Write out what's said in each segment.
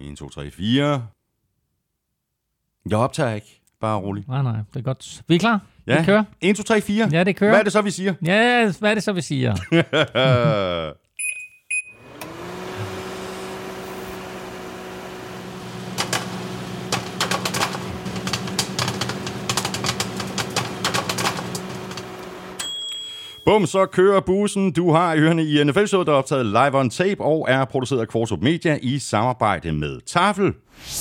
1, 2, 3, 4. Jeg optager ikke. Bare rolig. Nej, det er godt. Vi er klar. Ja. Vi kører. 1, 2, 3, 4. Ja, det kører. Hvad er det så, vi siger? Ja, hvad er det så, vi siger? Bum, så kører bussen. Du har ørerne i NFL-showet, der er optaget live on tape og er produceret af Kvartrup Media i samarbejde med Tafel.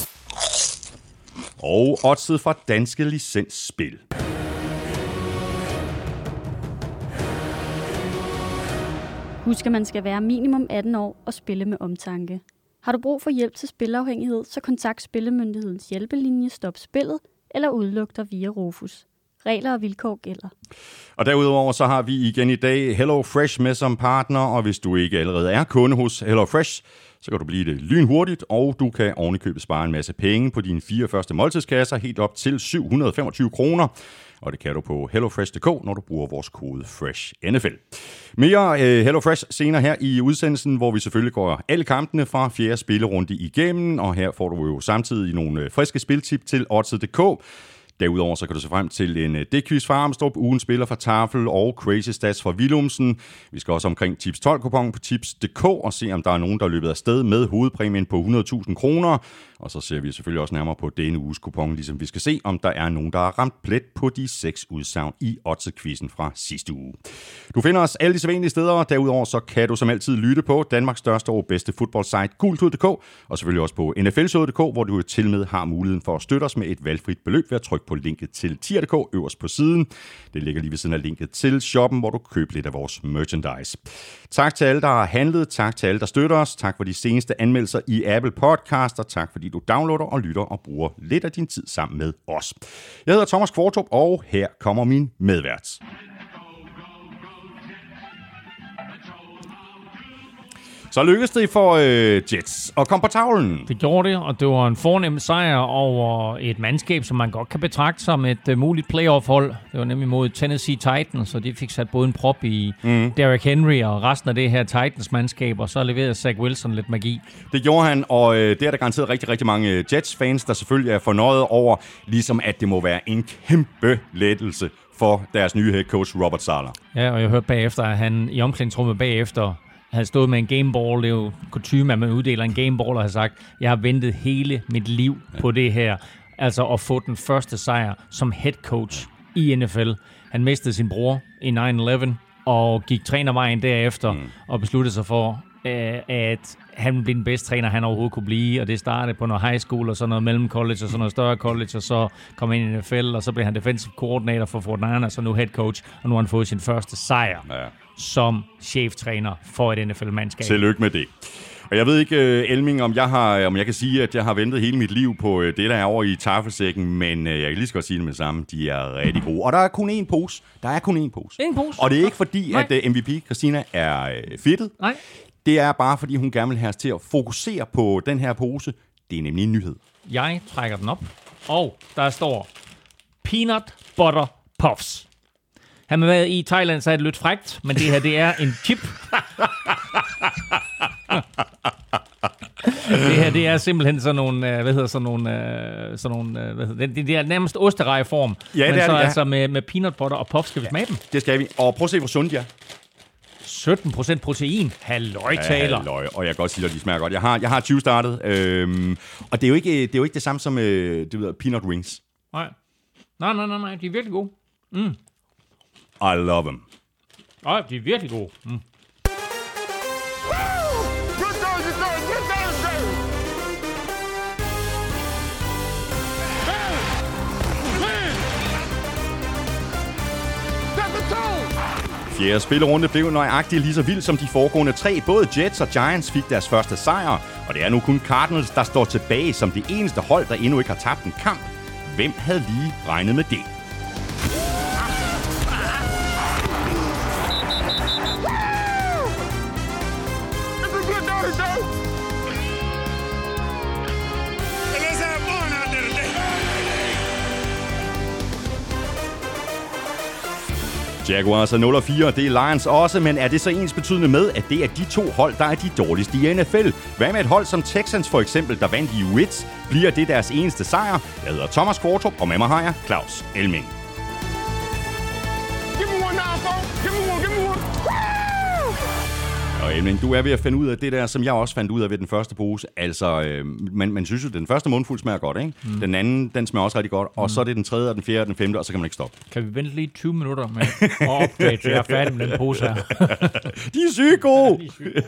Og oddset fra Danske Licensspil. Husk, at man skal være minimum 18 år og spille med omtanke. Har du brug for hjælp til spilafhængighed, så kontakt Spillemyndighedens hjælpelinje Stop Spillet eller udluk dig via Rufus. Regler og vilkår gælder. Og derudover så har vi igen i dag HelloFresh med som partner, og hvis du ikke allerede er kunde hos HelloFresh, så kan du blive det lynhurtigt, og du kan ovenikøbet spare en masse penge på dine 4 første måltidskasser, helt op til 725 kroner. Og det kan du på hellofresh.dk, når du bruger vores kode FRESHNFL. Mere HelloFresh senere her i udsendelsen, hvor vi selvfølgelig går alle kampene fra 4. spillerunde igennem, og her får du jo samtidig nogle friske spiltip til Oddset.dk. Derudover så kan du se frem til en dækquiz fra Armstrong, ugen spiller fra Tafel og Crazy Stats fra Willumsen. Vi skal også omkring Tips 12-kupon på Tips.dk og se, om der er nogen, der er løbet af sted med hovedpræmien på 100.000 kroner. Og så ser vi selvfølgelig også nærmere på denne uges kupon, ligesom vi skal se, om der er nogen, der har ramt plet på de 6 udsagn i Oddset-quizzen fra sidste uge. Du finder os alle de sædvanlige steder, derudover så kan du som altid lytte på Danmarks største og bedste fodboldsite, Gultud.dk, og selvfølgelig også på NFLshowet.dk, hvor du til med har muligheden for at støtte os med et valgfrit beløb ved at trykke på linket til tier.dk øverst på siden. Det ligger lige ved siden af linket til shoppen, hvor du køber lidt af vores merchandise. Tak til alle, der har handlet. Tak til alle, der støtter os. Tak for de seneste anmeldelser i Apple Podcast, og tak fordi du downloader og lytter og bruger lidt af din tid sammen med os. Jeg hedder Thomas Kvartrup, og her kommer min medvært. Så lykkedes det for Jets at komme på tavlen. Det gjorde det, og det var en fornem sejr over et mandskab, som man godt kan betragte som et muligt playoff-hold. Det var nemlig mod Tennessee Titans, og de fik sat både en prop i Derrick Henry og resten af det her Titans-mandskab, og så leverede Zach Wilson lidt magi. Det gjorde han, og det er der garanteret rigtig, rigtig mange Jets-fans, der selvfølgelig er fornøjet over, ligesom at det må være en kæmpe lettelse for deres nye head coach, Robert Saleh. Ja, og jeg hørte bagefter, at han i omklædningsrummet bagefter havde stået med en gameball. Det er jo kutyme, at man uddeler en gameball og har sagt, jeg har ventet hele mit liv på det her. Altså at få den første sejr som head coach i NFL. Han mistede sin bror i 9/11 og gik trænervejen derefter og besluttede sig for, at han ville blive den bedste træner, han overhovedet kunne blive, og det startede på noget high school, og så noget mellem college, og så noget større college, og så kom han ind i NFL, og så blev han defensive coordinator for Fort Niners, og så nu head coach, og nu har han fået sin første sejr som cheftræner for et NFL-mandskab. Tillykke med det. Og jeg ved ikke, Elming, om jeg kan sige, at jeg har ventet hele mit liv på det, der er over i tafelsækken, men jeg kan lige så godt sige det med det samme. De er rigtig gode. Og der er kun én pose. En pose? Og det er ikke fordi, at MVP Christina er fedtet. Nej. Det er bare, fordi hun gerne vil have os til at fokusere på den her pose. Det er nemlig en nyhed. Jeg trækker den op, og der står Peanut Butter Puffs. Har man været i Thailand, så er det lidt frækt, men det her, det er en chip. Det her, det er simpelthen sådan nogle, det er nærmest osterejeform. Ja, men det er så det, ja. altså med peanut butter og puffs, skal vi smage dem? Det skal vi. Og prøv at se, hvor sundt de er. 17% protein. Halløj-taler. Halløj. Og jeg kan godt sige, at de smager godt. Jeg har 20 startet. Og det er jo ikke det samme som peanut rings. Nej. Nej. De er virkelig gode. I love them. Nej, de er virkelig gode. Fjerde spillerunde blev nøjagtigt lige så vild som de foregående 3. Både Jets og Giants fik deres første sejr, og det er nu kun Cardinals, der står tilbage som det eneste hold, der endnu ikke har tabt en kamp. Hvem havde lige regnet med det? Jaguars er 0-4, det er Lions også, men er det så ensbetydende med, at det er de to hold, der er de dårligste i NFL? Hvad med et hold som Texans for eksempel, der vandt i Wits? Bliver det deres eneste sejr? Jeg hedder Thomas Kvartrup, og med mig har jeg Claus Elming. Og Elming, du er ved at finde ud af det der, som jeg også fandt ud af ved den første pose. Altså, man synes jo, at den første mundfuld smager godt, ikke? Den anden, den smager også rigtig godt. Og så er det den tredje, og den fjerde, og den femte, og så kan man ikke stoppe. Kan vi vente lige 20 minutter med at opdage, til jeg er færdig med den pose her? De er sygt gode!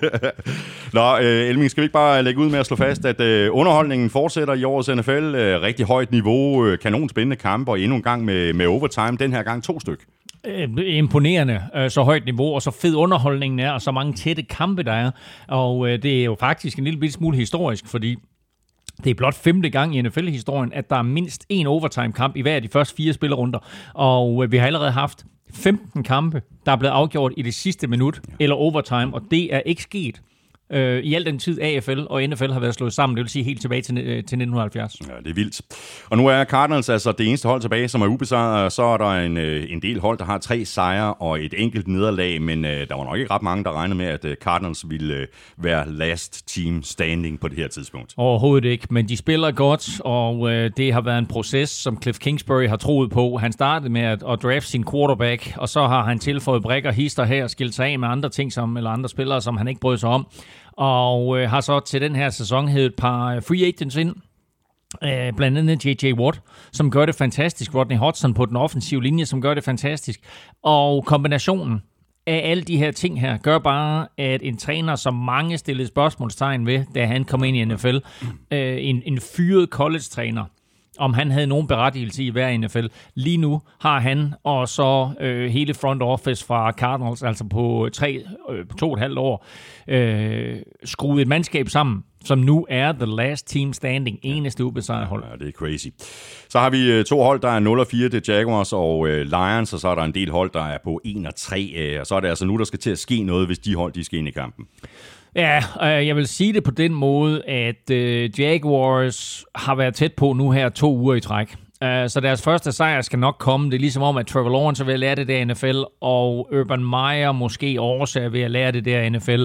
Nå, Elming, skal vi ikke bare lægge ud med at slå fast, at underholdningen fortsætter i årets NFL. Rigtig højt niveau, kanon spændende kampe, og endnu en gang med overtime. Den her gang 2 styk. Imponerende, så højt niveau, og så fed underholdningen er, og så mange tætte kampe, der er. Og det er jo faktisk en lille smule historisk, fordi det er blot 5. gang i NFL-historien, at der er mindst 1 overtime-kamp i hver af de første 4 spillerunder. Og vi har allerede haft 15 kampe, der er blevet afgjort i det sidste minut, eller overtime, og det er ikke sket i al den tid AFL og NFL har været slået sammen, det vil sige helt tilbage til 1970. Ja, det er vildt. Og nu er Cardinals altså det eneste hold tilbage, som er ubesejret, så er der en del hold, der har 3 sejre og et enkelt nederlag, men der var nok ikke ret mange, der regnede med, at Cardinals ville være last team standing på det her tidspunkt. Overhovedet ikke, men de spiller godt, og det har været en proces, som Cliff Kingsbury har troet på. Han startede med at draft sin quarterback, og så har han tilføjet brikker, hister her, skilt sig af med andre ting, eller andre spillere, som han ikke brød sig om. Og har så til den her sæson hævet et par free agents ind. Blandt andet J.J. Watt, som gør det fantastisk. Rodney Hudson på den offensive linje, som gør det fantastisk. Og kombinationen af alle de her ting her, gør bare, at en træner, som mange stillede spørgsmålstegn ved, da han kom ind i NFL, en fyret college-træner, om han havde nogen berettigelse i hver NFL. Lige nu har han og så hele front office fra Cardinals, altså på 2,5 år, skruet et mandskab sammen, som nu er the last team standing, eneste ubesejret hold. Ja, det er crazy. Så har vi 2 hold, der er 0-4, det er Jaguars og Lions, og så er der en del hold, der er på 1-3, og så er det altså nu, der skal til at ske noget, hvis de hold, de skal ind i kampen. Ja, jeg vil sige det på den måde, at Jaguars har været tæt på nu her 2 uger i træk. Så deres første sejr skal nok komme. Det er ligesom om, at Trevor Lawrence er ved at lære det der NFL, og Urban Meyer måske også er ved at lære det der NFL.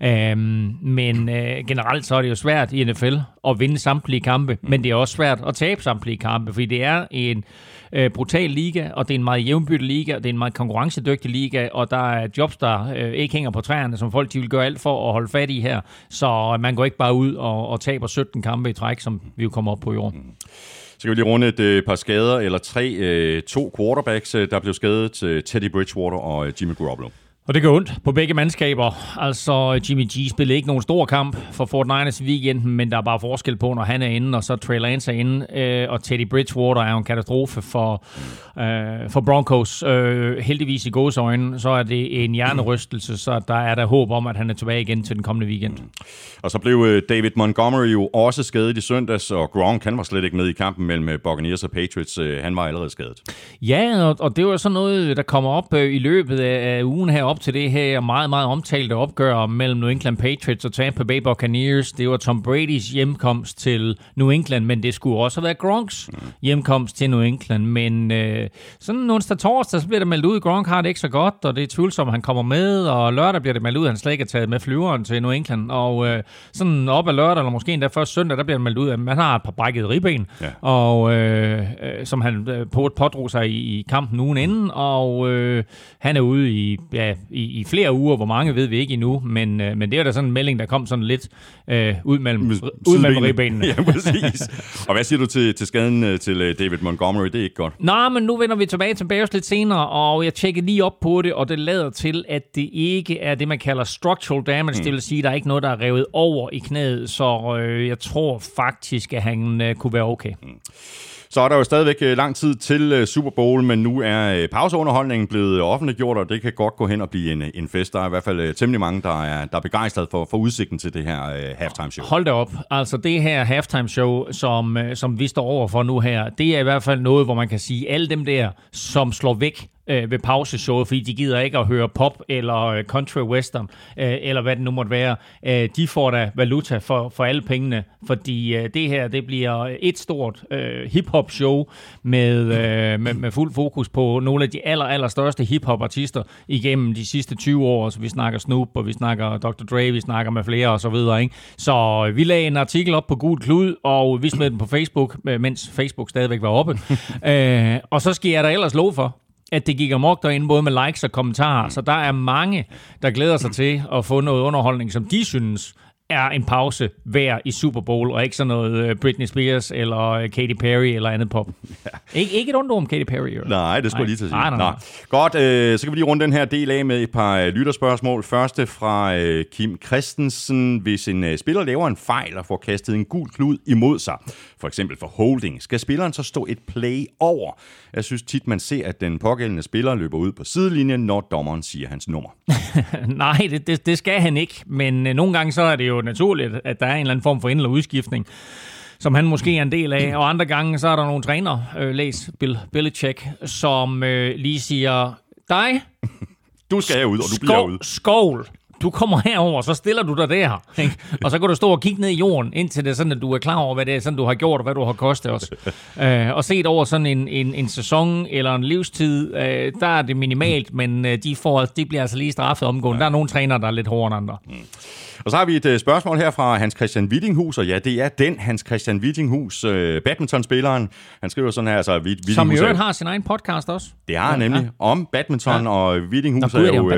Men generelt så er det jo svært i NFL at vinde samtlige kampe, men det er også svært at tabe samtlige kampe, fordi det er en brutal liga, og det er en meget jævnbyrdig liga, og det er en meget konkurrencedygtig liga, og der er jobs, der ikke hænger på træerne, som folk de vil gøre alt for at holde fat i her. Så man går ikke bare ud og taber 17 kampe i træk, som vi jo kommer op på i år. Så kan vi lige runde et par skader, eller 2 quarterbacks, der blev skadet til Teddy Bridgewater og Jimmy Garoppolo. Og det gør ondt på begge mandskaber. Altså, Jimmy G spillede ikke nogen stor kamp for Fort Niners i weekenden, men der er bare forskel på, når han er inde, og så Trey Lance er inde, og Teddy Bridgewater er jo en katastrofe for Broncos. Heldigvis i gåseøjne, så er det en hjernerystelse, så der er der håb om, at han er tilbage igen til den kommende weekend. Og så blev David Montgomery jo også skadet i søndags, og Gronk, han var slet ikke med i kampen mellem Buccaneers og Patriots. Han var allerede skadet. Ja, og det var sådan noget, der kommer op i løbet af ugen herop til det her meget, meget omtalte opgør mellem New England Patriots og Tampa Bay Buccaneers. Det var Tom Bradys hjemkomst til New England, men det skulle også have været Gronks hjemkomst til New England. Men sådan onsdag torsdag, så bliver det meldt ud, Gronk har det ikke så godt, og det er tvivlsomt, at han kommer med, og lørdag bliver det meldt ud, at han slet ikke er taget med flyveren til New England. Og sådan op ad lørdag, eller måske endda først søndag, der bliver det meldt ud, at man har et par brækkede ribben, og som han pådrog sig i kampen ugen inden, og han er ude i flere uger, hvor mange ved vi ikke endnu, men det er da sådan en melding, der kom sådan lidt ud mellem ribbenene. Ja, præcis. Og hvad siger du til skaden til David Montgomery? Det er ikke godt. Nå, men nu vender vi tilbage til Bears lidt senere, og jeg tjekker lige op på det, og det lader til, at det ikke er det, man kalder structural damage. Det vil sige, at der er ikke noget, der er revet over i knæet, så jeg tror faktisk, at han kunne være okay. Så er der jo stadigvæk lang tid til Super Bowl, men nu er pauseunderholdningen blevet offentliggjort, og det kan godt gå hen og blive en fest. Der er i hvert fald temmelig mange, der er begejstret for udsigten til det her halftime show. Hold da op. Altså det her halftime show, som vi står over for nu her, det er i hvert fald noget, hvor man kan sige, alle dem der, som slår væk ved pauseshowet, fordi de gider ikke at høre pop eller country western, eller hvad det nu måtte være. De får da valuta for alle pengene, fordi det her, det bliver et stort hip-hop show med fuld fokus på nogle af de allerstørste hip-hop-artister igennem de sidste 20 år. Så vi snakker Snoop, og vi snakker Dr. Dre, vi snakker med flere og så videre, ikke? Så vi lagde en artikel op på Gul Klud, og vi smed den på Facebook, mens Facebook stadigvæk var oppe. Og så skal jeg da ellers love for, at det gik amok derinde, både med likes og kommentarer. Så der er mange, der glæder sig til at få noget underholdning, som de synes er en pause værd i Super Bowl, og ikke sådan noget Britney Spears eller Katy Perry eller andet pop. Ja. Ikke et ondt om Katy Perry. Eller? Nej, det skulle jeg lige til at sige. Nej. Godt, så kan vi lige runde den her del af med et par lytterspørgsmål. Første fra Kim Christensen. Hvis en spiller laver en fejl og får kastet en gul klud imod sig, for eksempel for holding, skal spilleren så stå et play over? Jeg synes tit, man ser, at den pågældende spiller løber ud på sidelinjen, når dommeren siger hans nummer. Nej, det skal han ikke, men nogle gange så er det jo naturligt, at der er en eller anden form for ind- eller udskiftning, som han måske er en del af, og andre gange så er der nogle trænere, læs Bill Belichick, som lige siger, dig, du skal herud, og du bliver ude. Skål! Du kommer herover, så stiller du dig der, ikke? Og så kan du stå og kigge ned i jorden, indtil det er sådan, at du er klar over, hvad det er, sådan, du har gjort, og hvad du har kostet os. Og set over sådan en sæson eller en livstid, der er det minimalt, men de bliver altså lige straffet omgående. Ja. Der er nogle trænere, der er lidt hårdere end andre. Og så har vi et spørgsmål her fra Hans Christian Wittinghus, og ja, det er den Hans Christian Wittinghus, badmintonspilleren. Han skriver sådan her, altså Wittinghus, som i øvrigt har sin egen podcast også. Det har han nemlig, om badminton, og Wittinghus er jo...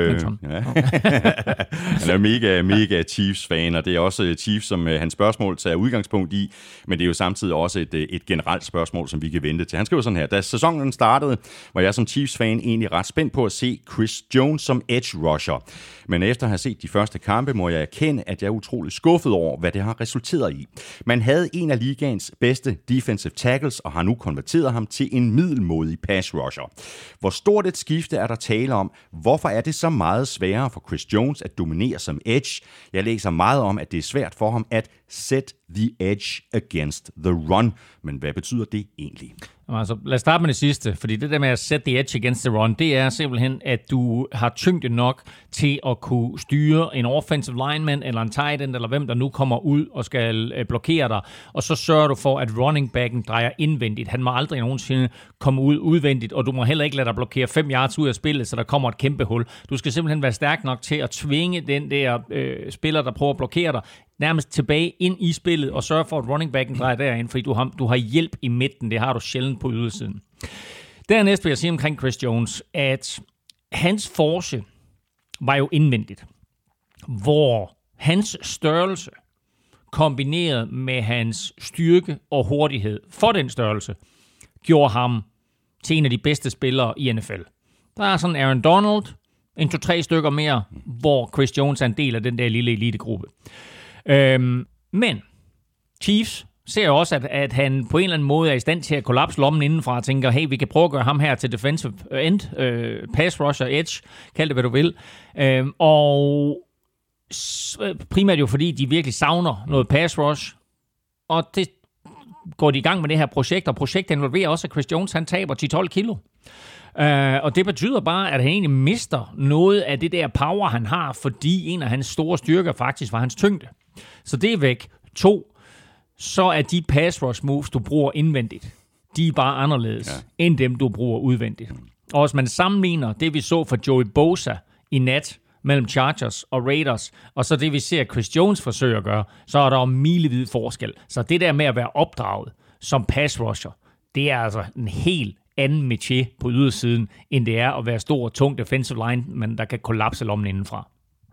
Han er mega Chiefs-fan, og det er også Chiefs, som hans spørgsmål tager udgangspunkt i, men det er jo samtidig også et generelt spørgsmål, som vi kan vente til. Han skriver sådan her, da sæsonen startede, var jeg som Chiefs-fan egentlig ret spændt på at se Chris Jones som edge rusher. Men efter at have set de første kampe, må jeg erkende, at jeg er utrolig skuffet over, hvad det har resulteret i. Man havde en af ligaens bedste defensive tackles, og har nu konverteret ham til en middelmådig pass rusher. Hvor stort et skifte er der tale om? Hvorfor er det så meget sværere for Chris Jones at dominere som edge? Jeg læser meget om, at det er svært for ham at set the edge against the run. Men hvad betyder det egentlig? Altså, lad os starte med det sidste, fordi det der med at set the edge against the run, det er simpelthen, at du har tyngde nok til at kunne styre en offensive lineman, eller en tight end, eller hvem der nu kommer ud og skal blokere dig, og så sørger du for, at running backen drejer indvendigt. Han må aldrig nogensinde komme ud udvendigt, og du må heller ikke lade dig blokere 5 yards ud af spillet, så der kommer et kæmpe hul. Du skal simpelthen være stærk nok til at tvinge den der spiller, der prøver at blokere dig, nærmest tilbage ind i spillet, og sørge for, at running backen drejer derind, fordi du har hjælp i midten. Det har du sjældent på ydersiden. Dernæst vil jeg sige omkring Chris Jones, at hans force var jo indvendigt, hvor hans størrelse kombineret med hans styrke og hurtighed for den størrelse, gjorde ham til en af de bedste spillere i NFL. Der er sådan Aaron Donald, 1-2-3 stykker mere, hvor Chris Jones er en del af den der lille elitegruppe. Men Chiefs ser jo også, at han på en eller anden måde er i stand til at kollapse lommen indenfra og tænker, hey, vi kan prøve at gøre ham her til defensive end, pass rusher, edge, kald det hvad du vil. Og primært jo fordi, de virkelig savner noget pass rush, og det går de i gang med det her projekt, og projektet involverer også, at Chris Jones han taber 10-12 kilo. Og det betyder bare, at han egentlig mister noget af det der power, han har, fordi en af hans store styrker faktisk var hans tyngde. Så det er væk. 2, så er de pass rush moves, du bruger indvendigt, de er bare anderledes end dem, du bruger udvendigt. Og hvis man sammenligner det, vi så for Joey Bosa i nat mellem Chargers og Raiders, og så det, vi ser Chris Jones forsøger at gøre, så er der jo milevid forskel. Så det der med at være opdraget som pass rusher, det er altså en helt anden métier på ydersiden, end det er at være stor og tung defensive line, men der kan kollapse lommen indenfra.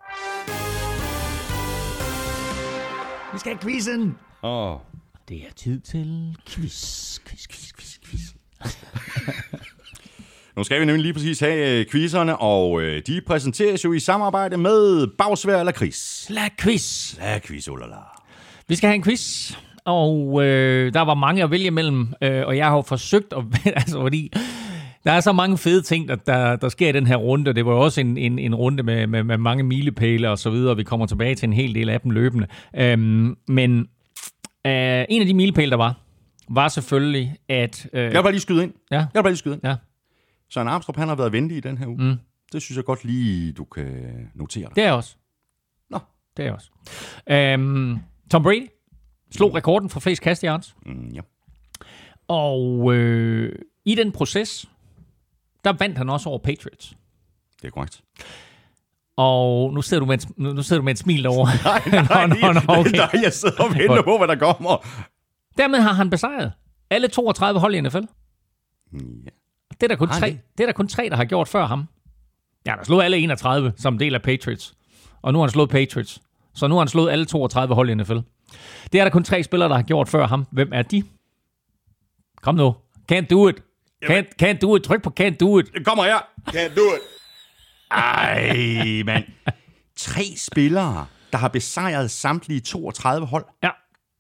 Vi skal have quizzen! Det er tid til quiz. Nu skal vi nemlig lige præcis have quizzerne, og de præsenteres jo i samarbejde med Bagsvær eller Quiz. La quiz, olala. Vi skal have en quiz, og der var mange at vælge mellem, og jeg har jo forsøgt at... altså, fordi der er så mange fede ting, der sker i den her runde. Det var jo også en runde med mange milepæle og så videre. Vi kommer tilbage til en hel del af dem løbende. Men en af de milepæle, der var selvfølgelig, at... Jeg vil bare lige skyde ind. Ja. Ja. Søren Armstrong, han har været venlig i den her uge. Det synes jeg godt lige, du kan notere dig. Det er også. Nå. Det er også. Tom Brady slog rekorden for flest kast yards. Ja. Og i den proces, der vandt han også over Patriots. Det er korrekt. Og nu sidder du med et smil derovre. Nej, jeg sidder og venter på, hvad der kommer. Dermed har han besejret alle 32 hold i NFL. Ja. Det er der kun 3, der har gjort før ham. Ja, der slået alle 31 som del af Patriots. Og nu har han slået Patriots. Så nu har han slået alle 32 hold i NFL. Det er der kun 3 spillere, der har gjort før ham. Hvem er de? Kom nu. Can't do it. Can't do it. Tryk på can't do it. Det kommer her. Can't do it. Ej, mand. 3 spillere, der har besejret samtlige 32 hold. Ja.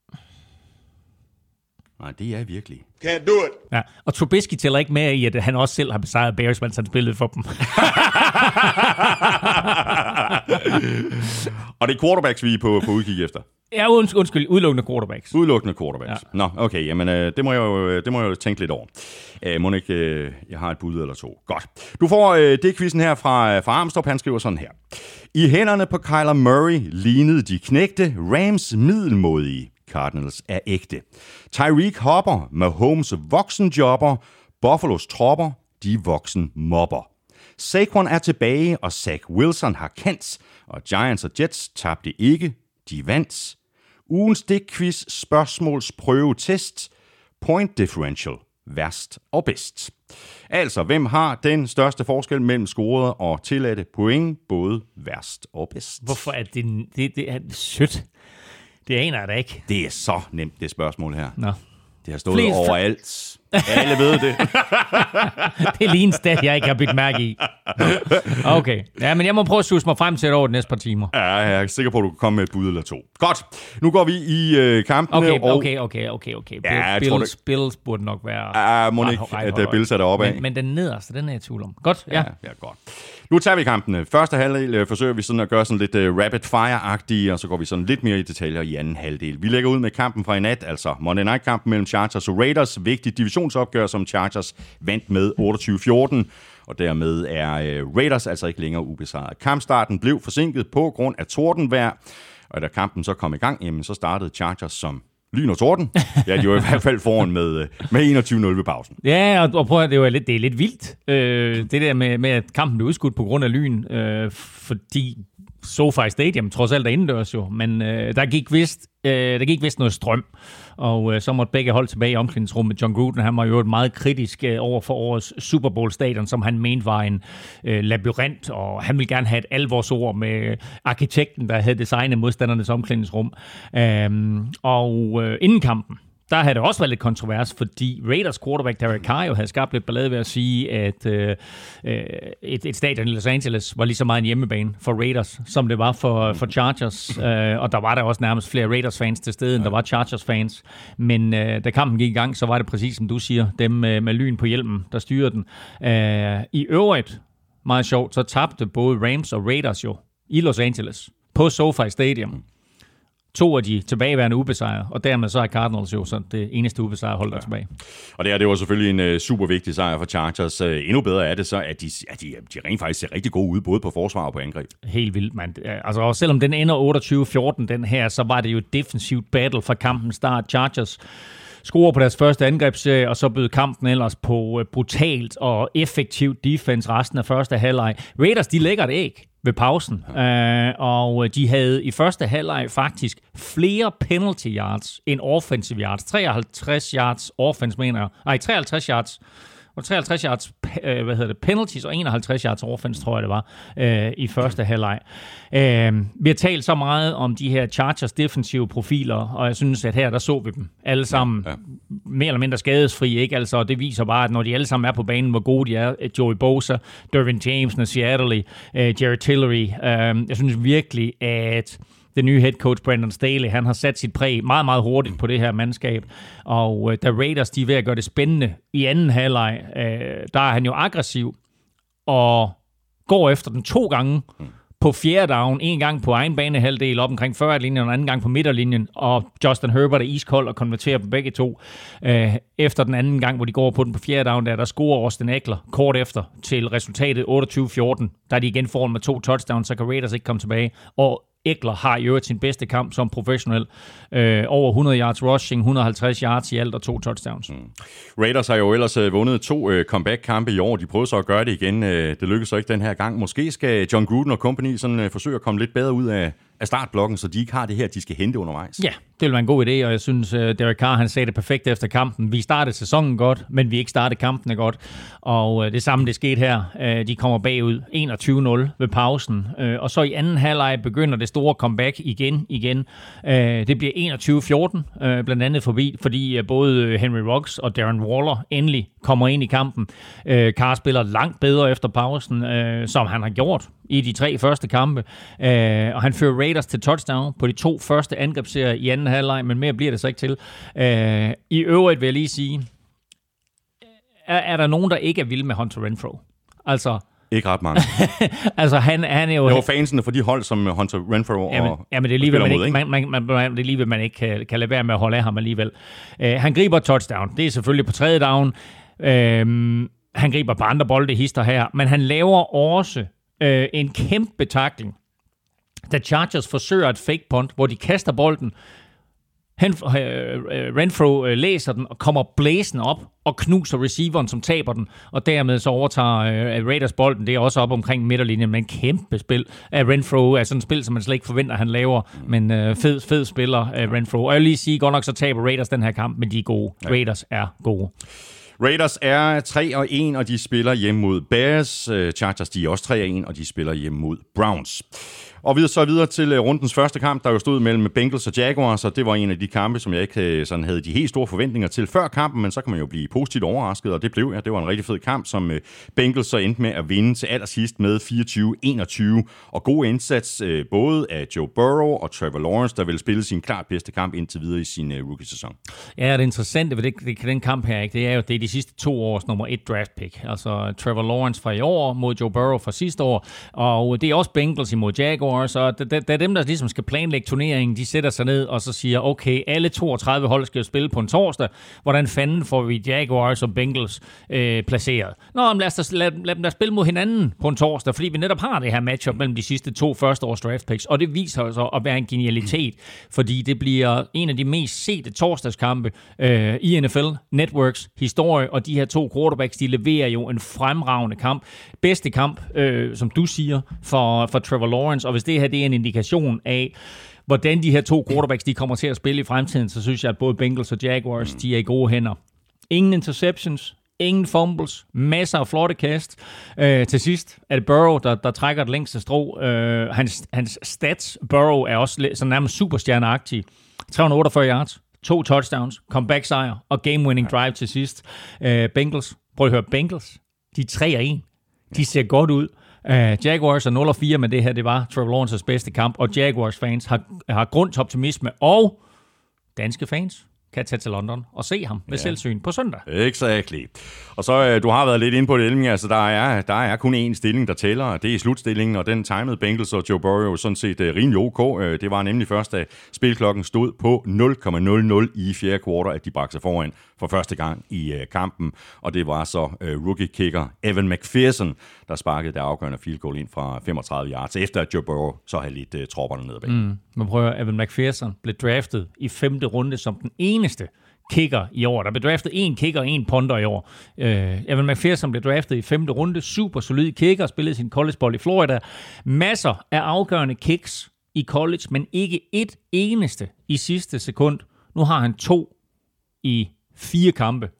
Nej, det er virkelig. Can't do it. Ja, og Trubisky tæller ikke med i, at han også selv har besejret Bears, mens han spillede for dem. Og det er quarterbacks, vi er på udkig efter. Ja, undskyld, udelukkende quarterbacks. Udelukkende quarterbacks. Ja. Nå, okay, jamen det må jeg jo tænke lidt over. Må ikke, jeg har et bud eller 2. Godt. Du får det quizzen her fra Armstrong, han skriver sådan her. I hænderne på Kyler Murray lignede de knægte, Rams middelmådige. Cardinals er ægte. Tyreek hopper, Mahomes voksenjobber, Buffalos tropper, de voksen mobber. Saquon er tilbage, og Zach Wilson har kendt, og Giants og Jets tabte ikke, de vandt. Ugens dækquiz, spørgsmålsprøvetest, point differential, værst og bedst. Altså, hvem har den største forskel mellem scorede og tilladte point, både værst og bedst? Hvorfor er det er sødt? Det aner jeg da ikke. Det er så nemt, det spørgsmål her. Nå. Det har stået overalt. Alle ved det. Det er lige en stat, jeg ikke har bidt mærke i. Okay. Ja, men jeg må prøve at suge mig frem til det over de næste par timer. Ja, jeg er sikker på, at du kan komme med et bud eller 2. Godt. Nu går vi i kampene. Okay. Ja, Bills burde nok være... Ja, må ikke, at Bills er deroppe af. Men den nederste, den er jeg i tvivl om. Godt, ja. Ja, godt. Nu tager vi kampene. Første halvdel forsøger vi sådan at gøre sådan lidt rapid fire-agtige, og så går vi sådan lidt mere i detaljer i anden halvdel. Vi lægger ud med kampen fra i nat, altså Monday Night-kampen mellem Chargers og Raiders. Vigtig divisionsopgør, som Chargers vandt med 28-14, og dermed er Raiders altså ikke længere ubesejret. Kampstarten blev forsinket på grund af tordenvejr, og da kampen så kom i gang, jamen, så startede Chargers som lyn og torden. Ja, de var i hvert fald foran med 21-0 ved pausen. Ja, og prøv at det er lidt vildt, det der med at kampen blev udskudt på grund af lyn, fordi SoFi Stadium trods alt er indendørs jo, men der gik vist noget strøm, og så måtte begge hold tilbage i omklædningsrummet. John Gruden, han var jo meget kritisk over for årets Super Bowl stadion, som han mente var en labyrint, og han ville gerne have et alvorsord med arkitekten, der havde designet modstandernes omklædningsrum. Og inden kampen, der havde det også været lidt kontrovers, fordi Raiders quarterback Derek Carr jo havde skabt lidt ballade ved at sige, at et stadion i Los Angeles var lige så meget en hjemmebane for Raiders, som det var for Chargers. Og der var der også nærmest flere Raiders-fans til stede, end der var Chargers-fans. Men da kampen gik i gang, så var det præcis som du siger, dem med lyn på hjelmen, der styrede den. I øvrigt, meget sjovt, så tabte både Rams og Raiders jo i Los Angeles på SoFi Stadium. 2 af de tilbageværende ubesejrede, og dermed så er Cardinals jo så det eneste ubesejrede hold der tilbage. Og det var selvfølgelig en super vigtig sejr for Chargers. Endnu bedre er det så, at de rent faktisk ser rigtig gode ud, både på forsvar og på angreb. Helt vildt, mand. Altså, og selvom den ender 28-14, den her, så var det jo et defensivt battle fra kampens start. Chargers scorer på deres første angrebsserie, og så bød kampen ellers på brutalt og effektivt defense resten af første halvleg. Raiders, de lægger et æg ved pausen, og de havde i første halvleg faktisk flere penalty yards end offensive yards. 53 yards offense, mener jeg. Nej, 53 yards. Og 53 yards penalties og 51 yards offense, tror jeg det var, i første halvleg. Vi har talt så meget om de her Chargers defensive profiler, og jeg synes, at her der så vi dem alle sammen mere eller mindre skadesfri, ikke? Altså, det viser bare, at når de alle sammen er på banen, hvor gode de er. Joey Bosa, Derwin James, Nasir Adderley, Jerry Tillery. Jeg synes virkelig, at den nye head coach Brandon Staley, han har sat sit præg meget, meget hurtigt på det her mandskab. Og da Raiders, de er ved at gøre det spændende i anden halvleg, der er han jo aggressiv og går efter den 2 gange på fjerde down, en gang på egen banehalvdel op omkring 40-linjen, og en anden gang på midterlinjen, og Justin Herbert er iskold og konverterer dem begge to. Efter den anden gang, hvor de går på den på fjerde down, der scorer Austin Ekeler kort efter til resultatet 28-14. Der er de igen foran med 2 touchdowns, så kan Raiders ikke komme tilbage, og Ekeler har i øvrigt sin bedste kamp som professionel. Over 100 yards rushing, 150 yards i alt og 2 touchdowns. Raiders har jo ellers vundet 2 comeback-kampe i år. De prøvede så at gøre det igen. Det lykkedes så ikke den her gang. Måske skal John Gruden og company sådan forsøge at komme lidt bedre ud af startblokken, så de ikke har det her, de skal hente undervejs. Ja, det vil være en god idé, og jeg synes, Derek Carr han sagde det perfekt efter kampen. Vi startede sæsonen godt, men vi ikke startede kampene godt. Og det samme, det skete her. De kommer bagud 21-0 ved pausen. Og så i anden halvleg begynder det store comeback igen. Det bliver 21-14, blandt andet fordi både Henry Ruggs og Darren Waller endelig kommer ind i kampen. Carr spiller langt bedre efter pausen, som han har gjort i de 3 første kampe. Og han fører Raiders til touchdown på de 2 første angrebsserier i anden halvleg, men mere bliver det så ikke til. I øvrigt vil jeg lige sige, er der nogen, der ikke er vilde med Hunter Renfrow? Altså, ikke ret mange. Altså, han er jo... Det var fansene for de hold, som Hunter Renfrow men det er lige ved, man ikke kan lade være med at holde af ham alligevel. Han griber touchdown. Det er selvfølgelig på 3. down. Han griber på andre bolde, hister her. Men han laver også en kæmpe tackling, da Chargers forsøger et fake punt, hvor de kaster bolden. Renfrow læser den og kommer blæsende op og knuser receiveren, som taber den, og dermed så overtager Raiders bolden. Det er også op omkring midterlinjen, men kæmpe spil af Renfrow. Er sådan et spil, som man slet ikke forventer, han laver, men fed spiller Renfrow. Og jeg vil lige sige, godt nok så taber Raiders den her kamp, men de er gode. Ja. Raiders er gode. Raiders er 3-1, og de spiller hjemme mod Bears. Chargers, de er også 3-1, og de spiller hjemme mod Browns. Og videre til rundens første kamp, der jo stod mellem Bengals og Jaguars, og det var en af de kampe, som jeg ikke sådan havde de helt store forventninger til før kampen, men så kan man jo blive positivt overrasket, og det blev jeg. Det var en rigtig fed kamp, som Bengals så endte med at vinde til allersidst med 24-21. Og god indsats både af Joe Burrow og Trevor Lawrence, der vil spille sin klart bedste kamp indtil videre i sin rookie-sæson. Ja, det interessante ved den kamp her, ikke, det er jo, det er de sidste 2 års nummer 1 draft pick. Altså Trevor Lawrence fra i år mod Joe Burrow fra sidste år, og det er også Bengals imod Jaguars. Så det er dem, der ligesom skal planlægge turneringen, de sætter sig ned og så siger, okay, alle 32 hold skal jo spille på en torsdag. Hvordan fanden får vi Jaguars og Bengals placeret? Nå, lad dem da spille mod hinanden på en torsdag, fordi vi netop har det her matchup mellem de sidste 2 førsteårs draft picks, og det viser sig at være en genialitet, fordi det bliver en af de mest sete torsdagskampe i NFL Networks historie, og de her 2 quarterbacks, de leverer jo en fremragende kamp. Bedste kamp, som du siger, for Trevor Lawrence, og hvis det her det er en indikation af, hvordan de her 2 quarterbacks de kommer til at spille i fremtiden, så synes jeg, at både Bengals og Jaguars, de er i gode hænder. Ingen interceptions, ingen fumbles, masser af flotte kast. Til sidst er det Burrow, der trækker det længste strå. Hans stats, Burrow, er også så nærmest superstjerneagtig. 348 yards, 2 touchdowns, comeback-sejr og game-winning drive til sidst. Bengals, prøv at høre, Bengals, de er 3-1. De ser godt ud. Jaguars er 0-4, men det her, det var Trevor Lawrences bedste kamp, og Jaguars fans har grund til optimisme, og danske fans kan tage til London og se ham ved selvsyn på søndag. Exactly. Og så, du har været lidt inde på det, Elming, altså der er kun én stilling, der tæller, og det er slutstillingen, og den timede Bengals og Joe Burrow sådan set rimelig ok. Det var nemlig først, da spilklokken stod på 0,00 i fjerde kvartal, at de bragte sig foran for første gang i kampen, og det var så rookie-kicker Evan McPherson, der sparkede det afgørende field goal ind fra 35 yards, efter at Joe Burrow så havde lidt tropperne ned ad banen. Man prøver, Evan McPherson blev draftet i 5. runde som den eneste kicker i år. Der blev draftet 1 kicker og 1 punter i år. Evan McPherson blev draftet i 5. runde. Super solid kicker, spillede sin collegebold i Florida. Masser af afgørende kicks i college, men ikke et eneste i sidste sekund. Nu har han 2 i 4 kampe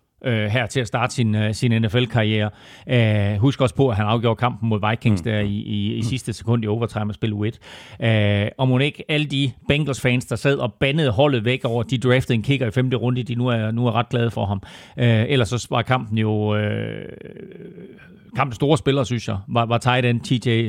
her til at starte sin NFL-karriere. Husk også på, at han afgjorde kampen mod Vikings der i sidste sekund i overtime og spille U1. Og må ikke alle de Bengals-fans, der sad og bandede holdet væk over, de draftede en kicker i 5. runde, de nu er ret glade for ham. Ellers så var kampen jo... kampens store spiller, synes jeg, var tight end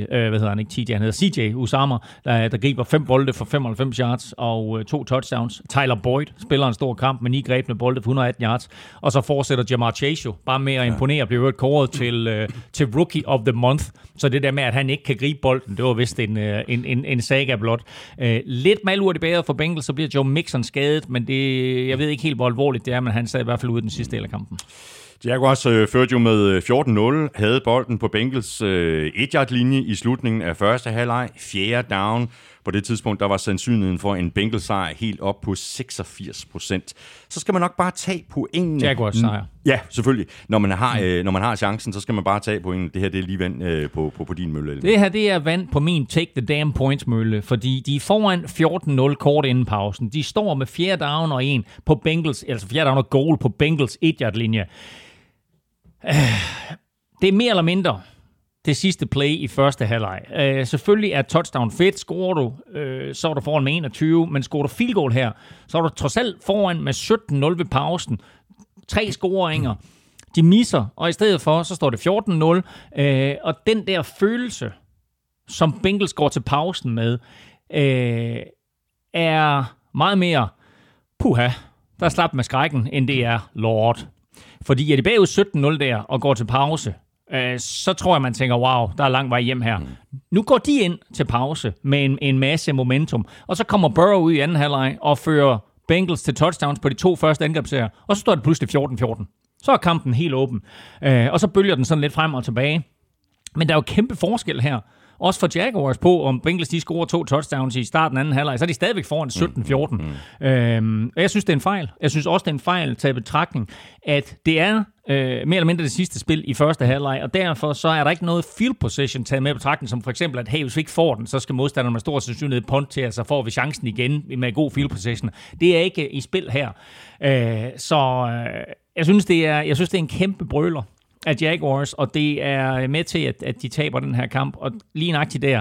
CJ Uzomah, der griber 5 bolde for 95 yards og 2 touchdowns. Tyler Boyd spiller en stor kamp med 9 grebne bolde for 118 yards. Og så fortsætter Jamar Chase jo, bare med at imponere og blive kåret til Rookie of the Month. Så det der med, at han ikke kan gribe bolden, det var vist en saga blot. Lidt malurt i bæret for Bengals, så bliver Joe Mixon skadet, men jeg ved ikke helt, hvor alvorligt det er, men han sad i hvert fald ude i den sidste del af kampen. Jaguars førte jo med 14-0, havde bolden på Bengals 1-yard-linje i slutningen af første halvleg, 4. down. På det tidspunkt, der var sandsynligheden for en Bengals sejr helt op på 86%. Så skal man nok bare tage pointen. Jaguars sejr. Ja, selvfølgelig. Når man har chancen, så skal man bare tage pointen. Det her, det er lige vand på din mølle. Det her, det er vand på min take the damn points mølle, fordi de er foran 14-0 kort inden pausen. De står med 4. down og 1 på Bengals, altså 4. down og goal på Bengals 1-yard-linje. Det er mere eller mindre det sidste play i første halvleg. Selvfølgelig er touchdown fedt. Scorer du, så er du foran med 21, men scorer du field goal her, så er du trods alt foran med 17-0 ved pausen. 3 scoringer. De misser, og i stedet for, så står det 14-0. Og den der følelse, som Bengals går til pausen med, er meget mere puha, der slap med skrækken, end det er lort. Fordi er de bagud 17-0 der og går til pause, så tror jeg, man tænker, wow, der er lang vej hjem her. Nu går de ind til pause med en masse momentum, og så kommer Burrow ud i anden halvleg og fører Bengals til touchdowns på de 2 første angrebsserier, og så står det pludselig 14-14. Så er kampen helt åben, og så bølger den sådan lidt frem og tilbage. Men der er jo kæmpe forskel her. Også for Jaguars på, om Bengals de scorer 2 touchdowns i starten af anden halvleg, så er de stadigvæk foran 17-14. Og jeg synes, det er en fejl. Jeg synes også, det er en fejl taget i betragtning, at det er mere eller mindre det sidste spil i første halvleg, og derfor så er der ikke noget field possession taget med i betragtning, som for eksempel, at hey, hvis vi ikke får den, så skal modstanderen med stor sandsynlighed punt til, så får vi chancen igen med god field possession. Det er ikke i spil her. Jeg synes, det er en kæmpe brøler af Jaguars, og det er med til, at de taber den her kamp, og lige nøjagtigt der,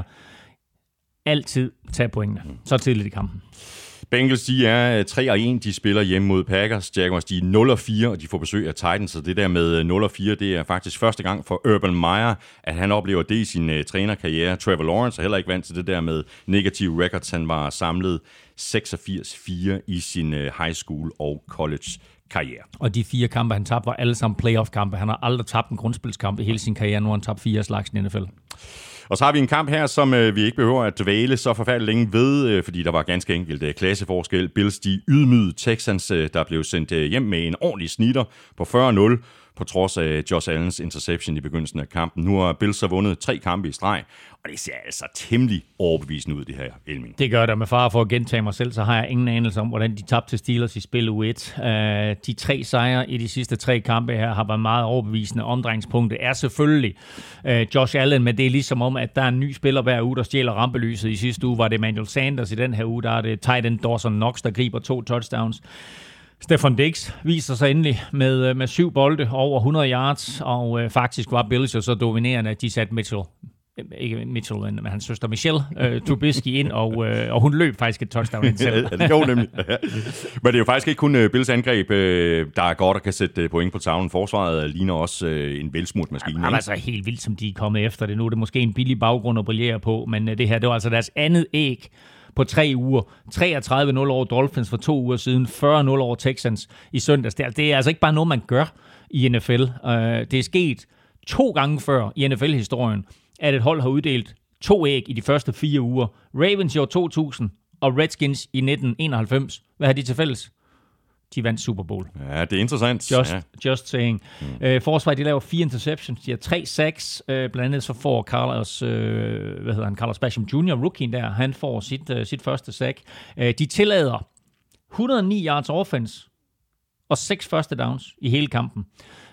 altid tage pointene, så tidligt i kampen. Bengals, de er 3-1, de spiller hjemme mod Packers. Jaguars, de er 0-4, og de får besøg af Titans, så det der med 0-4, det er faktisk første gang for Urban Meyer, at han oplever det i sin trænerkarriere. Trevor Lawrence er heller ikke vant til det der med negative records. Han var samlet 86-4 i sin high school og college karriere. Og de 4 kampe, han tabte, var alle sammen playoff-kampe. Han har aldrig tabt en grundspilskamp i hele sin karriere, nu har han tabt 4 slags i NFL. Og så har vi en kamp her, som vi ikke behøver at dvæle så forfærdeligt længe ved, fordi der var ganske enkelt klasseforskel. Bills, de ydmygede Texans, der blev sendt hjem med en ordentlig snitter på 40-0, på trods af Josh Allens interception i begyndelsen af kampen. Nu har Bills så vundet 3 kampe i streg, og det ser altså temmelig overbevisende ud, det her, Elming. Det gør det, med far for at gentage mig selv, så har jeg ingen anelse om, hvordan de tabte til Steelers i spil U1. De 3 sejre i de sidste 3 kampe her har været meget overbevisende. Omdrejningspunktet er selvfølgelig Josh Allen, men det er ligesom om, at der er en ny spiller hver uge, der stjæler rampelyset. I sidste uge var det Emmanuel Sanders, i den her uge der er det tight end Dawson Knox, der griber 2 touchdowns. Stefan Diggs viser sig endelig med 7 bolde over 100 yards, og faktisk var Bills jo så dominerende, at de satte men hans søster Michelle Trubisky ind, og hun løb faktisk et touchdown ind selv. Ja, det gjorde nemlig. Men det er jo faktisk ikke kun Bills angreb, der er godt og kan sætte point på tavlen. Forsvaret ligner også en velsmurt maskine. Det er altså helt vildt, som de er kommet efter det nu. Det er måske en billig baggrund at brillere på, men det her, det var altså deres andet æg på 3 uger. 33-0 over Dolphins for 2 uger siden, 40-0 over Texans i søndags. Det er altså ikke bare noget, man gør i NFL. Det er sket 2 gange før i NFL-historien, at et hold har uddelt 2 æg i de første 4 uger. Ravens i år 2000 og Redskins i 1991. Hvad har de til fælles? De vandt Super Bowl. Ja, det er interessant. Just saying. Forsvaret, de laver 4 interceptions. De har 3 sacks. Blandt andet så får Carlos Basham Jr., rookien der, han får sit første sack. De tillader 109 yards offense og 6 første downs i hele kampen.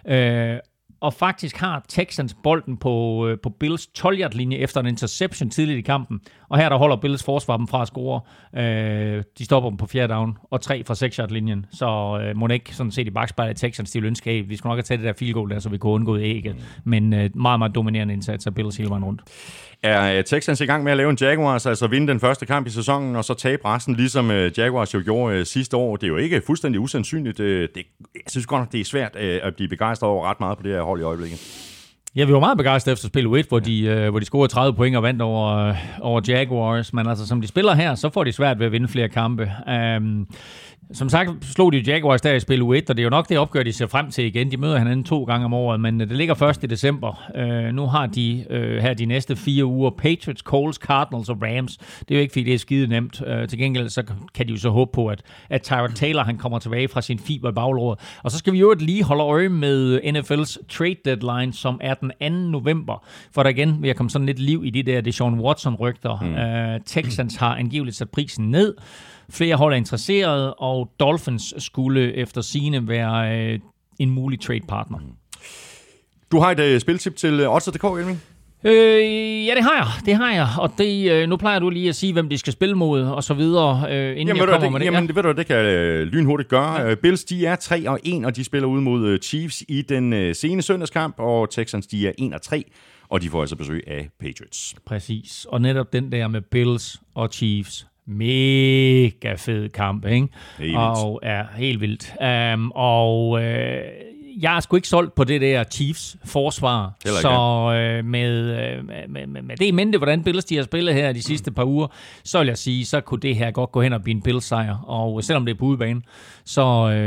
Og faktisk har Texans bolden på Bills 12-yard-linje efter en interception tidligt i kampen. Og her der holder Bills forsvar dem fra at score. De stopper dem på 4. down og 3 fra 6-yard-linjen. Så må det ikke sådan set i bagspejlet Texans, de vil ønske, at vi skal nok have taget det der field goal der, så vi kunne undgå ægget. Men meget, meget dominerende indsats af Bills hele vejen rundt. Er Texans i gang med at lave en Jaguars, altså vinde den første kamp i sæsonen, og så tabe resten, ligesom Jaguars jo gjorde sidste år? Det er jo ikke fuldstændig usandsynligt. Jeg synes godt nok, det er svært at blive begejstret over ret meget på det her hold i øjeblikket. Ja, vi var meget begejstrede efter spil 1, hvor de scorede 30 point og vandt over Jaguars, men altså som de spiller her, så får de svært ved at vinde flere kampe. Som sagt slog de Jaguars der i spil U1, og det er jo nok det opgør, de ser frem til igen. De møder hinanden 2 gange om året, men det ligger først i december. Nu har de her de næste 4 uger Patriots, Colts, Cardinals og Rams. Det er jo ikke, fordi det er skide nemt. Til gengæld så kan de jo så håbe på, at Tyrod Taylor han kommer tilbage fra sin fiber i baglåret. Og så skal vi jo lige holde øje med NFL's trade deadline, som er den 2. november. For der igen vil jeg komme sådan lidt liv i de der Deshaun Watson-rygter. Texans har angiveligt sat prisen ned. Flere hold er interesserede, og Dolphins skulle efter sigende være en mulig trade-partner. Du har et spiltip til Odds.dk, Elming? Ja, det har jeg. Og nu plejer du lige at sige, hvem de skal spille mod, og så videre, inden jeg kommer med det. Jamen, ved du, det kan jeg lynhurtigt gøre. Ja. Bills, de er 3-1, og de spiller ud mod Chiefs i den sene søndagskamp, og Texans, de er 1-3, og de får altså besøg af Patriots. Præcis. Og netop den der med Bills og Chiefs. Mega fed kamp, ikke? Og er helt vildt. Jeg er sgu ikke solgt på det der Chiefs forsvar, så med det i mente, hvordan Bills de har spillet her de sidste par uger, så vil jeg sige, så kunne det her godt gå hen og blive en Bills-sejr. Og selvom det er på udebane, så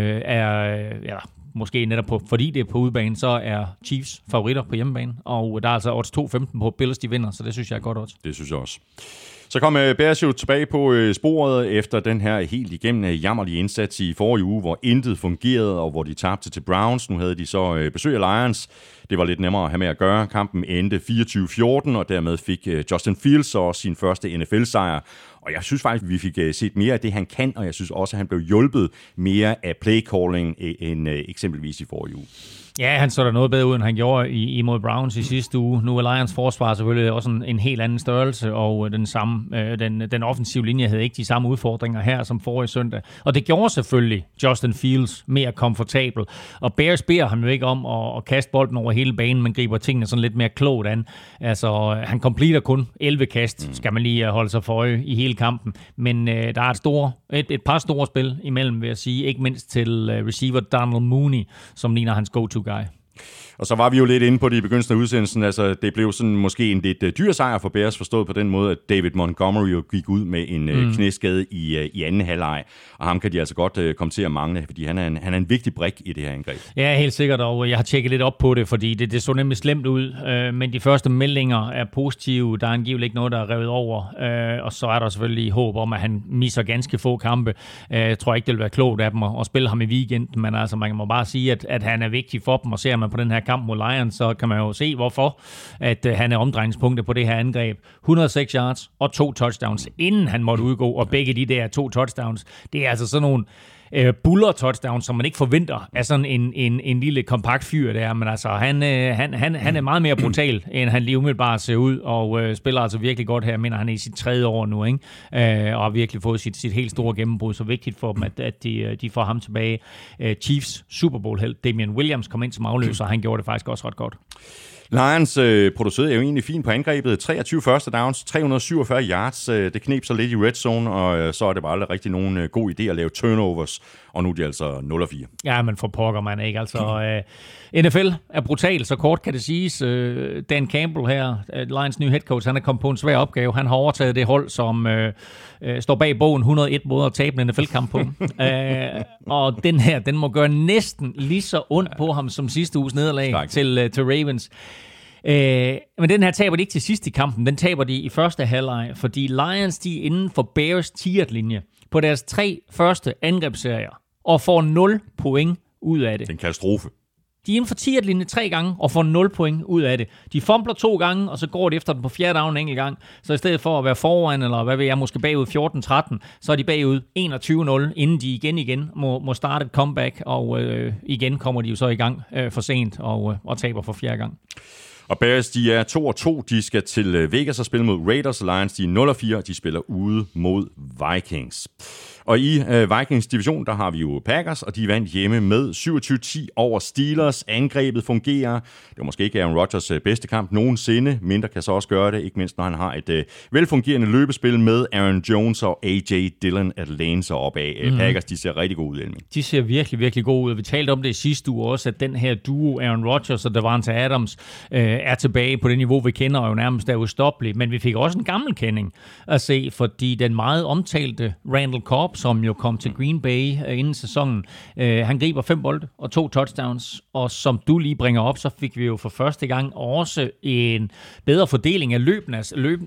måske netop fordi det er på udebane, så er Chiefs favoritter på hjemmebane. Og der er altså odds 2.15 på Bills, de vinder, så det synes jeg er godt odds. Det synes jeg også. Så kom Bears jo tilbage på sporet efter den her helt igennem jammerlige indsats i forrige uge, hvor intet fungerede, og hvor de tabte til Browns. Nu havde de så besøg af Lions. Det var lidt nemmere at have med at gøre. Kampen endte 24-14, og dermed fik Justin Fields så sin første NFL-sejr. Og jeg synes faktisk, at vi fik set mere af det, han kan, og jeg synes også, at han blev hjulpet mere af playcalling end eksempelvis i forrige uge. Ja, han så der noget bedre ud, end han gjorde imod Browns i sidste uge. Nu er Lions forsvar selvfølgelig også en helt anden størrelse, og den offensive linje havde ikke de samme udfordringer her som forrige søndag. Og det gjorde selvfølgelig Justin Fields mere komfortabel. Og Bears beder ham jo ikke om at kaste bolden over hele banen, men griber tingene sådan lidt mere klogt an. Altså, han completer kun 11 kast, skal man lige holde sig for øje i hele kampen. Men der er et par store spil imellem, vil jeg sige. Ikke mindst til receiver Donald Mooney, som ligner hans go-to guy. Og så var vi jo lidt inde på det i begyndelsen af udsendelsen. Altså, det blev sådan måske en lidt dyr sejr for Bears, forstået på den måde, at David Montgomery jo gik ud med en knæskade i anden halvleg. Og ham kan de altså godt komme til at mangle, fordi han er en vigtig brik i det her angreb. Ja, helt sikkert, og jeg har tjekket lidt op på det, fordi det så nemlig slemt ud. Men de første meldinger er positive. Der er angiveligt ikke noget, der er revet over. Og så er der selvfølgelig håb om, at han misser ganske få kampe. Jeg tror ikke, det vil være klogt af dem at spille ham i weekenden, men altså, man må bare sige, at han er vigtig for dem, og ser man på den her kamp mod Lions, så kan man jo se, hvorfor at han er omdrejningspunktet på det her angreb. 106 yards og 2 touchdowns, inden han måtte udgå, og begge de der 2 touchdowns, det er altså sådan nogle buller-touchdown, som man ikke forventer af sådan en lille kompakt fyr der, men altså han er meget mere brutal, end han lige umiddelbart ser ud, og spiller altså virkelig godt her. Jeg mener, han er i sit 3. år nu, ikke? Og har virkelig fået sit helt store gennembrud, så vigtigt for dem, at de får ham tilbage. Chiefs Super Bowl-helt Damian Williams kom ind som afløser, og han gjorde det faktisk også ret godt. Lions producerede jo egentlig fint på angrebet. 23 første downs, 347 yards. Det kneb så lidt i red zone, og så er det bare aldrig rigtig nogen god idé at lave turnovers. Og nu er de altså 0-4. Ja, men for pokker man ikke. Altså, NFL er brutal, så kort kan det siges. Dan Campbell her, Lions nye head coach, han er kommet på en svær opgave. Han har overtaget det hold, som står bag bogen 101 måder at tabe en NFL-kamp på. Og den her, den må gøre næsten lige så ondt på ham som sidste uges nederlag til Ravens. Men den her taber de ikke til sidst i kampen. Den taber de i første halvleg, fordi Lions, de er inden for Bears 10-linje på deres 3 første angrebsserier og får 0 point ud af det. Det er en katastrofe. De er inden for 10-linje 3 gange og får 0 point ud af det. De fumbler 2 gange, og så går de efter den på 4. down en enkelt gang. Så i stedet for at være foran, eller hvad ved jeg, måske bagud 14-13, så er de bagud 21-0, inden de igen må starte et comeback, og igen kommer de jo så i gang for sent og taber for 4. gang. Og Bears, de er 2-2. De skal til Vegas og spille mod Raiders. Lions, de er 0-4. De spiller ude mod Vikings. Og i Vikings division, der har vi jo Packers, og de vandt hjemme med 27-10 over Steelers. Angrebet fungerer. Det var måske ikke Aaron Rodgers bedste kamp nogensinde. Mindre kan så også gøre det, ikke mindst når han har et velfungerende løbespil med Aaron Jones og A.J. Dillon at læne sig op af. Packers, de ser rigtig gode ud. De ser virkelig, virkelig gode ud. Vi talte om det i sidste uge også, at den her duo, Aaron Rodgers og Davante Adams, er tilbage på det niveau, vi kender, og jo nærmest er ustoppelig. Men vi fik også en gammel kending at se, fordi den meget omtalte Randall Cobb, som jo kom til Green Bay inden sæsonen, han griber 5 bolde og 2 touchdowns, og som du lige bringer op, så fik vi jo for første gang også en bedre fordeling af løbende,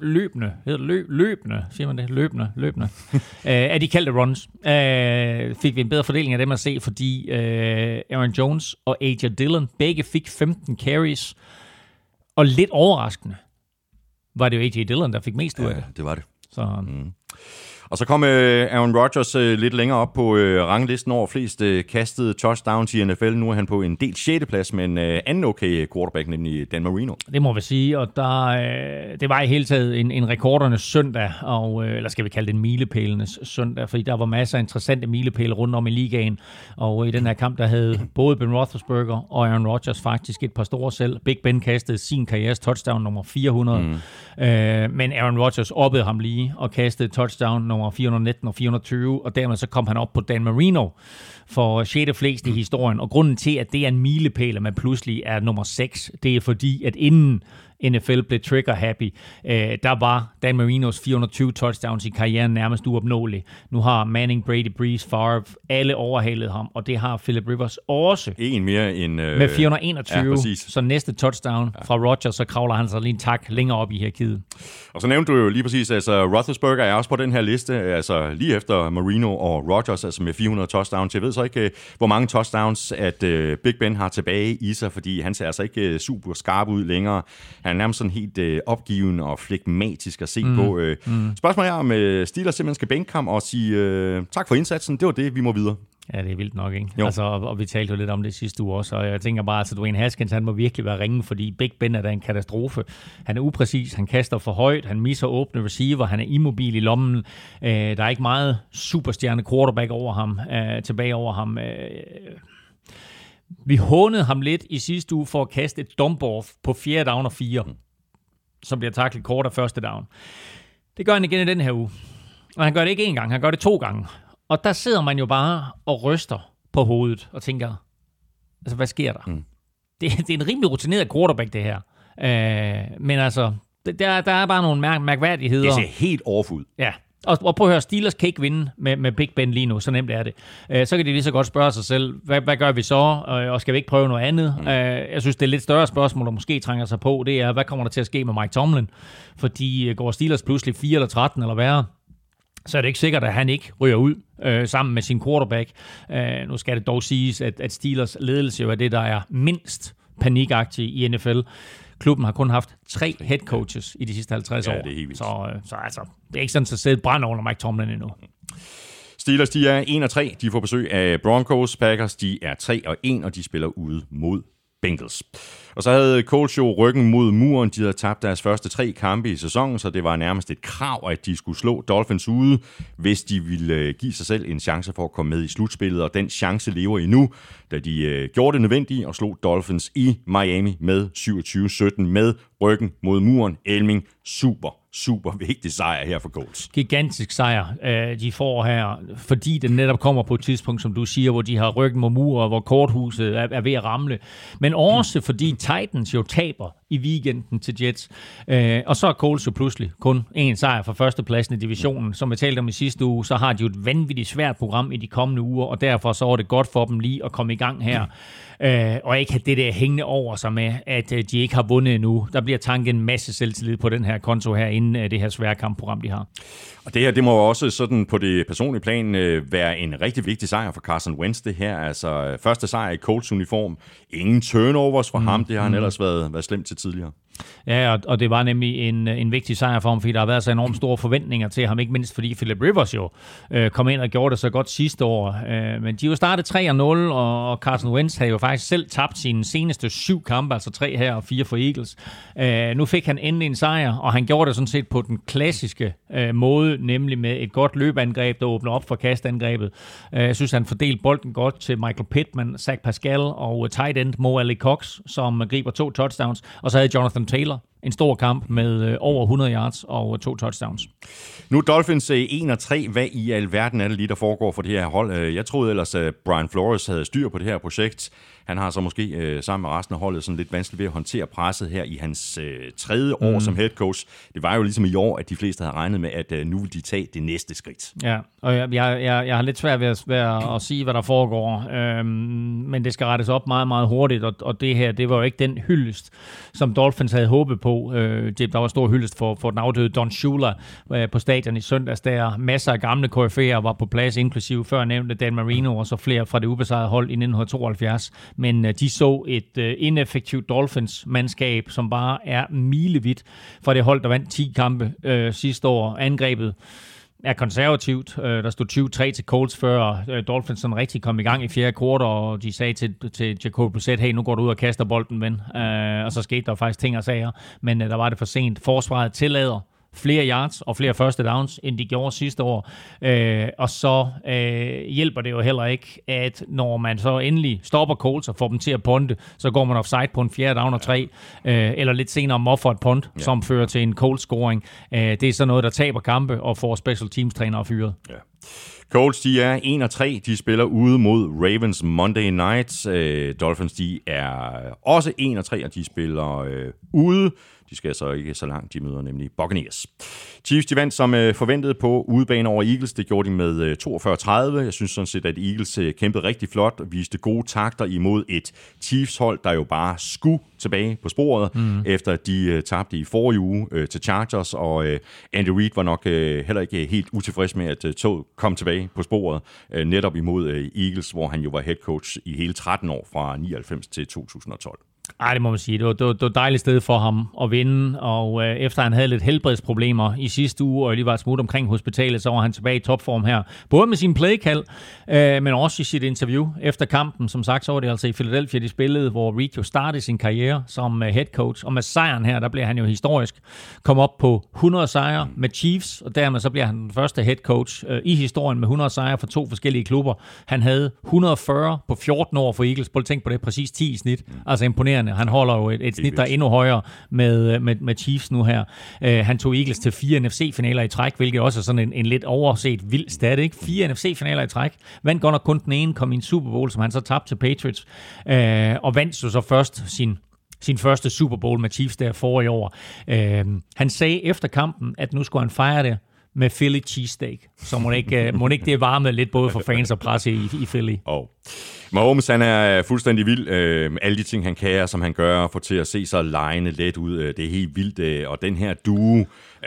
siger man det? Løbende. Af de kaldte runs. Fik vi en bedre fordeling af dem at se, fordi Aaron Jones og A.J. Dillon begge fik 15 carries, og lidt overraskende var det jo A.J. Dillon, der fik mest ud af det. Det var det. Så... Og så kom Aaron Rodgers lidt længere op på ranglisten over flest kastede touchdowns i NFL. Nu er han på en del 6. plads med en anden okay quarterback, nemlig Dan Marino. Det må vi sige, og det var i hele taget en rekordernes søndag, eller skal vi kalde det en milepælenes søndag, fordi der var masser af interessante milepæle rundt om i ligaen, og i den her kamp, der havde både Ben Roethlisberger og Aaron Rodgers faktisk et par store selv. Big Ben kastede sin karrieres touchdown nummer 400, men Aaron Rodgers oppede ham lige og kastede touchdown nummer 419 og 420, og dermed så kom han op på Dan Marino for 6. flest i historien. Og grunden til, at det er en milepæl, at man pludselig er nummer 6, det er fordi, at inden NFL blev trigger-happy, der var Dan Marinos 420 touchdowns i karrieren nærmest uopnåelig. Nu har Manning, Brady, Breeze, Favre, alle overhalet ham, og det har Philip Rivers også. En mere end... med 421, ja, så næste touchdown fra Rodgers, så kravler han sig lige en tak længere op i hierarkiet. Og så nævnte du jo lige præcis, altså Roethlisberger er også på den her liste, altså lige efter Marino og Rodgers, altså med 400 touchdowns. Jeg ved så ikke, hvor mange touchdowns, at Big Ben har tilbage i sig, fordi han ser altså ikke super skarp ud længere. Han er nærmest sådan helt opgiven og flegmatisk at se på. Spørgsmålet er, om Steelers simpelthen skal bænke ham og sige tak for indsatsen. Det var det, vi må videre. Ja, det er vildt nok, ikke? Altså, og vi talte jo lidt om det sidste uge også, og jeg tænker bare, at Dwayne Haskins, han må virkelig være ringe, fordi Big Ben er da en katastrofe. Han er upræcis, han kaster for højt, han misser åbne receiver, han er immobil i lommen. Der er ikke meget superstjerne quarterback over ham, tilbage over ham. Vi hånede ham lidt i sidste uge for at kaste et dump-off på 4. down og 4, som bliver tacklet kort af 1. down. Det gør han igen i den her uge. Og han gør det ikke 1 gang, han gør det 2 gange. Og der sidder man jo bare og ryster på hovedet og tænker, altså hvad sker der? Det er en rimelig rutineret quarterback, det her. Men altså, der er bare nogle mærkværdigheder. Det ser helt off ud. Ja, og prøv at høre, Steelers kan ikke vinde med Big Ben lige nu, så nemt er det. Så kan de lige så godt spørge sig selv, hvad gør vi så, og skal vi ikke prøve noget andet? Jeg synes, det er et lidt større spørgsmål, der måske trænger sig på, det er, hvad kommer der til at ske med Mike Tomlin? Fordi går Steelers pludselig 4 eller 13 eller værre, så er det ikke sikkert, at han ikke ryger ud sammen med sin quarterback. Nu skal det dog siges, at Steelers ledelse jo er det, der er mindst panikagtig i NFL. Klubben har kun haft 3 head coaches i de sidste 50 år. Det er helt vildt. Så altså, det er ikke sådan, at sætte brand under Mike Tomlin endnu. Steelers, de er 1-3. De får besøg af Broncos. Packers, de er 3-1, og de spiller ude mod Bengals. Og så havde Colts jo ryggen mod muren. De havde tabt deres første 3 kampe i sæsonen, så det var nærmest et krav, at de skulle slå Dolphins ude, hvis de ville give sig selv en chance for at komme med i slutspillet. Og den chance lever endnu, da de gjorde det nødvendige og slog Dolphins i Miami med 27-17 med ryggen mod muren. Elming, super vigtig sejr her for Colts. Gigantisk sejr, de får her, fordi den netop kommer på et tidspunkt, som du siger, hvor de har ryggen mod muren, og hvor korthuset er ved at ramle. Men også fordi Titans jo taber i weekenden til Jets. Og så er Colts jo pludselig kun 1 sejr fra førstepladsen i divisionen. Som jeg talte om i sidste uge, så har de jo et vanvittigt svært program i de kommende uger, og derfor så er det godt for dem lige at komme i gang her. Og ikke have det der hængende over sig med, at de ikke har vundet endnu. Der bliver tanket en masse selvtillid på den her konto her, inden det her svære kampprogram, de har. Og det her, det må også sådan på det personlige plan være en rigtig vigtig sejr for Carson Wentz, det her. Altså første sejr i Colts uniform. Ingen turnovers for ham, det har han ellers været slemt til tidligere. Ja, og det var nemlig en vigtig sejr for ham, fordi der har været så enormt store forventninger til ham, ikke mindst fordi Philip Rivers jo kom ind og gjorde det så godt sidste år. Men de jo startet 3-0, og Carson Wentz havde jo faktisk selv tabt sine seneste 7 kampe, altså 3 her og 4 for Eagles. Nu fik han endelig en sejr, og han gjorde det sådan set på den klassiske måde, nemlig med et godt løbeangreb, der åbner op for kastangrebet. Jeg synes, han fordelte bolden godt til Michael Pittman, Zach Pascal og tight end Mo Alley-Cox, som griber 2 touchdowns, og så havde Jonathan Taylor en stor kamp med over 100 yards og 2 touchdowns. Nu er Dolphins 1-3. Hvad i alverden er det lige, der foregår for det her hold? Jeg troede ellers, at Brian Flores havde styr på det her projekt. Han har så måske sammen med resten af holdet sådan lidt vanskeligt ved at håndtere presset her i hans tredje år som head coach. Det var jo ligesom i år, at de fleste havde regnet med, at nu vil de tage det næste skridt. Ja, og jeg har lidt svært ved at sige, hvad der foregår, men det skal rettes op meget, meget hurtigt, og det her, det var jo ikke den hyldest, som Dolphins havde håbet på. Der var stor hyldest for den afdøde Don Shula på stadion i søndags, der masser af gamle KF'er var på plads, inklusive før nævnte Dan Marino, og så flere fra det ubesejrede hold i 1972, men de så et ineffektivt Dolphins-mandskab, som bare er milevidt fra det hold, der vandt 10 kampe sidste år. Angrebet er konservativt. Der stod 20-3 til Colts, før Dolphins sådan rigtig kom i gang i fjerde kvartal, og de sagde til Jacoby Brissett, hey, nu går du ud og kaster bolden, ven. Og så skete der faktisk ting og sager, men der var det for sent. Forsvaret tillader flere yards og flere første downs, end de gjorde sidste år. Og så hjælper det jo heller ikke, at når man så endelig stopper Colts og får dem til at punte, så går man offside på en 4. down og 3, eller lidt senere moffer et punt, som fører til en Colts-scoring. Det er så noget, der taber kampe og får special teams-trænere fyret. Ja. Colts, de er 1-3. De spiller ude mod Ravens Monday Night. Dolphins, de er også 1-3, og de spiller ude. De skal så ikke så langt, de møder nemlig Buccaneers. Chiefs, de vandt som forventet på udebane over Eagles. Det gjorde de med 42-30. Jeg synes sådan set, at Eagles kæmpede rigtig flot og viste gode takter imod et Chiefs-hold, der jo bare skulle tilbage på sporet, efter at de tabte i forrige uge til Chargers, og Andy Reid var nok heller ikke helt utilfreds med, at toget kom tilbage på sporet, netop imod Eagles, hvor han jo var head coach i hele 13 år, fra 99 til 2012. Ej, det må man sige. Det var et dejligt sted for ham at vinde, og efter han havde lidt helbredsproblemer i sidste uge, og lige var et smut omkring hospitalet, så var han tilbage i topform her. Både med sin playkald, men også i sit interview efter kampen. Som sagt, så var det altså i Philadelphia, de spillede, hvor Reid jo startede sin karriere som head coach, og med sejren her, der blev han jo historisk. Kom op på 100 sejre med Chiefs, og dermed så bliver han den første head coach i historien med 100 sejre for 2 forskellige klubber. Han havde 140 på 14 år for Eagles. Prøv at tænke på det, præcis 10 i snit. Altså imponerende. Han holder jo et snit, der er endnu højere med Chiefs nu her. Han tog Eagles til 4 NFC-finaler i træk, hvilket også er sådan en lidt overset vild stat, ikke? 4 NFC-finaler i træk. Vandt godt nok kun den ene, kom i en Super Bowl, som han så tabte til Patriots. Og vandt så først sin første Super Bowl med Chiefs der forrige år. Han sagde efter kampen, at nu skulle han fejre det med Philly cheesesteak. Så må ikke det varme lidt både for fans og presse i Philly. Mahomes, han er fuldstændig vild med alle de ting, han kan, som han gør, for til at se sig lejende let ud. Det er helt vildt. Og den her duo,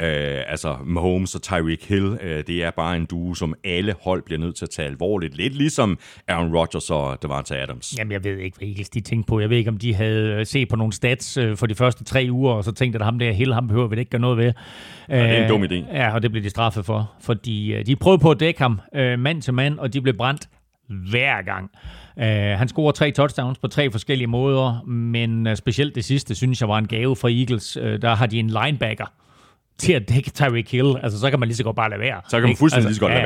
altså Mahomes og Tyreek Hill, det er bare en duo, som alle hold bliver nødt til at tage alvorligt. Lidt ligesom Aaron Rodgers og Davante Adams. Jamen, jeg ved ikke, hvad Eagles de tænkte på. Jeg ved ikke, om de havde set på nogle stats for de første 3 uger, og så tænkte, at ham der Hill, ham behøver vi ikke gøre noget ved. Ja, det er en dum idé. Ja, og det blev de straffet for. Fordi de prøvede på at dække ham mand til mand, og de blev brændt hver gang. Han scorer 3 touchdowns på 3 forskellige måder, men specielt det sidste, synes jeg, var en gave fra Eagles. Der har de en linebacker til at dække Tyreek Hill. Altså, så kan man lige så godt bare lade være. Så kan man fuldstændig lige så godt lade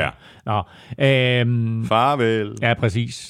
være. Farvel. Ja, præcis.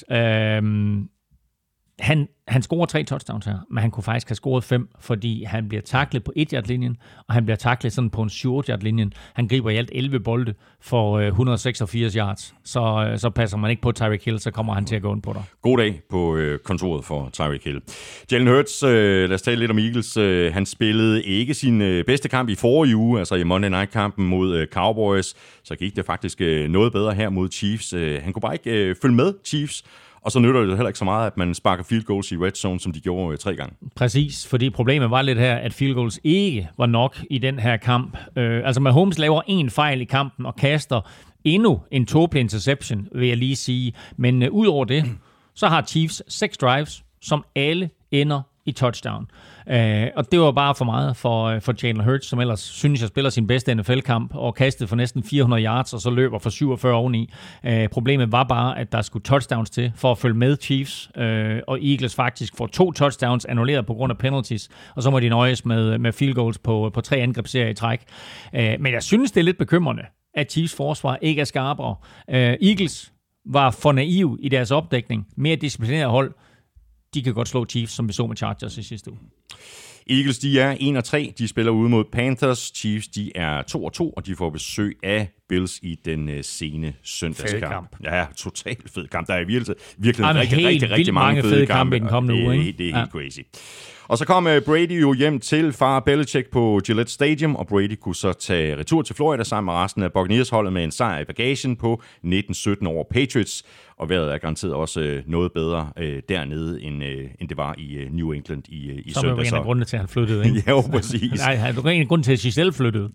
Han scorer 3 touchdowns her, men han kunne faktisk have scoret 5, fordi han bliver tacklet på 1-yard-linjen, og han bliver tacklet sådan på en 7-yard-linjen. Han griber i alt 11 bolde for 186 yards. Så passer man ikke på Tyreek Hill, så kommer han til at gå ind på dig. God dag på kontoret for Tyreek Hill. Jalen Hurts, lad os tale lidt om Eagles. Han spillede ikke sin bedste kamp i forrige uge, altså i Monday Night-kampen mod Cowboys. Så gik det faktisk noget bedre her mod Chiefs. Han kunne bare ikke følge med Chiefs. Og så nytter det heller ikke så meget, at man sparker field goals i red zone, som de gjorde 3 gange. Præcis, fordi problemet var lidt her, at field goals ikke var nok i den her kamp. Altså Mahomes laver 1 fejl i kampen og kaster endnu en tåbelig interception, vil jeg lige sige. Men ud over det, så har Chiefs 6 drives, som alle ender i touchdown. Og det var bare for meget for Jalen Hurts, som ellers synes jeg spiller sin bedste NFL-kamp og kastede for næsten 400 yards, og så løber for 47 oveni. Problemet var bare, at der skulle touchdowns til for at følge med Chiefs, og Eagles faktisk får 2 touchdowns annulleret på grund af penalties, og så må de nøjes med field goals på 3 angrebsserier i træk. Men jeg synes, det er lidt bekymrende, at Chiefs forsvar ikke er skarpere. Eagles var for naiv i deres opdækning, mere disciplineret hold. de kan godt slå Chiefs, som vi så med Chargers i sidste uge. Eagles, de er 1-3. De spiller ude mod Panthers. Chiefs, de er 2-2, og de får besøg af Bills i den sene søndagskamp. Ja, totalt fed kamp. Der er virkelig rigtig mange fede kampe i den kommende uge. Det er helt crazy. Og så kom Brady jo hjem til far Belichick på Gillette Stadium, og Brady kunne så tage retur til Florida sammen med resten af Buccaneers-holdet med en sejr i bagagen på 19-17 over Patriots. Og vejret er garanteret også noget bedre dernede, end det var i New England i søndag. Så var en af grundene til, at han flyttede, ikke? Ja, jo, præcis. Nej, det var en af grundene til, at Giselle flyttede.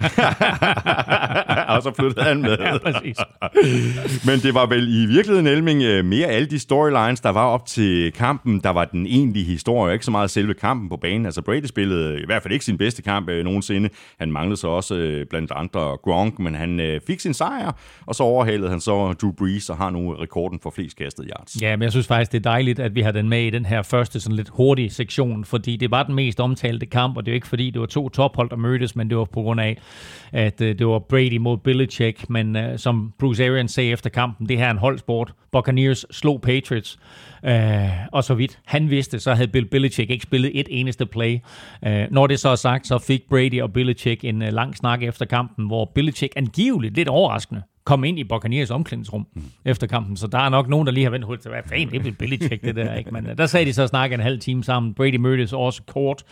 Og så flyttede han med. Ja, præcis. Men det var vel i virkeligheden, Elming, mere alle de storylines, der var op til kampen, der var den egentlige historie, ikke så meget selve kampen på banen. Altså Brady spillede i hvert fald ikke sin bedste kamp nogensinde. Han manglede så også blandt andre Gronk, men han fik sin sejr, og så overhalede han så Drew Brees og har nu rekorden for flest kastede yards. Ja, men jeg synes faktisk, det er dejligt, at vi har den med i den her første sådan lidt hurtige sektion, fordi det var den mest omtalte kamp, og det er jo ikke fordi, det var to tophold, der mødtes, men det var på grund af, at det var Brady mod Belichick, men som Bruce Arians sagde efter kampen, det her er en holdsport. Buccaneers slog Patriots, og så vidt han vidste, så havde Bill Belichick ikke spillet et eneste play. Når det så er sagt, så fik Brady og Belichick en lang snak efter kampen, hvor Belichick angiveligt lidt overraskende kom ind i Buccaneers omklædningsrum efter kampen. Så der er nok nogen, der lige har vendt hovedet til, hvad fanden, det er Belichick, det der, ikke? Men der sagde de så snakke en halv time sammen. Brady mødtes også kort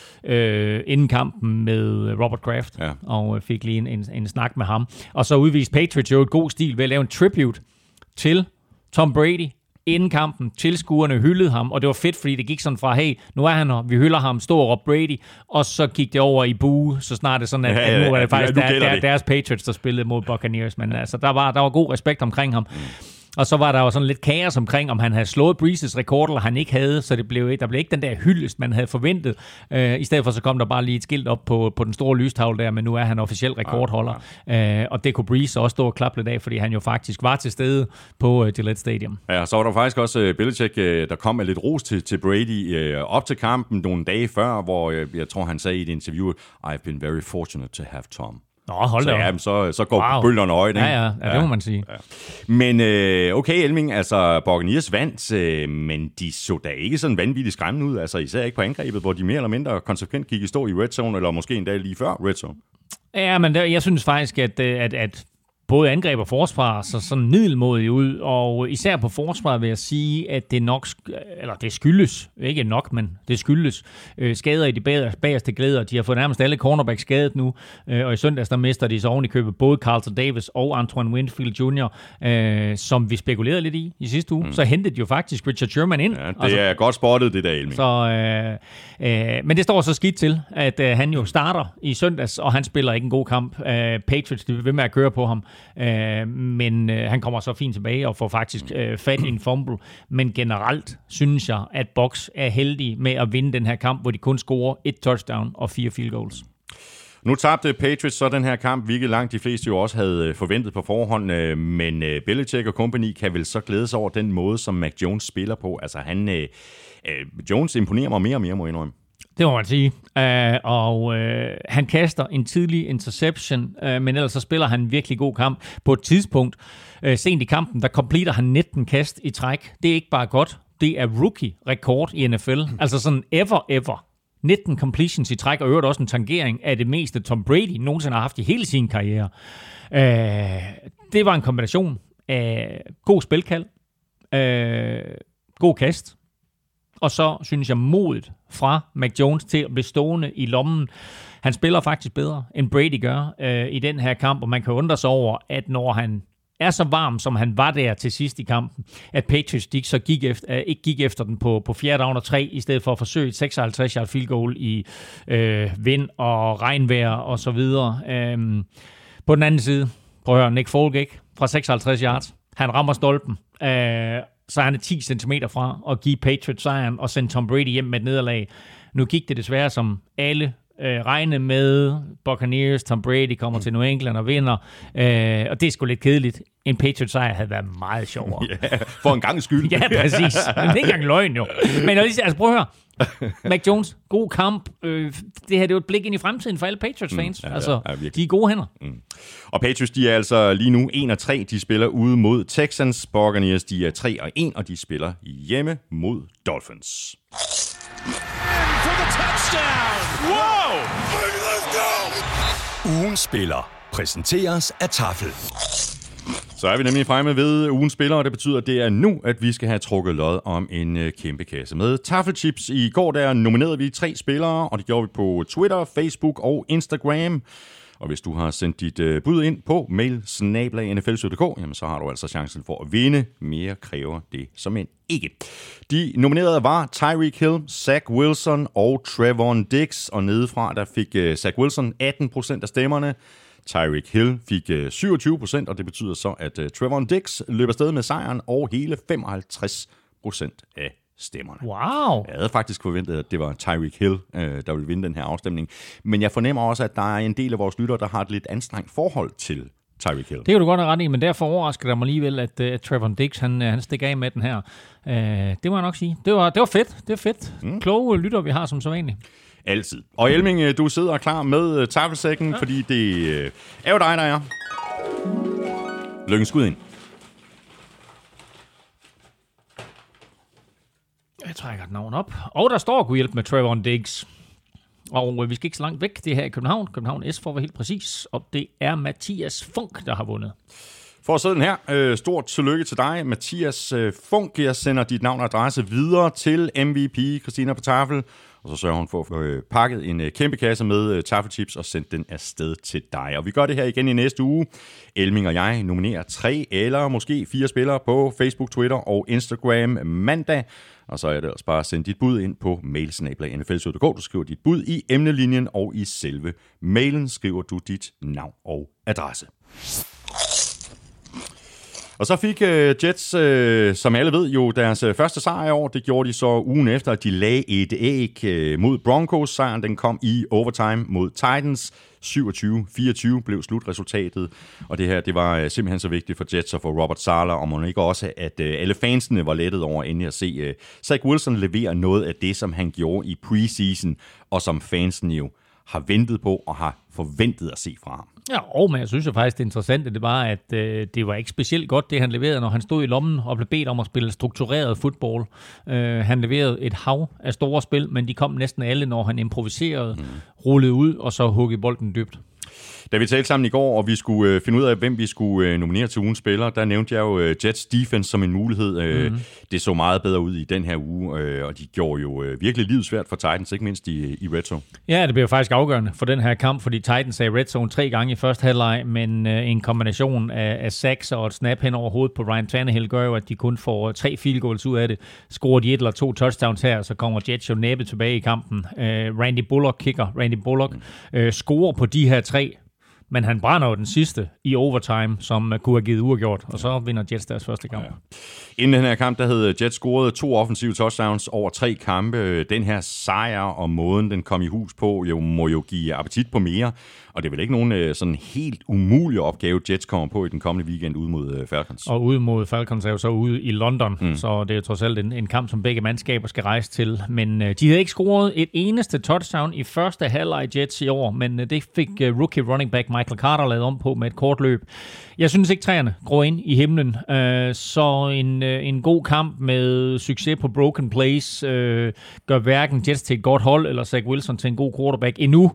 inden kampen med Robert Kraft, og fik lige en snak med ham. Og så udviste Patriots jo et god stil ved at lave en tribute til Tom Brady inden kampen. Tilskuerne hyldede ham, og det var fedt, fordi det gik sådan fra, hey, nu er han her, vi hylder ham, stor Rob Brady, og så gik det over i bue, så snart det sådan, at nu er det faktisk deres Patriots, der spillede mod Buccaneers, men altså, der var god respekt omkring ham. Og så var der jo sådan lidt kaos omkring, om han havde slået Brees' rekord, eller han ikke havde, så der blev ikke den der hyldest, man havde forventet. I stedet for, så kom der bare lige et skilt op på den store lystavle der, men nu er han officiel rekordholder. Og det kunne Brees også stå og klappe lidt af, fordi han jo faktisk var til stede på Gillette Stadium. Ja, så var der faktisk også Belichick, der kom med lidt ros til Brady op til kampen nogle dage før, hvor jeg tror, han sagde i et interview, I've been very fortunate to have Tom. Nå, hold da. Så går bølgerne øjne. Ja, det må man sige. Ja. Men okay, Elming, altså Buccaneers vandt, men de så da ikke sådan vanvittigt skræmmende ud, altså især ikke på angrebet, hvor de mere eller mindre konsekvent gik i stå i red zone, eller måske endda lige før red zone. Ja, men jeg synes faktisk, at både angreb og forsvar så sådan middelmådigt ud, og især på forsvaret vil jeg sige, at det nok, eller det skyldes, ikke nok, men det skyldes skader i de bagerste glæder. De har fået nærmest alle cornerbacks skadet nu, og i søndags der mister de så oven i købet både Carlton Davis og Antoine Winfield Jr., som vi spekulerede lidt i sidste uge. Så hentede de jo faktisk Richard Sherman ind. Ja, det er godt spottet, det der, Elming. Men det står så skidt til, at han jo starter i søndags, og han spiller ikke en god kamp. Patriots, de vil ved med at køre på ham. Men han kommer så fint tilbage og får faktisk fat i en fumble. Men generelt synes jeg, at Bucs er heldige med at vinde den her kamp, hvor de kun scorer 1 touchdown og 4 field goals. Nu tabte Patriots så den her kamp, hvilket langt de fleste jo også havde forventet på forhånd, men Belichick og company kan vel så glæde sig over den måde, som Mac Jones spiller på. Altså Jones imponerer mig mere og mere, må jeg indrømme. Det må man sige. Han kaster en tidlig interception, men ellers så spiller han en virkelig god kamp. På et tidspunkt, sent i kampen, der completer han 19 kast i træk. Det er ikke bare godt, det er rookie-rekord i NFL. Altså sådan ever. 19 completions i træk, og øvrigt også en tangering af det meste Tom Brady nogensinde har haft i hele sin karriere. Det var en kombination af god spilkald, god kast, og så synes jeg modet fra Mac Jones til at blive stående i lommen. Han spiller faktisk bedre, end Brady gør i den her kamp, og man kan undre sig over, at når han er så varm, som han var der til sidst i kampen, at Patriots så ikke gik efter den på 4. down og 3, i stedet for at forsøge et 56-yard field goal i vind og regnvejr og så videre. På den anden side, prøv at høre, Nick Folk ikke, fra 56 yards. Han rammer stolpen. Så han er 10 cm fra at give Patriots sejren og sende Tom Brady hjem med et nederlag. Nu gik det desværre som alle regne med. Buccaneers, Tom Brady kommer til New England og vinder. Og det er sgu lidt kedeligt. En Patriots-sejr havde været meget sjovere. Ja, for en gang skyld. Ja, præcis. Men det er ikke engang løgn jo. Men altså, prøv at høre. Mac Jones, god kamp. Det her, det er jo et blik ind i fremtiden for alle Patriots-fans. De er gode hænder. Og Patriots, de er altså lige nu 1-3. De spiller ude mod Texans. Buccaneers, de er 3-1, og de spiller hjemme mod Dolphins. Ugens spiller præsenteres af Tafel. Så er vi nemlig fremme ved ugens spiller, og det betyder, at det er nu, at vi skal have trukket lod om en kæmpe kasse med taffelchips. I går der nominerede vi 3 spillere, og det gjorde vi på Twitter, Facebook og Instagram. Og hvis du har sendt dit bud ind på mail@nfl.dk, jamen så har du altså chancen for at vinde. Mere kræver det som end ikke. De nominerede var Tyreek Hill, Zach Wilson og Trevon Diggs. Og nedefra der fik Zach Wilson 18% af stemmerne. Tyreek Hill fik 27%, og det betyder så, at Trevon Diggs løber afsted med sejren og hele 55% af stemmerne. Wow! Jeg havde faktisk forventet, at det var Tyreek Hill, der ville vinde den her afstemning. Men jeg fornemmer også, at der er en del af vores lyttere, der har et lidt anstrengt forhold til Tyreek Hill. Det kan du godt have ret i, men derfor overrasker det mig alligevel, at Trevon Diggs, han stikker af med den her. Det må jeg nok sige. Det var fedt. Det er fedt. Kloge lytter, vi har som så vanligt. Altid. Og Elming, du sidder klar med taffelsækken, fordi det er jo dig, der er. Lykkens skud ind. Jeg trækker et navn op. Og der står Gud hjælp med Trevon Diggs. Og vi skal ikke så langt væk. Det er her i København. København S for at være helt præcis. Og det er Mathias Funk, der har vundet. For at sidde den her, stort tillykke til dig, Mathias Funk. Jeg sender dit navn og adresse videre til MVP Christina på tafel. Og så sørger hun for at få pakket en kæmpe kasse med taffelchips og sendt den afsted til dig. Og vi gør det her igen i næste uge. Elming og jeg nominerer 3 eller måske 4 spillere på Facebook, Twitter og Instagram mandag. Og så er det også bare at sende dit bud ind på mail@nfl.dk. Du skriver dit bud i emnelinjen, og i selve mailen skriver du dit navn og adresse. Og så fik Jets, som alle ved, jo deres første sejr i år. Det gjorde de så ugen efter, at de lagde et æg mod Broncos. Sejren den kom i overtime mod Titans. 27-24 blev slutresultatet. Og det her, det var simpelthen så vigtigt for Jets og for Robert Saleh, og må ikke også, at alle fansene var lettet over endelig at se Zach Wilson levere noget af det, som han gjorde i preseason, og som fansen jo har ventet på og har forventet at se fra ham. Ja, men jeg synes jo faktisk, det interessante det var, at det var ikke specielt godt, det han leverede, når han stod i lommen og blev bedt om at spille struktureret fodbold. Han leverede et hav af store spil, men de kom næsten alle, når han improviserede, rullede ud og så huggede bolden dybt. Da vi talte sammen i går, og vi skulle finde ud af, hvem vi skulle nominere til ugens spiller, der nævnte jeg jo Jets defense som en mulighed. Det så meget bedre ud i den her uge, og de gjorde jo virkelig livet svært for Titans, ikke mindst i red zone. Ja, det blev faktisk afgørende for den her kamp, fordi Titans er i red zone 3 gange i første halvleg, men en kombination af sacks og et snap hen over hovedet på Ryan Tannehill gør jo, at de kun får 3 field goals ud af det. Scorer de 1 eller 2 touchdowns her, så kommer Jets jo næppe tilbage i kampen. Randy Bullock scorer på de her 3. Men han brænder jo den sidste i overtime, som kunne have givet uafgjort, og så vinder Jets deres første kamp. Ja. Inden den her kamp, der havde Jets scoret 2 offensive touchdowns over 3 kampe. Den her sejr og måden, den kom i hus på, må jo give appetit på mere. Og det er vel ikke nogen sådan helt umulig opgave, Jets kommer på i den kommende weekend ude mod Falcons. Og ude mod Falcons er jo så ude i London, så det er jo trods alt en kamp, som begge mandskaber skal rejse til. Men de havde ikke scoret et eneste touchdown i første halvleg Jets i år, men det fik rookie running back Michael Carter lavet om på med et kort løb. Jeg synes ikke, træerne går ind i himlen, så en god kamp med succes på broken plays gør hverken Jets til et godt hold, eller Zach Wilson til en god quarterback endnu.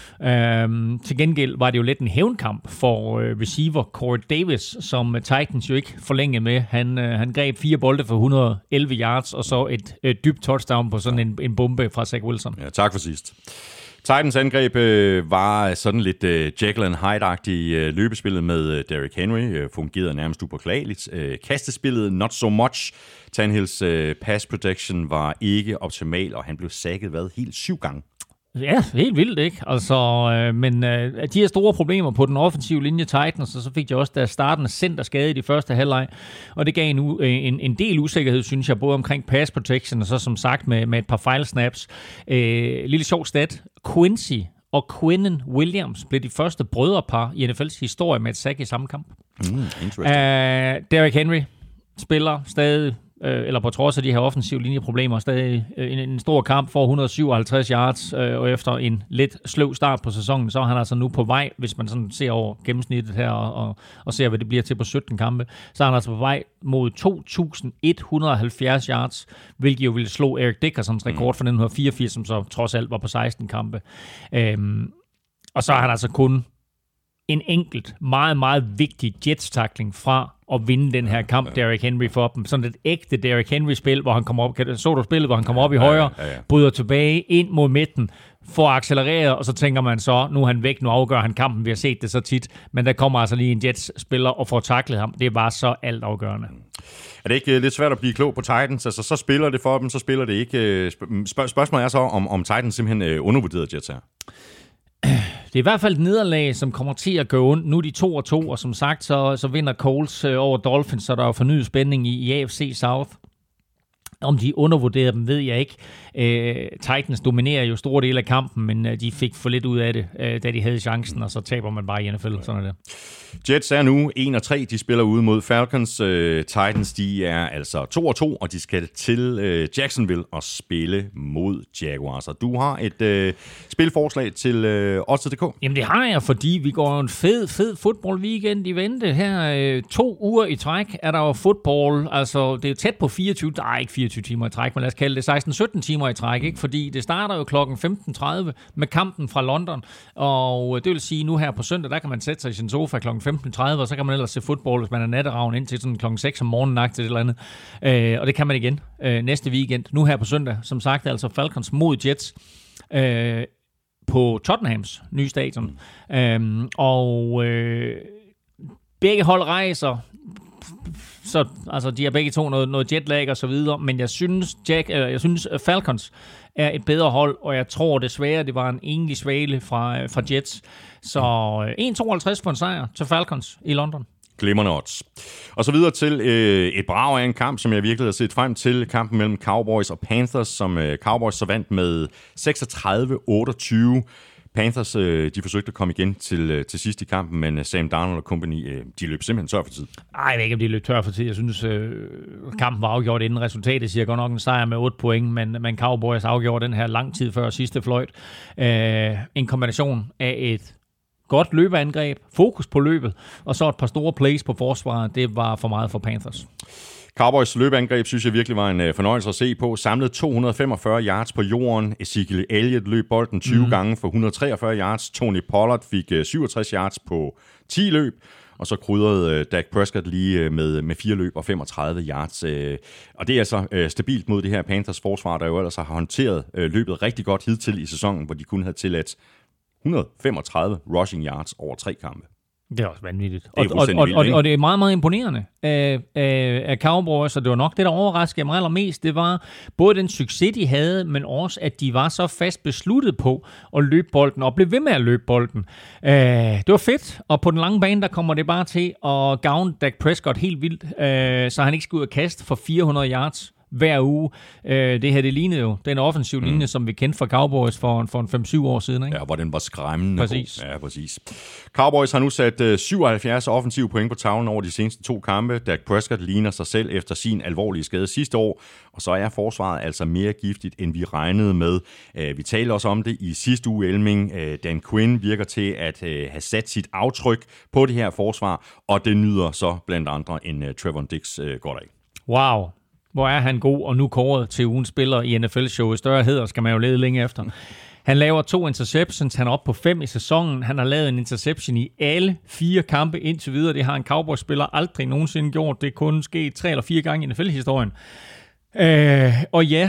Til gengæld var det jo lidt en hævnkamp for receiver Corey Davis, som Titans jo ikke forlængede med. Han greb 4 bolde for 111 yards, og så et dybt touchdown på sådan en bombe fra Zach Wilson. Ja, tak for sidst. Titans angreb var sådan lidt Jekyll and Hyde-agtigt. Løbespillet med Derrick Henry fungerede nærmest upåklageligt. Kastespillet not so much. Tannehills pass protection var ikke optimal, og han blev sacket helt 7 gange. Ja, helt vildt, ikke? Altså, men de her store problemer på den offensive linje Titans, og så fik de også deres startende center skade i de første halvleg, og det gav en del usikkerhed, synes jeg, både omkring pass protection, og så som sagt med et par fejlsnaps. Lille sjov stat. Quincy og Quinnen Williams blev de første brødrepar i NFL's historie med et sack i samme kamp. Interesting. Derrick Henry spiller stadig eller på trods af de her offensive linjeproblemer, stadig en stor kamp for 157 yards, og efter en lidt sløv start på sæsonen, så er han altså nu på vej, hvis man sådan ser over gennemsnittet her, og ser, hvad det bliver til på 17 kampe, så er han altså på vej mod 2.170 yards, hvilket jo ville slå Eric Dickersons rekord fra 1984, som så trods alt var på 16 kampe. Og så er han altså kun en enkelt, meget, meget vigtig Jets-tackling fra at vinde den her kamp, Derrick Henry for dem. Sådan et ægte Derrick Henry-spil, hvor han kommer op, så du spillet, hvor han kommer op i højre, bryder tilbage ind mod midten, får accelereret, og så tænker man så, nu er han væk, nu afgør han kampen, vi har set det så tit, men der kommer altså lige en Jets-spiller og får tacklet ham. Det er bare så altafgørende. Er det ikke lidt svært at blive klog på Titans? Altså, så spiller det for dem, så spiller det ikke. Spørgsmålet er så, om Titans simpelthen undervurderede Jets her. Det er i hvert fald et nederlag, som kommer til at gå ondt. Nu er de 2-2, og som sagt, så vinder Colts over Dolphins, så der er jo fornyet spænding i AFC South. Om de undervurderer dem, ved jeg ikke. Titans dominerer jo store dele af kampen, men de fik for lidt ud af det, da de havde chancen, og så taber man bare i NFL. Sådan er det. Jets er nu 1-3. De spiller ude mod Falcons. Titans, de er altså 2-2, og de skal til Jacksonville og spille mod Jaguars. Og du har et spilforslag til Odds.dk. Jamen det har jeg, fordi vi går en fed fodbold-weekend i vente. Her 2 uger i træk er der jo fodbold. Altså det er tæt på 24, nej ikke 24 timer i træk, men lad os kalde det 16-17 timer i træk, ikke? Fordi det starter jo klokken 15.30 med kampen fra London, og det vil sige, nu her på søndag, der kan man sætte sig i sin sofa klokken 15.30, og så kan man ellers se fodbold, hvis man er natteravn indtil sådan klokken 6 om morgenen til et eller andet. Og det kan man igen næste weekend. Nu her på søndag, som sagt, altså Falcons mod Jets på Tottenhams nye stadion. Begge hold rejser, så altså, de har begge to noget jetlag og så videre, men jeg synes Falcons er et bedre hold, og jeg tror desværre, det var en enlig svale fra Jets. Så 1,52 på en sejr til Falcons i London. Glimrende odds. Og så videre til et brag af en kamp, som jeg virkelig har set frem til. Kampen mellem Cowboys og Panthers, som Cowboys så vandt med 36-28. Panthers, de forsøgte at komme igen til sidst i kampen, men Sam Darnold og company, de løb simpelthen tør for tid. Ej, jeg ved ikke, om de løb tør for tid. Jeg synes, kampen var afgjort inden. Resultatet siger godt nok en sejr med 8 point, men Cowboys afgjorde den her lang tid før sidste fløjt. En kombination af et godt løbeangreb, fokus på løbet, og så et par store plays på forsvaret. Det var for meget for Panthers. Cowboys løbeangreb synes jeg virkelig var en fornøjelse at se på. Samlet 245 yards på jorden. Ezekiel Elliott løb bolden 20 gange for 143 yards. Tony Pollard fik 67 yards på 10 løb. Og så krydrede Dak Prescott lige med 4 løb og 35 yards. Og det er altså stabilt mod det her Panthers forsvar, der jo ellers har håndteret løbet rigtig godt hidtil i sæsonen, hvor de kun havde tilladt 135 rushing yards over 3 kampe. Det er også vanvittigt. Og det er meget, meget imponerende af Cowboys, og det var nok det, der overraskede mig allermest. Det var både den succes, de havde, men også, at de var så fast besluttet på at løbe bolden, og blive ved med at løbe bolden. Det var fedt, og på den lange bane, der kommer det bare til at gavne Dak Prescott helt vildt, så han ikke skal ud og kaste for 400 yards hver uge. Det her, det lignede jo den offensive linje, som vi kendte fra Cowboys for 5-7 år siden. Ikke? Ja, hvor den var skræmmende. Præcis. Ja, præcis. Cowboys har nu sat 77 offensive point på tavlen over de seneste 2 kampe. Dak Prescott ligner sig selv efter sin alvorlige skade sidste år, og så er forsvaret altså mere giftigt, end vi regnede med. Vi talte også om det i sidste uge, Elming. Dan Quinn virker til at have sat sit aftryk på det her forsvar, og det nyder så blandt andre en Trevon Diggs godt af. Wow. Hvor er han god, og nu kåret til ugens spiller i NFL-showet. Større heder skal man jo lede længe efter. Han laver 2 interceptions, han er oppe på 5 i sæsonen. Han har lavet en interception i alle 4 kampe indtil videre. Det har en Cowboys-spiller aldrig nogensinde gjort. Det er kun sket 3 eller 4 gange i NFL-historien. Og ja,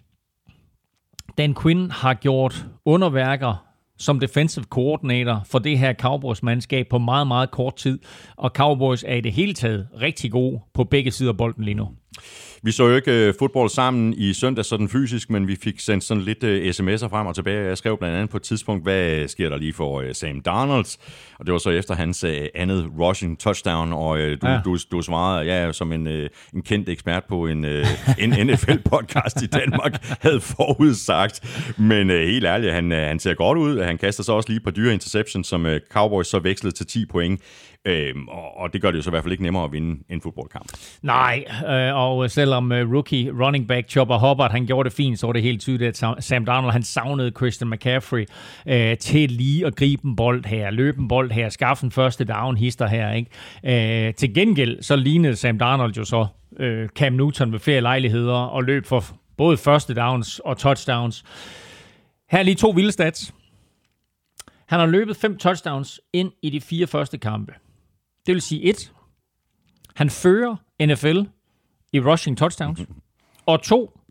Dan Quinn har gjort underværker som defensive coordinator for det her Cowboys-mandskab på meget, meget kort tid. Og Cowboys er i det hele taget rigtig gode på begge sider af bolden lige nu. Vi så jo ikke fodbold sammen i søndag sådan fysisk, men vi fik sendt sådan lidt sms'er frem og tilbage. Jeg skrev blandt andet på et tidspunkt, hvad sker der lige for Sam Darnold? Og det var så efter hans andet rushing touchdown, og du svarede, ja, som en kendt ekspert på en NFL-podcast i Danmark havde forudsagt. Men helt ærligt, han ser godt ud. Han kaster så også lige på dyre interception, som Cowboys så vekslede til 10 point. Og det gør det jo så i hvert fald ikke nemmere at vinde en fodboldkamp. Nej, og selvom rookie running back Chopper Hubbard, han gjorde det fint, så var det helt tydeligt, at Sam Darnold, han savnede Christian McCaffrey til lige at gribe en bold her, løbe en bold her, skaffe en første down, hister her, ikke? Til gengæld, så lignede Sam Darnold jo så Cam Newton ved flere lejligheder og løb for både første downs og touchdowns. Her er lige 2 vilde stats. Han har løbet 5 touchdowns ind i de 4 første kampe. Det vil sige 1. Han fører NFL i rushing touchdowns. Og 2.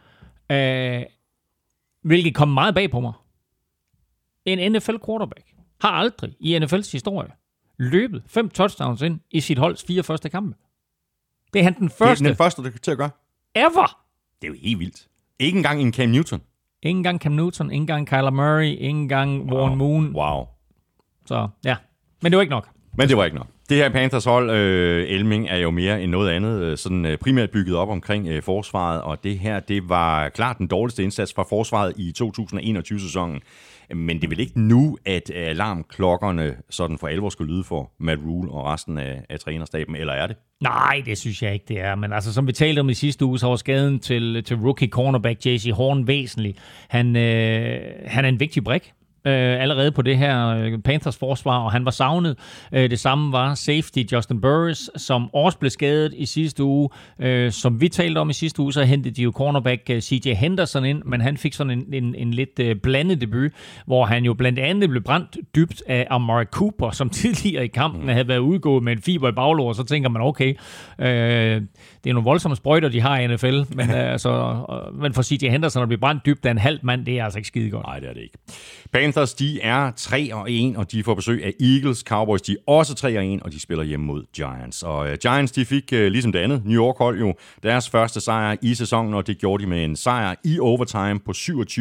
Hvilket kom meget bag på mig. En NFL quarterback har aldrig i NFL's historie løbet 5 touchdowns ind i sit holds 4 første kampe. Det er han den første. Det er den første, der kan til at gøre. Ever! Det er jo helt vildt. Ikke engang en Cam Newton. Ikke engang Cam Newton, ikke engang Kyler Murray, ikke engang Warren Moon. Wow. Så ja, men det var ikke nok. Men det var ikke nok. Det her Panthers hold, Elming, er jo mere end noget andet, sådan primært bygget op omkring forsvaret, og det her, det var klart den dårligste indsats fra forsvaret i 2021-sæsonen. Men det er vel ikke nu, at alarmklokkerne sådan for alvor skulle lyde for Matt Rule og resten af trænerstaben, eller er det? Nej, det synes jeg ikke, det er. Men altså, som vi talte om i sidste uge, så var skaden til rookie cornerback J.C. Horn væsentlig. Han er en vigtig brik allerede på det her Panthers forsvar, og han var savnet. Det samme var safety Justin Burris, som også blev skadet i sidste uge. Som vi talte om i sidste uge, så hentede de jo cornerback C.J. Henderson ind, men han fik sådan en lidt blandet debut, hvor han jo blandt andet blev brændt dybt af Amari Cooper, som tidligere i kampen havde været udgået med en fiber i baglår, og så tænker man, okay, det er nogle voldsomme sprøjter, de har i NFL, men for C.J. Henderson at blive brændt dybt af en halv mand, det er altså ikke skide godt. Nej, det er det ikke. Panthers, de er 3-1, og de får besøg af Eagles. Cowboys, de er også 3-1, og de spiller hjemme mod Giants. Og Giants, de fik, ligesom det andet, New York-hold jo, deres første sejr i sæsonen, og det gjorde de med en sejr i overtime på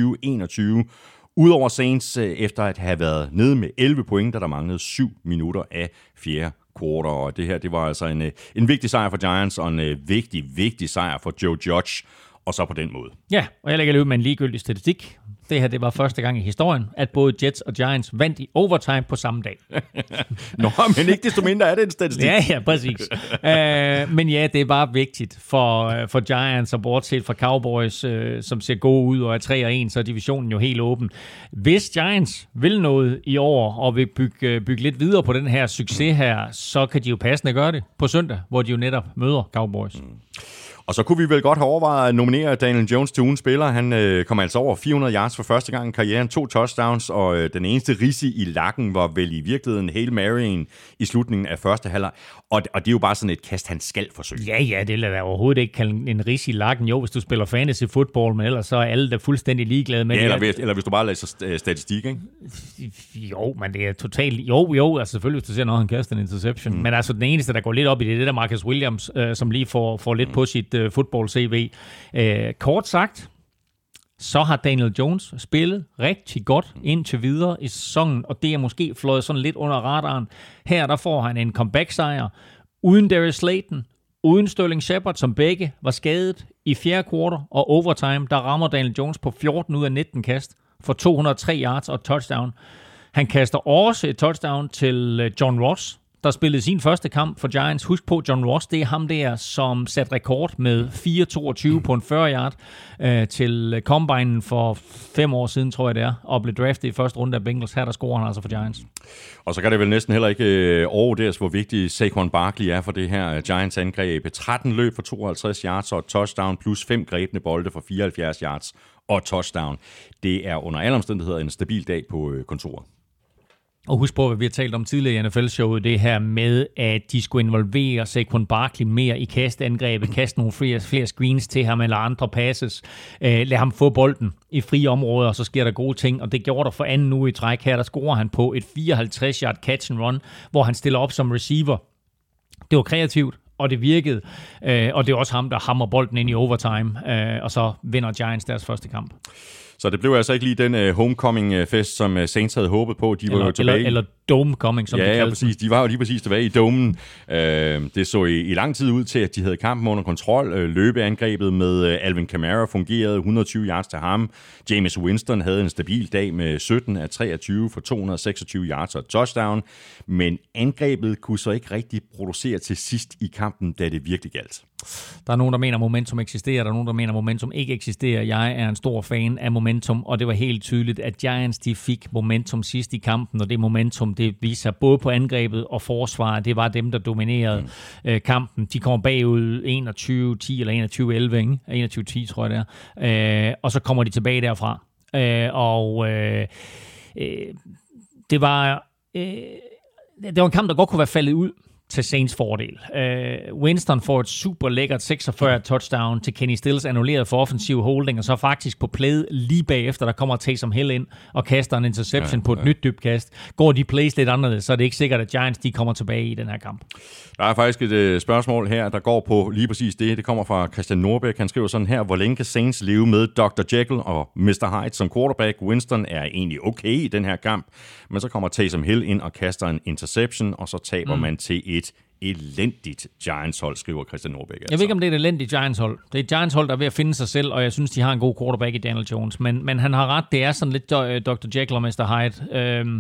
27-21. Udover Saints, efter at have været nede med 11 point, da der manglede 7 minutter af fjerde quarter. Og det her, det var altså en vigtig sejr for Giants, og en vigtig sejr for Joe Judge. Og så på den måde. Ja, og jeg lægger løbet med en ligegyldig statistik. Det her, det var første gang i historien, at både Jets og Giants vandt i overtime på samme dag. Nå, men ikke desto mindre er det en statistik. Ja, præcis. Men ja, det er bare vigtigt for Giants, og bortset fra Cowboys, som ser gode ud og er 3-1, så er divisionen jo helt åben. Hvis Giants vil noget i år, og vil bygge lidt videre på den her succes her, så kan de jo passende gøre det på søndag, hvor de jo netop møder Cowboys. Og så kunne vi vel godt have overvejet at nominere Daniel Jones til ugens spiller. Han kom altså over 400 yards for første gang i karrieren, 2 touchdowns, og den eneste risi i lakken var vel i virkeligheden Hail Mary'en i slutningen af første halvleg. Og det er jo bare sådan et kast, han skal forsøge. Ja, det lader overhovedet ikke kalde en risi i lakken. Jo, hvis du spiller fantasy football, men ellers så er alle der fuldstændig ligeglade med det. Eller hvis du bare læser statistik, ikke? Jo, men det er totalt... Jo, altså selvfølgelig, hvis du ser, når han kaster en interception. Men altså den eneste, der går lidt op i det, det der Marcus Williams, som lige får lidt på sit football-CV. Kort sagt, så har Daniel Jones spillet rigtig godt indtil videre i sæsonen, og det er måske fløjet sådan lidt under radaren. Her der får han en comeback-sejr uden Darius Slayton, uden Sterling Shepard, som begge var skadet i fjerde kvartal, og overtime, der rammer Daniel Jones på 14 ud af 19 kast for 203 yards og touchdown. Han kaster også et touchdown til John Ross, der spillede sin første kamp for Giants. Husk på, John Ross, det er ham der, som satte rekord med 4.22 på en 40-yard til Combine for 5 år siden, tror jeg det er, og blev draftet i første runde af Bengals. Her der scorer han altså for Giants. Og så kan det vel næsten heller ikke overvurderes, hvor vigtig Saquon Barkley er for det her Giants angreb. 13 løb for 52 yards og touchdown, plus 5 grebne bolde for 74 yards og touchdown. Det er under alle omstændigheder en stabil dag på kontoret. Og husk på, hvad vi har talt om tidligere i NFL-showet, det her med, at de skulle involvere Saquon Barkley mere i kasteangrebet, kaste nogle flere screens til ham eller andre passes, lad ham få bolden i frie områder, og så sker der gode ting, og det gjorde der for anden uge i træk her, der scorer han på et 54-yard catch and run, hvor han stiller op som receiver. Det var kreativt, og det virkede, og det er også ham, der hammer bolden ind i overtime, og så vinder Giants deres første kamp. Så det blev altså ikke lige den homecoming-fest, som Saints havde håbet på. De var jo tilbage. Eller domecoming, som de kaldte. Ja, præcis. De var jo lige præcis tilbage i domen. Det så i lang tid ud til, at de havde kampen under kontrol. Løbeangrebet med Alvin Kamara fungerede, 120 yards til ham. Jameis Winston havde en stabil dag med 17 af 23 for 226 yards og et touchdown. Men angrebet kunne så ikke rigtig producere til sidst i kampen, da det virkelig galt. Der er nogen, der mener, at momentum eksisterer. Der er nogen, der mener, at momentum ikke eksisterer. Jeg er en stor fan af momentum, og det var helt tydeligt, at Giants de fik momentum sidst i kampen, og det momentum, det viser både på angrebet og forsvaret. Det var dem, der dominerede kampen. De kommer bagud 21-10 eller 21-11, 21-10 tror jeg det er. Og så kommer de tilbage derfra. Det var en kamp, der godt kunne være faldet ud til Saints fordel. Winston får et super lækkert 46 touchdown til Kenny Stills, annulleret for offensiv holding, og så faktisk på playet lige bagefter, der kommer Taysom Hill ind og kaster en interception på et nyt dybkast. Går de plays lidt anderledes, så er det ikke sikkert, at Giants de kommer tilbage i den her kamp. Der er faktisk et spørgsmål her, der går på lige præcis det. Det kommer fra Christian Norbæk. Han skriver sådan her: hvor længe kan Saints leve med Dr. Jekyll og Mr. Hyde som quarterback? Winston er egentlig okay i den her kamp, men så kommer Taysom Hill ind og kaster en interception, og så taber man til et elendigt Giants-hold, skriver Christian Norbæk. Altså. Jeg ved ikke, om det er et elendigt Giants-hold. Det er et Giants-hold, der er ved at finde sig selv, og jeg synes, de har en god quarterback i Daniel Jones. Men han har ret, det er sådan lidt Dr. Jekyll og Mr. Hyde.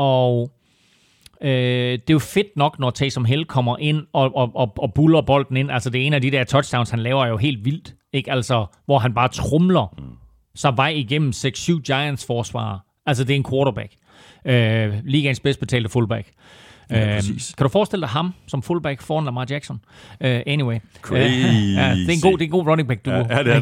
Det er jo fedt nok, når Taysom Hill kommer ind og buller bolden ind. Altså det ene af de der touchdowns, han laver, er jo helt vildt. Ikke? Altså, hvor han bare trumler så vej igennem 6-7 Giants-forsvarer. Altså det er en quarterback. Ligaens bedst betalte fullback. Ja, kan du forestille dig ham som fullback foran Lamar Jackson? Anyway. Crazy. Det er en god running back duo. Ja, det er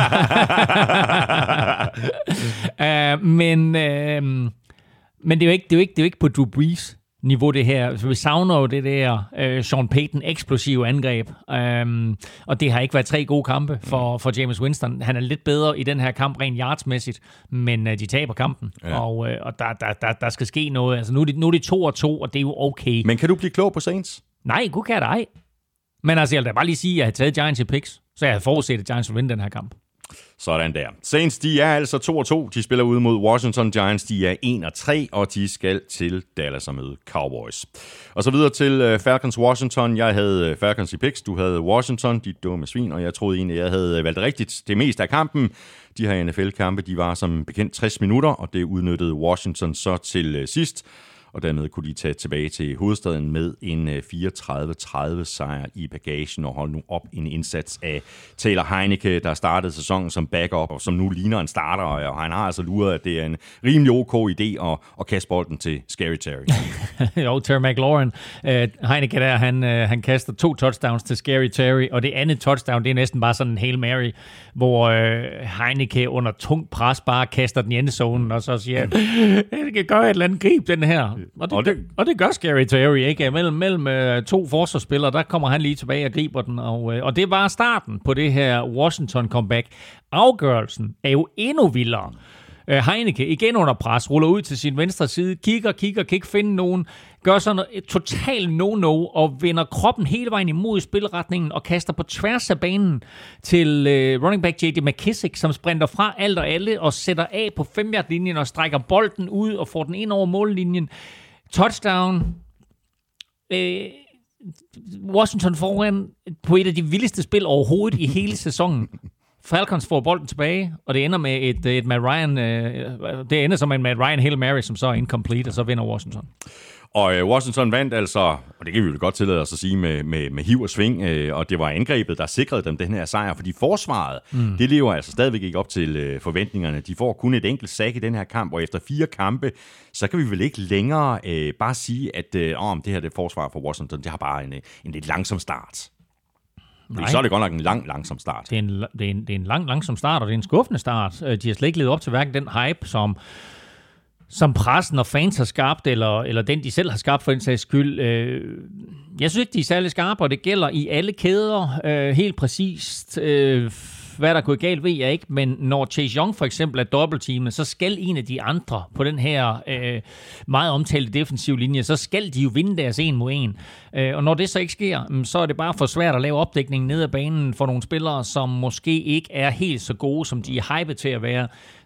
det. Men det er jo ikke på Drew Brees niveau det her. Så vi savner jo det der Sean Payton eksplosive angreb. Og det har ikke været 3 gode kampe for Jameis Winston. Han er lidt bedre i den her kamp rent yardsmæssigt, men de taber kampen. Ja. Og der skal ske noget. Altså nu er de 2-2, og det er jo okay. Men kan du blive klog på Saints? Nej, gud kan jeg da ej. Men altså, jeg vil da bare lige sige, at jeg havde taget Giants i picks, så jeg havde forudset, at Giants ville vinde den her kamp. Sådan der. Saints, de er altså 2-2. De spiller ude mod Washington. Giants, de er 1-3, og de skal til Dallas og møde Cowboys. Og så videre til Falcons-Washington. Jeg havde Falcons i picks, du havde Washington, de dumme svin, og jeg troede egentlig, jeg havde valgt rigtigt det meste af kampen. De her NFL-kampe, de var som bekendt 60 minutter, og det udnyttede Washington så til sidst. Og dermed kunne de tage tilbage til hovedstaden med en 34-30 sejr i bagagen og holde nu op en indsats af Taylor Heinicke, der startede sæsonen som backup og som nu ligner en starter, og han har altså luret, at det er en rimelig ok idé at kaste bolden til Scary Terry. Jo, Terry McLaurin. Heinicke der, han kaster 2 touchdowns til Scary Terry, og det andet touchdown, det er næsten bare sådan en Hail Mary, hvor Heinicke under tung pres bare kaster den i endezonen, og så siger han, jeg kan gøre et eller andet grib, den her. Og det gør Scary Terry, ikke? Mellem 2 forsvarsspillere, der kommer han lige tilbage og griber den. Og det var starten på det her Washington-comeback. Afgørelsen er jo endnu vildere. Heinicke igen under pres, ruller ud til sin venstre side, kigger, kan ikke finde nogen, gør sådan et totalt no-no og vender kroppen hele vejen imod spilretningen og kaster på tværs af banen til running back J.D. McKissick, som sprinter fra alt og alle og sætter af på 5-yard-linjen og strækker bolden ud og får den ind over mållinjen. Touchdown. Washington foran på et af de vildeste spil overhovedet i hele sæsonen. Falcons får bolden tilbage, og det ender med et Matt Ryan, det ender som en Matt Ryan Hail Mary, som så er incomplete, og så vinder Washington. Og Washington vandt altså, og det kan vi jo godt tillade os at sige, med hiv og sving, og det var angrebet, der sikrede dem den her sejr, fordi forsvaret, det lever altså stadigvæk ikke op til forventningerne. De får kun et enkelt sack i den her kamp, og efter 4 kampe, så kan vi vel ikke længere bare sige, at det her det forsvar for Washington, det har bare en lidt langsom start. Så er det godt nok en langsom start. Det er en langsom start, og det er en skuffende start. De har slet ikke levet op til hverken den hype, som pressen og fans har skabt, eller den, de selv har skabt for en sags skyld. Jeg synes ikke, de er særlig skarpe, og det gælder i alle kæder helt præcist. Hvad der går galt, ved jeg ikke, men når Chase Young for eksempel er dobbeltteamet, så skal en af de andre på den her meget omtalte defensive linje, så skal de jo vinde deres 1-mod-1. Og når det så ikke sker, så er det bare for svært at lave opdækning ned ad banen for nogle spillere, som måske ikke er helt så gode, som de er hypet til at være.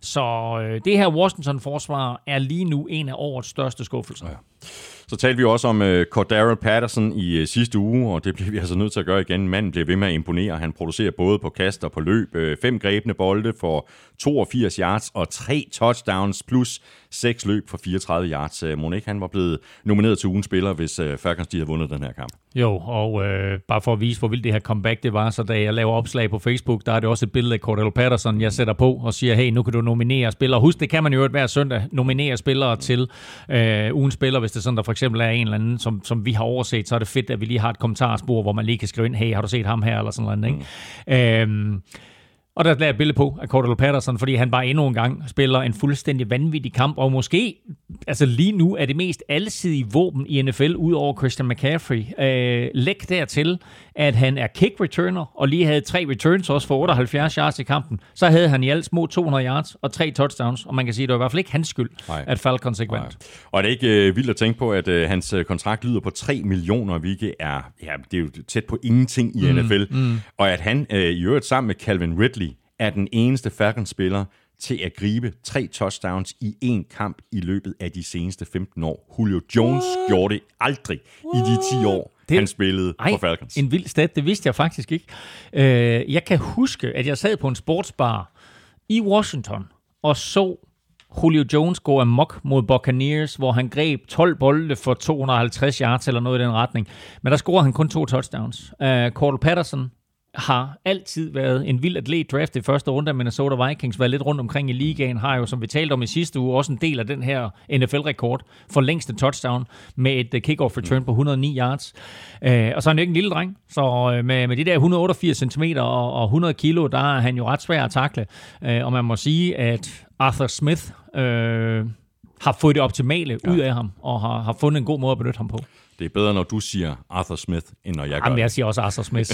Så det her Washington-forsvar er lige nu en af årets største skuffelser. Ja. Så talte vi også om Cordarrelle Patterson i sidste uge, og det bliver vi altså nødt til at gøre igen. Manden bliver ved med at imponere. Han producerer både på kast og på løb. 5 grebne bolde for 82 yards og 3 touchdowns plus 6 løb for 34 yards. Monique, han var blevet nomineret til ugens spiller, hvis Falcons de havde vundet den her kamp. Jo, og bare for at vise, hvor vildt det her comeback det var, så da jeg laver opslag på Facebook, der er det også et billede af Cordarrelle Patterson, jeg sætter på og siger, hey, nu kan du nominere spillere. Husk, det kan man jo hver søndag nominere spillere til ugens spiller, hvis det er sådan, der for eksempel er en eller anden, som vi har overset, så er det fedt, at vi lige har et kommentarspor, hvor man lige kan skrive ind, hey, har du set ham her, eller sådan noget, ikke? Og der er et billede på af Cordarrelle Patterson, fordi han bare endnu en gang spiller en fuldstændig vanvittig kamp, og måske, altså lige nu er det mest alsidige våben i NFL, ud over Christian McCaffrey. Læg dertil, at han er kick returner, og lige havde 3 returns også for 78 yards i kampen. Så havde han i alt små 200 yards og 3 touchdowns, og man kan sige, at det var i hvert fald ikke hans skyld, at Falcons ikke vandt. Og er det ikke vildt at tænke på, at hans kontrakt lyder på 3 millioner, hvilket er, det er jo tæt på ingenting i NFL, og at han i øvrigt sammen med Calvin Ridley er den eneste Falcons-spiller til at gribe 3 touchdowns i en kamp i løbet af de seneste 15 år. Julio Jones gjorde det aldrig i de 10 år, han spillede for Falcons. En vild stat, det vidste jeg faktisk ikke. Jeg kan huske, at jeg sad på en sportsbar i Washington og så Julio Jones gå amok mod Buccaneers, hvor han greb 12 bolde for 250 yards eller noget i den retning. Men der scorede han kun 2 touchdowns. Cordarrelle Patterson har altid været en vild atlet, draftet i første runde af Minnesota Vikings, været lidt rundt omkring i ligaen, har jo, som vi talte om i sidste uge, også en del af den her NFL-rekord for længste touchdown med et kick-off return på 109 yards. Og så er han jo ikke en lille dreng, så med de der 188 cm og 100 kilo, der er han jo ret svær at takle. Og man må sige, at Arthur Smith har fået det optimale ud af ham, og har fundet en god måde at benytte ham på. Det er bedre, når du siger Arthur Smith, end når jeg gør det. Jeg siger også Arthur Smith.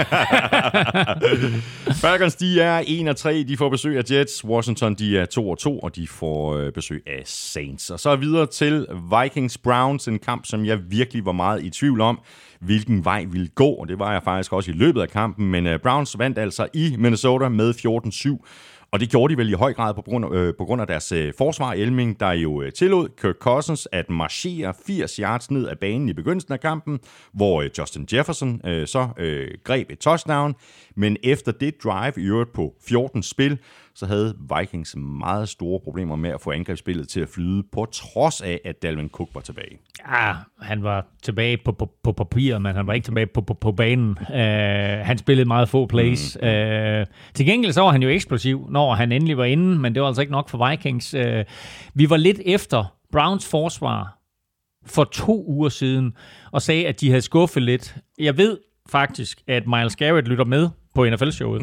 Falcons, de er 1-3. De får besøg af Jets. Washington, de er 2-2, og de får besøg af Saints. Og så videre til Vikings-Browns, en kamp, som jeg virkelig var meget i tvivl om, hvilken vej ville gå. Og det var jeg faktisk også i løbet af kampen. Men Browns vandt altså i Minnesota med 14-7. Og det gjorde de vel i høj grad på grund af deres forsvar-Elming, der jo tillod Kirk Cousins at marchere 80 yards ned ad banen i begyndelsen af kampen, hvor Justin Jefferson så greb et touchdown. Men efter det drive i øvrigt på 14 spil, så havde Vikings meget store problemer med at få angrebsspillet til at flyde, på trods af, at Dalvin Cook var tilbage. Ja, han var tilbage på papiret, men han var ikke tilbage på banen. Han spillede meget få plays. Til gengæld så var han jo eksplosiv, når han endelig var inde, men det var altså ikke nok for Vikings. Vi var lidt efter Browns forsvar for 2 uger siden, og sagde, at de havde skuffet lidt. Jeg ved faktisk, at Myles Garrett lytter med på NFL-showet.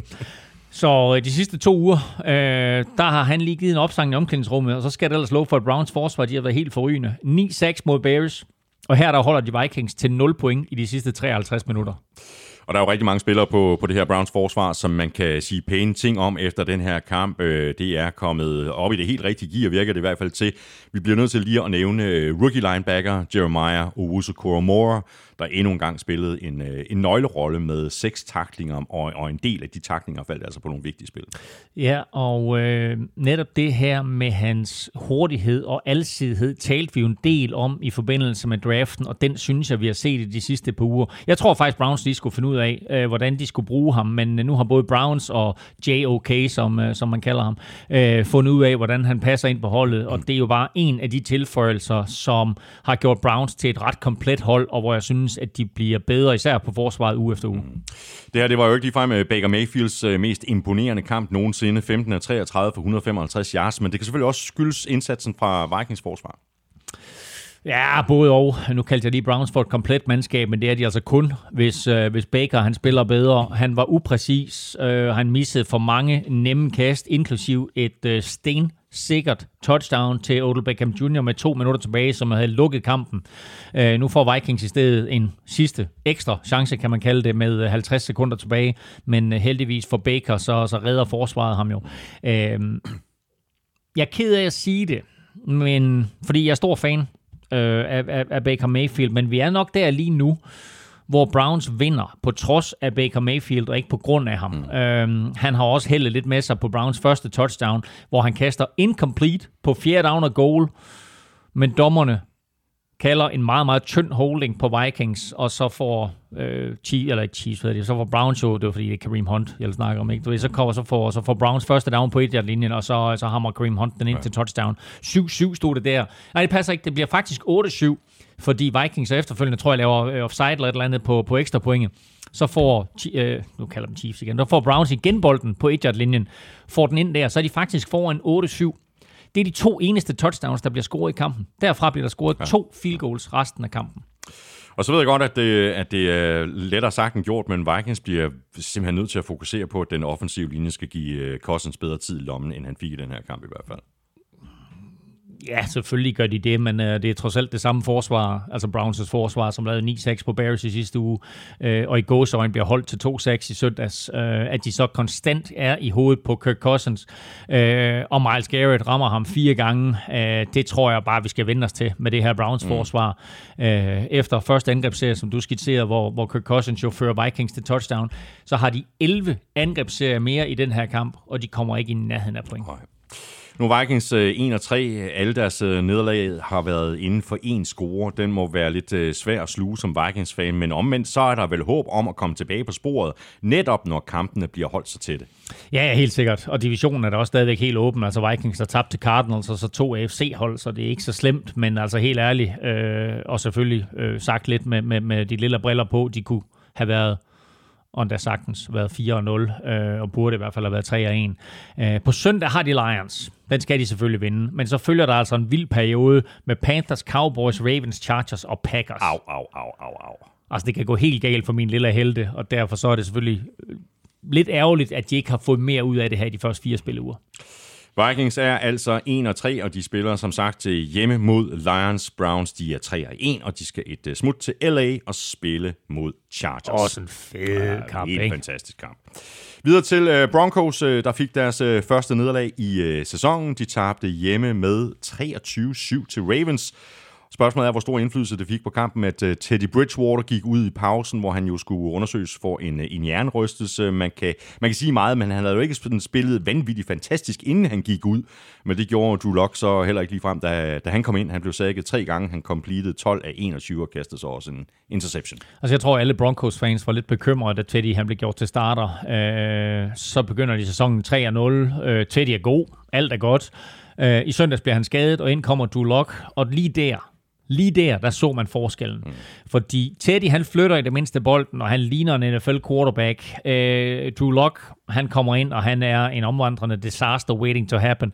Så de sidste 2 uger, der har han lige givet en opsang i omklædningsrummet, og så skal det ellers love for, at Browns forsvar, de har været helt forrygende. 9-6 mod Bears, og her der holder de Vikings til 0 point i de sidste 53 minutter. Og der er jo rigtig mange spillere på det her Browns forsvar, som man kan sige pæne ting om efter den her kamp. Det er kommet op i det helt rigtige gear, virker det i hvert fald til. Vi bliver nødt til lige at nævne rookie linebacker Jeremiah Owusu-Koramoah, der endnu en gang spillede en nøglerolle med 6 tacklinger, og en del af de tacklinger faldt altså på nogle vigtige spil. Ja, og netop det her med hans hurtighed og alsidighed talte vi jo en del om i forbindelse med draften, og den synes jeg, vi har set i de sidste par uger. Jeg tror faktisk, Browns lige skulle finde ud af, hvordan de skulle bruge ham, men nu har både Browns og JOK, som man kalder ham, fundet ud af, hvordan han passer ind på holdet, og det er jo bare en af de tilføjelser, som har gjort Browns til et ret komplet hold, og hvor jeg synes, at de bliver bedre, især på forsvaret uge efter uge. Det her, det var jo ikke ligefrem Baker Mayfields mest imponerende kamp nogensinde, 15-33 for 155 yards, men det kan selvfølgelig også skyldes indsatsen fra Vikings forsvar. Ja, både og. Nu kaldte jeg lige Browns for et komplet mandskab, men det er de altså kun, hvis Baker han spiller bedre. Han var upræcis, han missede for mange nemme kast, inklusiv et sikkert touchdown til Odell Beckham Jr. med 2 minutter tilbage, som havde lukket kampen. Nu får Vikings i stedet en sidste ekstra chance, kan man kalde det, med 50 sekunder tilbage, men heldigvis for Baker, så redder forsvaret ham jo. Jeg er ked af at sige det, men fordi jeg er stor fan af Baker Mayfield, men vi er nok der lige nu, hvor Browns vinder på trods af Baker Mayfield og ikke på grund af ham. Han har også heldet lidt med sig på Browns første touchdown, hvor han kaster incomplete på 4. down og goal, men dommerne kalder en meget, meget tynd holding på Vikings, og så får så får Browns jo, det var fordi det er Kareem Hunt, jeg snakker om, ikke? Så får Browns første down på 1-yard-linjen, og så hammer Kareem Hunt den ind til touchdown. 7-7 stod det der. Nej, det passer ikke, det bliver faktisk 8-7, fordi Vikings efterfølgende, tror jeg, laver offside eller et eller andet på ekstra pointe. Så får, nu kalder dem Chiefs igen, der får Browns igen bolden på 1-yard-linjen, får den ind der, så er de faktisk foran 8-7. Det er de 2 eneste touchdowns, der bliver scoret i kampen. Derfra bliver der scoret 2 field goals resten af kampen. Og så ved jeg godt, at det er lettere sagt end gjort, men Vikings bliver simpelthen nødt til at fokusere på, at den offensive linje skal give Cousins bedre tid i lommen, end han fik i den her kamp i hvert fald. Ja, selvfølgelig gør de det, men det er trods alt det samme forsvar, altså Browns' forsvar, som lavede 9-6 på Bears i sidste uge, og i gåseøjne bliver holdt til 2-6 i søndags, at de så konstant er i hovedet på Kirk Cousins, og Myles Garrett rammer ham 4 gange. Det tror jeg bare, vi skal vende os til med det her Browns forsvar. Efter første angrebsserie, som du skitserede, hvor Kirk Cousins jo fører Vikings til touchdown, så har de 11 angrebsserier mere i den her kamp, og de kommer ikke i nærheden af point. Nu Vikings 1-3, alle deres nederlag har været inden for 1 score. Den må være lidt svær at sluge som Vikings-fan, men omvendt så er der vel håb om at komme tilbage på sporet, netop når kampene bliver holdt så tætte. Ja, helt sikkert. Og divisionen er da også stadigvæk helt åben. Altså Vikings har tabt til Cardinals, og så 2 AFC-hold, så det er ikke så slemt, men altså helt ærligt, og selvfølgelig sagt lidt med de lille briller på, de kunne have været og der sagtens været 4-0, og burde i hvert fald have været 3-1. På søndag har de Lions. Den skal de selvfølgelig vinde. Men så følger der altså en vild periode med Panthers, Cowboys, Ravens, Chargers og Packers. Au. Altså, det kan gå helt galt for mine lille helte, og derfor så er det selvfølgelig lidt ærgerligt, at de ikke har fået mere ud af det her i de første 4 spilleuger. Vikings er altså 1-3, og de spiller som sagt til hjemme mod Lions. Browns, de er 3-1, og de skal et smut til LA og spille mod Chargers. Også en fed kamp, ikke? En fantastisk kamp. Videre til Broncos, der fik deres første nederlag i sæsonen. De tabte hjemme med 23-7 til Ravens. Spørgsmålet er, hvor stor indflydelse det fik på kampen, at Teddy Bridgewater gik ud i pausen, hvor han jo skulle undersøges for en hjernerystelse. Man kan sige meget, men han havde jo ikke spillet vanvittigt fantastisk, inden han gik ud. Men det gjorde Drew Lock så heller ikke lige frem, da han kom ind. Han blev sacket 3 gange. Han completed 12 af 21 og kastede så også en interception. Altså jeg tror, alle Broncos-fans var lidt bekymrede, da Teddy han blev gjort til starter. Så begynder de sæsonen 3-0. Teddy er god. Alt er godt. I søndags bliver han skadet, og ind kommer Drew Lock. Og lige der så man forskellen. Fordi Teddy, han flytter i det mindste bolden, og han ligner en NFL quarterback. Drew Lock, han kommer ind, og han er en omvandrende disaster waiting to happen.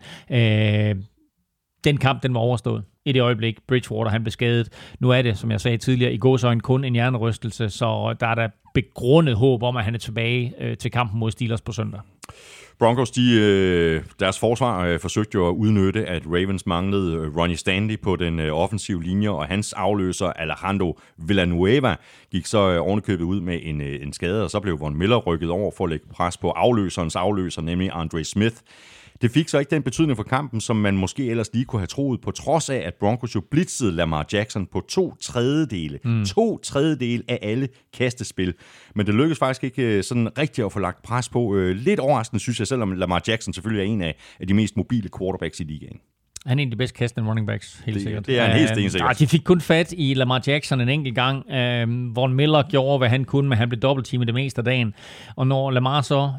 Den kamp, den var overstået. I det øjeblik, Bridgewater, han blev skadet. Nu er det, som jeg sagde tidligere, i gåseøjne kun en hjernerystelse, så der er der begrundet håb om, at han er tilbage til kampen mod Steelers på søndag. Broncos, deres forsvar forsøgte jo at udnytte, at Ravens manglede Ronnie Stanley på den offensive linje, og hans afløser Alejandro Villanueva gik så ovenikøbet ud med en skade, og så blev Von Miller rykket over for at lægge pres på afløserens afløser, nemlig Andre Smith. Det fik så ikke den betydning for kampen, som man måske ellers lige kunne have troet, på trods af, at Broncos jo blitzede Lamar Jackson på 2/3. 2/3 af alle kastespil. Men det lykkedes faktisk ikke sådan rigtigt at få lagt pres på. Lidt overraskende, synes jeg, selvom Lamar Jackson selvfølgelig er en af de mest mobile quarterbacks i ligaen. Han er en af de bedst kastende running backs, helt sikkert. Det er en helt stensikkert. De fik kun fat i Lamar Jackson en enkelt gang. Von Miller gjorde, hvad han kunne, men han blev dobbeltteamet det meste af dagen. Og når Lamar så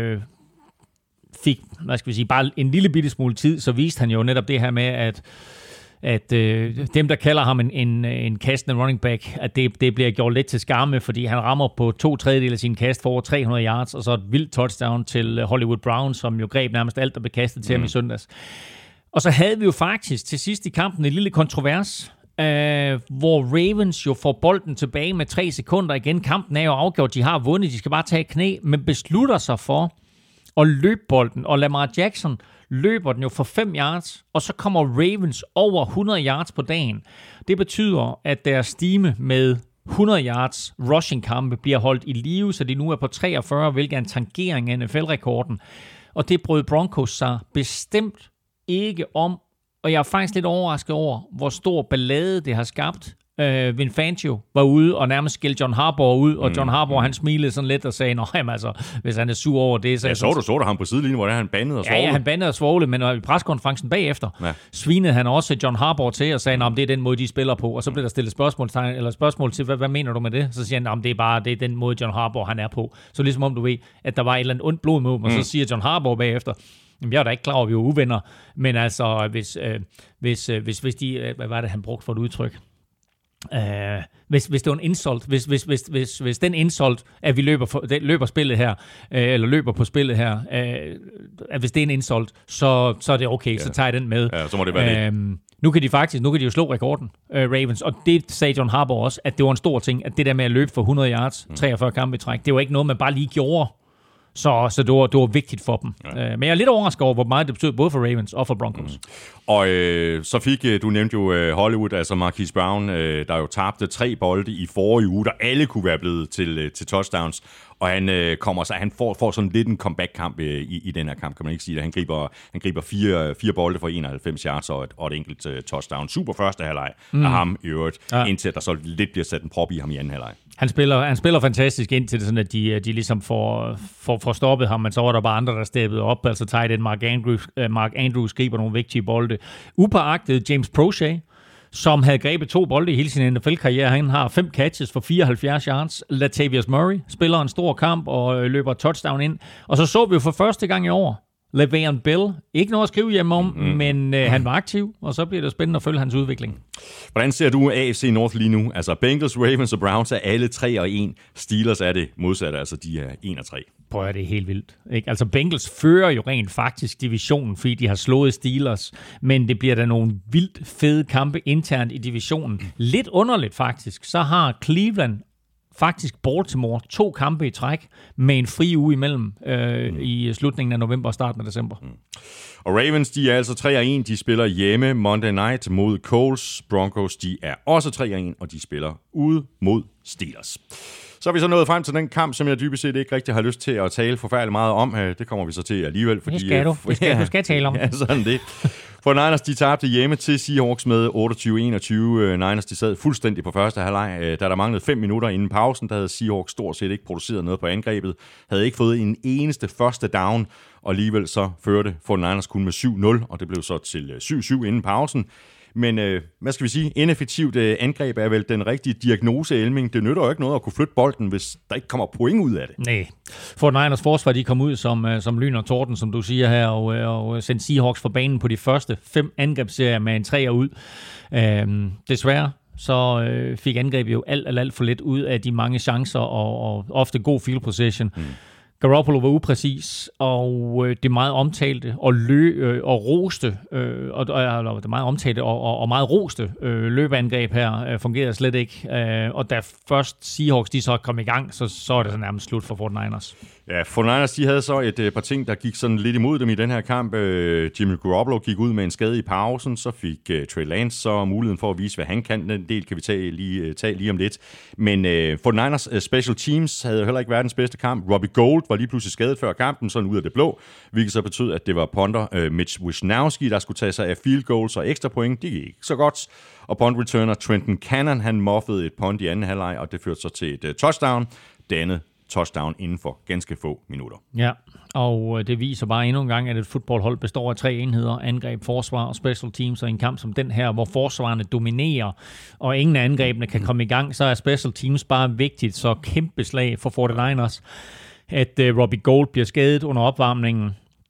fik, bare en lille bitte smule tid, så viste han jo netop det her med, at dem, der kalder ham en kastende running back, at det bliver gjort lidt til skamme, fordi han rammer på 2/3 af sin kast for over 300 yards, og så et vildt touchdown til Hollywood Brown, som jo greb nærmest alt, der blev kastet til ham i søndags. Og så havde vi jo faktisk til sidst i kampen en lille kontrovers, hvor Ravens jo får bolden tilbage med 3 sekunder igen. Kampen er jo afgjort, de har vundet, de skal bare tage knæ, men beslutter sig for og løb bolden, og Lamar Jackson løber den jo for 5 yards, og så kommer Ravens over 100 yards på dagen. Det betyder, at deres stime med 100 yards rushing-kampe bliver holdt i live, så de nu er på 43, hvilket er en tangering af NFL-rekorden. Og det brød Broncos sig bestemt ikke om, og jeg er faktisk lidt overrasket over, hvor stor ballade det har skabt. Vin Fangio var ude og nærmest skældte John Harbaugh ud, og John Harbaugh han smilede sådan lidt og sagde, hvis han er sur over det... Så du ham på sidelinjen, hvor han bandede og svoglede? Ja, han bandede og svoglede, men i preskonferencen bagefter svinede han også John Harbaugh til og sagde, det er den måde, de spiller på, og så blev der stillet spørgsmål til, hvad mener du med det? Så siger han, det er den måde, John Harbaugh han er på. Så ligesom om du ved, at der var et eller andet ondt blod med dem, og så siger John Harbaugh bagefter, jeg er da ikke klar over, at vi er uvenner, men altså, hvis de... Hvad var det, han brugte for et udtryk? Hvis det var en insult, hvis den insult, at vi løber spillet her, eller løber på spillet her, at hvis det er en insult, så er det okay, så tager jeg den med. Ja, så må det være det. Nu kan de jo slå rekorden, Ravens, og det sagde John Harbaugh også, at det var en stor ting, at det der med at løbe for 100 yards, 43 kampe i træk, det var ikke noget, man bare lige gjorde. Så det var vigtigt for dem. Ja. Men jeg er lidt overrasket over, hvor meget det betød både for Ravens og for Broncos. Og så fik, du nævnte jo Hollywood, altså Marquise Brown, der jo tabte 3 bolde i forrige uge, der alle kunne være blevet til touchdowns. Og han får sådan lidt en comeback-kamp i den her kamp, kan man ikke sige det. Han griber 4 bolde for 91 yards og et enkelt touchdown. Super første halvleg af ham i øvrigt, indtil der så lidt bliver sat en prop i ham i anden halvleg. Han spiller fantastisk indtil det sådan, at de ligesom får stoppet ham, men så var der bare andre, der steppede op. Altså tight end Mark Andrews griber nogle vigtige bolde. Upåagtet James Prochet, som havde grebet 2 bolde i hele sin NFL-karriere. Han har 5 catches for 74 yards. Latavius Murray spiller en stor kamp og løber touchdown ind. Og så vi jo for første gang i år Le'Veon Bell. Ikke noget at skrive hjemme om, men han var aktiv, og så bliver det spændende at følge hans udvikling. Hvordan ser du AFC North lige nu? Altså Bengals, Ravens og Browns er alle 3-1. Steelers er det modsatte, altså de er 1-3. Prøv at det er helt vildt. Ikke? Altså Bengals fører jo rent faktisk divisionen, fordi de har slået Steelers, men det bliver da nogle vildt fede kampe internt i divisionen. Lidt underligt faktisk, så har Cleveland faktisk Baltimore 2 kampe i træk med en fri uge imellem i slutningen af november og starten af december. Og Ravens, de er altså 3-1. De spiller hjemme Monday Night mod Colts. Broncos, de er også 3-1, og de spiller ude mod Steelers. Så er vi så nået frem til den kamp, som jeg dybest set ikke rigtig har lyst til at tale forfærdeligt meget om. Det kommer vi så til alligevel. Fordi, du skal tale om. Ja, sådan det. For Niners, de tabte hjemme til Seahawks med 28-21. Niners, de sad fuldstændig på første halvleg. Da der manglede 5 minutter inden pausen, der havde Seahawks stort set ikke produceret noget på angrebet. Havde ikke fået en eneste første down, og alligevel så førte for Niners kun med 7-0, og det blev så til 7-7 inden pausen. Men hvad skal vi sige? Ineffektivt angreb er vel den rigtige diagnose, Elming. Det nytter jo ikke noget at kunne flytte bolden, hvis der ikke kommer point ud af det. Nej. For Niners forsvar, de kom ud som lyn og torden, som du siger her, og sendte Seahawks for banen på de første 5 angrebsserier med en 3'er ud. Desværre så fik angrebet jo alt for lidt ud af de mange chancer og ofte god field possession. Garoppolo var upræcis, og det meget omtalte og roste det meget omtalte og meget roste løbeangreb her fungerede slet ikke. Og da først Seahawks de så kom i gang, så er det så nærmest slut for 49ers. Ja, 49ers de havde så et par ting, der gik sådan lidt imod dem i den her kamp. Jimmy Garoppolo gik ud med en skade i pausen, så fik Trey Lance så muligheden for at vise, hvad han kan. Den del kan vi tage lige om lidt. Men 49ers special teams havde jo heller ikke verdens bedste kamp. Robbie Gould var lige pludselig skadet før kampen, sådan ud af det blå, hvilket så betød, at det var punter Mitch Wisnowski, der skulle tage sig af field goals og ekstra point. Det gik ikke så godt. Og punt returner Trenton Cannon, han muffede et punt i anden halvleg, og det førte så til et touchdown. Det andet touchdown inden for ganske få minutter. Ja, og det viser bare endnu en gang, at et fodboldhold består af 3 enheder, angreb, forsvar og special teams, og i en kamp som den her, hvor forsvarerne dominerer, og ingen af angrebene kan komme i gang, så er special teams bare vigtigt, så kæmpe slag for 49ers, at Robbie Gould bliver skadet under opvarmningen.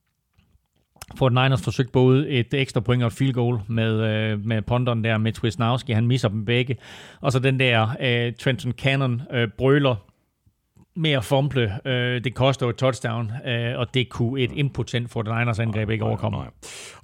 49ers forsøgte både et ekstra point og et field goal med punteren der, Mitch Wisnowski, han misser dem begge, og så den der Trenton Cannon brøler med at fumble, det koster et touchdown, og det kunne et impotent 49ers angreb ikke overkomme.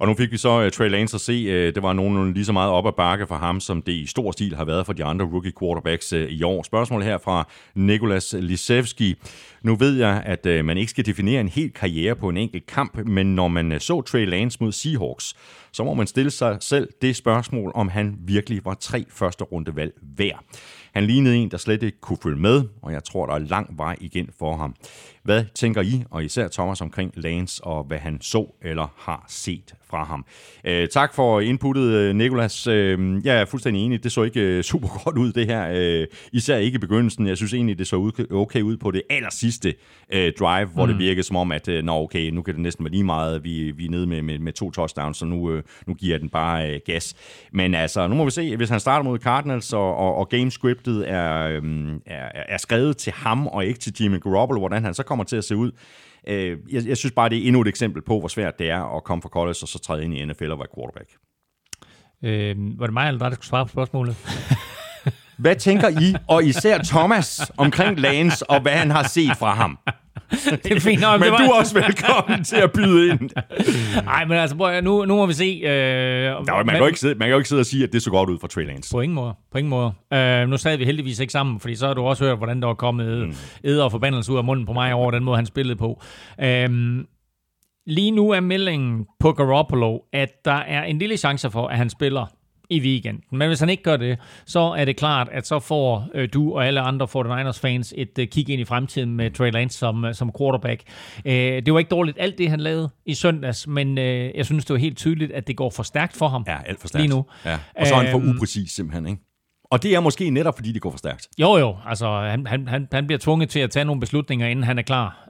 Og nu fik vi så Trey Lance at se, det var nogenlunde lige så meget op ad bakke for ham, som det i stor stil har været for de andre rookie quarterbacks i år. Spørgsmål her fra Nikolas Lisevski. Nu ved jeg, at man ikke skal definere en hel karriere på en enkelt kamp, men når man så Trey Lance mod Seahawks, så må man stille sig selv det spørgsmål, om han virkelig var 3 første rundevalg værd. Han lignede en, der slet ikke kunne følge med, og jeg tror, der er lang vej igen for ham. Hvad tænker I, og især Thomas, omkring Lance og hvad han så eller har set fra ham? Tak for inputtet, Nicolas. Jeg er fuldstændig enig. Det så ikke super godt ud, det her. Især ikke i begyndelsen. Jeg synes egentlig, det så okay ud på det allersidste drive, hvor det virkede som om, at okay, nu kan det næsten være lige meget. Vi er nede med 2 touchdowns, så nu giver den bare gas. Men altså, nu må vi se, hvis han starter mod Cardinals, og gamescriptet er skrevet til ham, og ikke til Jimmy Garoppolo, hvordan han så kommer til at se ud. Jeg synes bare, det er endnu et eksempel på, hvor svært det er at komme fra college og så træde ind i NFL og være quarterback. Var det mig eller dig, der skulle svare på spørgsmålet? Hvad tænker I, og især Thomas, omkring Lance og hvad han har set fra ham? Det er fint. Men du er også velkommen til at byde ind. Nej, men altså, nu må vi se. Man kan jo ikke sidde og sige, at det så godt ud for Trey Lance. På ingen måde. Nu sad vi heldigvis ikke sammen, fordi så har du også hørt, hvordan der var kommet eder og forbandelse ud af munden på mig over den måde, han spillede på. Lige nu er meldingen på Garoppolo, at der er en lille chance for, at han spiller i weekenden. Men hvis han ikke gør det, så er det klart, at så får du og alle andre 49ers fans et kig ind i fremtiden med Trey Lance som quarterback. Det var ikke dårligt alt det, han lavede i søndags, men jeg synes, det var helt tydeligt, at det går for stærkt for ham. Ja, alt for stærkt. Lige nu. Ja. Og så er han for upræcis simpelthen, ikke? Og det er måske netop, fordi det går for stærkt. Jo. Altså, han bliver tvunget til at tage nogle beslutninger, inden han er klar.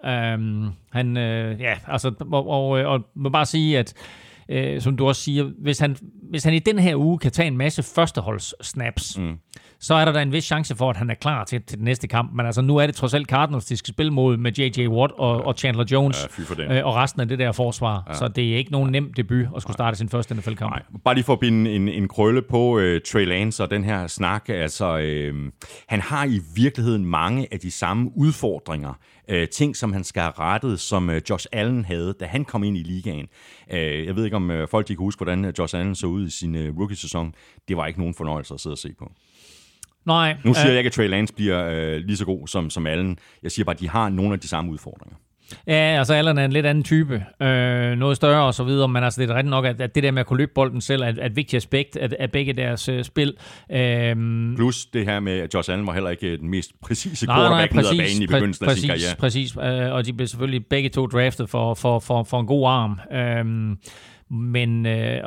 Og må bare sige, at som du også siger, hvis han i den her uge kan tage en masse førsteholds-snaps, så er der da en vis chance for, at han er klar til den næste kamp. Men altså, nu er det trods alt Cardinals, de skal spille mod med J.J. Watt og Chandler Jones og resten af det der forsvar. Ja. Så det er ikke nogen nem debut at skulle starte sin første NFL-kamp. Nej. Bare lige for at binde en krølle på Trey Lance og den her snak. Altså, han har i virkeligheden mange af de samme udfordringer. Ting, som han skal have rettet, som Josh Allen havde, da han kom ind i ligaen. Jeg ved ikke, om folk de kan huske, hvordan Josh Allen så ud i sin rookie-sæson. Det var ikke nogen fornøjelse at sidde og se på. Nej. Nu siger jeg ikke, at Trey Lance bliver lige så god som Allen. Jeg siger bare, at de har nogle af de samme udfordringer. Ja, altså Allen er en lidt anden type. Noget større og så videre, men altså det er rigtigt nok, at det der med at kunne løbe bolden selv er et vigtigt aspekt af begge deres spil. Plus det her med, at Josh Allen var heller ikke den mest præcise quarterback ned ad banen i begyndelsen af sin karriere. Præcis, og de blev selvfølgelig begge to draftet for en god arm. Men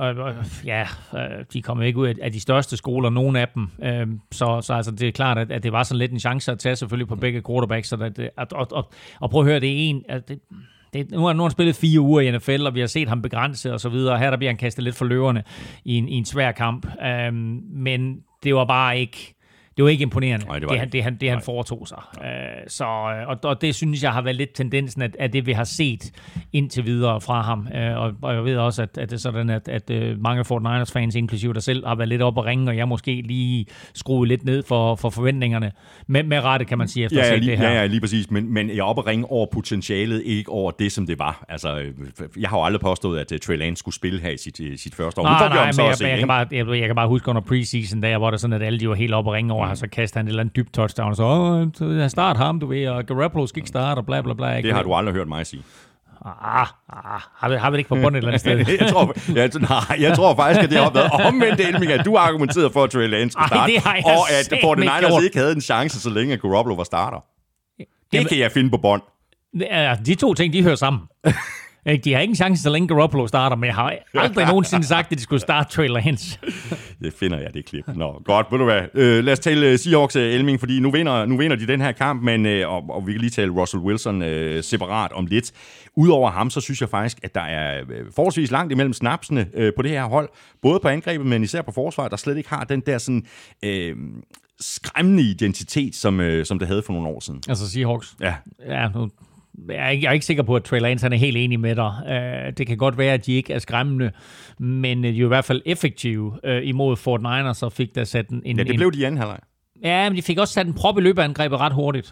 de kom ikke ud af de største skoler, nogen af dem. Så altså, det er klart, at det var sådan lidt en chance at tage selvfølgelig på begge quarterbacks. Og prøv at høre, det er en... Nu har han spillet 4 uger i NFL, og vi har set ham begrænse og så videre. Her der bliver han kastet lidt for løverne i en svær kamp. Men det var bare ikke... Det var ikke imponerende, det han foretog sig. Og det synes jeg har været lidt tendensen af det, vi har set indtil videre fra ham. Og jeg ved også, at det er sådan, at mange 49ers fans, inklusive der selv, har været lidt op at ringe, og jeg måske lige skruet lidt ned for forventningerne. Med rette, kan man sige, efter at se det her. Ja, lige præcis. Men jeg er op at ringe over potentialet, ikke over det, som det var. Altså, jeg har jo aldrig påstået, at Trey Lance skulle spille her i sit første år. Jeg kan bare huske under preseason, der hvor der sådan, at alle de var helt op at ringe over, så kaster han et eller andet dybt touchdown, og så start ham, du ved, og Garoppolo skal ikke starte, og bla bla bla. Det har du aldrig hørt mig sige. Har vi det ikke på bunden et eller andet sted? jeg tror faktisk, at det har været omvendt Elming, at du argumenterede for, at Trey Lance skulle starte, og at 49ers ikke havde en chance, så længe Garoppolo var starter. Det kan jeg finde på bånd. De to ting, de hører sammen. De har ikke en chance, så længe Garoppolo starter, men jeg har aldrig nogensinde sagt, at de skulle starte Trey Lance. Det finder jeg, det klip. Nå, godt, ved du hvad. Lad os tale Seahawks, Elming, fordi nu vinder de den her kamp, men, og vi kan lige tale Russell Wilson separat om lidt. Udover ham, så synes jeg faktisk, at der er forholdsvis langt imellem snapsene på det her hold. Både på angrebet, men især på forsvaret, der slet ikke har den der sådan... skræmmende identitet, som det havde for nogle år siden. Altså Seahawks? Ja, nu... Jeg er ikke sikker på, at Trey Lance er helt enig med dig. Det kan godt være, at de ikke er skræmmende, men de er i hvert fald effektive imod Fort Niners, og fik der sat en... Ja, det blev de i anden halvleg. Ja, men de fik også sat en prop i løbeangrebet ret hurtigt.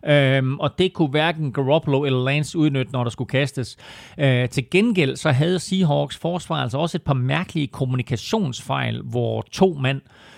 Og det kunne hverken Garoppolo eller Lance udnytte, når der skulle kastes. Til gengæld så havde Seahawks forsvar altså også et par mærkelige kommunikationsfejl, hvor 2 mand,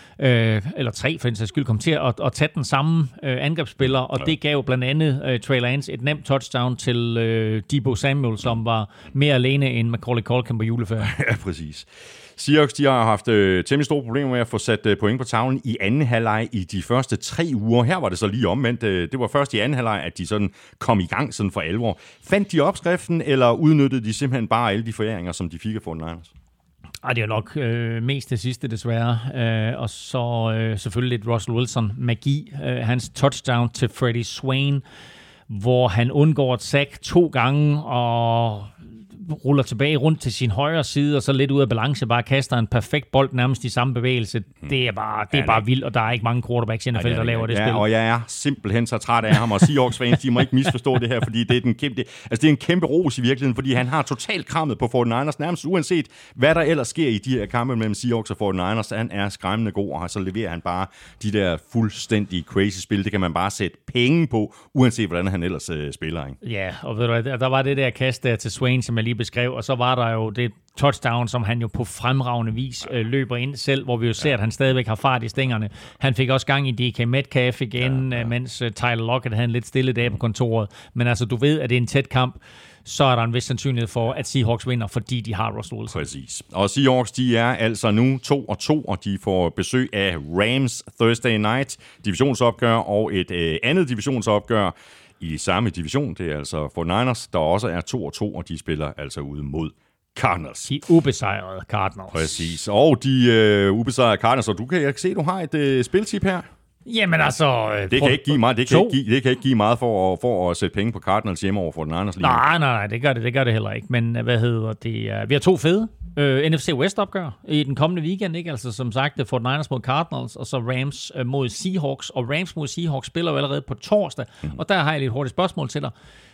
eller 3 for den sags skyld, kom til at tage den samme angrebsspiller, og det gav blandt andet Trey Lance et nemt touchdown til Deebo Samuel, som var mere alene end Macaulay Culkin på juleferie. Ja, præcis. Seahawks, de har haft temmelig store problemer med at få sat point på tavlen i anden halvleg i de første 3 uger. Her var det så lige omvendt. Det var først i anden halvleg, at de sådan kom i gang sådan for alvor. Fandt de opskriften, eller udnyttede de simpelthen bare alle de foræringer, som de fik af 49ers? Det er nok mest det sidste, desværre. Og så selvfølgelig lidt Russell Wilson-magi. Hans touchdown til Freddie Swain, hvor han undgår et sack 2 gange og ruller tilbage rundt til sin højre side, og så lidt ud af balance, bare kaster en perfekt bold nærmest i samme bevægelse. Det er bare vildt, og der er ikke mange quarterbacks i NFL, der laver det spil. Ja, og jeg er simpelthen så træt af ham, og Seahawks-fans, de må ikke misforstå det her, fordi det er en kæmpe ros i virkeligheden, fordi han har totalt krammet på 49ers, nærmest uanset hvad der ellers sker i de her kampe mellem Seahawks og 49ers. Han er skræmmende god, og så leverer han bare de der fuldstændig crazy spil. Det kan man bare sætte penge på, uanset hvordan han ellers spiller. Ikke? Ja, og ved du, der var det der kast der til Swain, som jeg lige beskrev, og så var der jo det touchdown, som han jo på fremragende vis løber ind selv, hvor vi jo ser, at han stadigvæk har fart i stængerne. Han fik også gang i DK Metcalf igen, mens Tyler Lockett havde en lidt stille dag på kontoret. Men altså, du ved, at det er en tæt kamp, så er der en vis sandsynlighed for, at Seahawks vinder, fordi de har Russell Wilson. Præcis. Og Seahawks, de er altså nu 2-2, og de får besøg af Rams Thursday Night divisionsopgør og et andet divisionsopgør i samme division. Det er altså 49ers, der også er 2-2, og de spiller altså ude mod Cardinals. De ubesejrede Cardinals. Præcis. Og de ubesejrede Cardinals, og du kan ikke se, du har et spiltip her. Jamen altså... Det kan ikke give meget, det kan ikke give meget for at sætte penge på Cardinals hjemme over for den Niners lige. Nej, det gør det heller ikke. Men hvad hedder det? Vi har 2 fede NFC West opgør i den kommende weekend, ikke? Altså som sagt, for Niners mod Cardinals, og så Rams mod Seahawks. Og Rams mod Seahawks spiller jo allerede på torsdag. Og der har jeg lidt hurtigt spørgsmål til dig.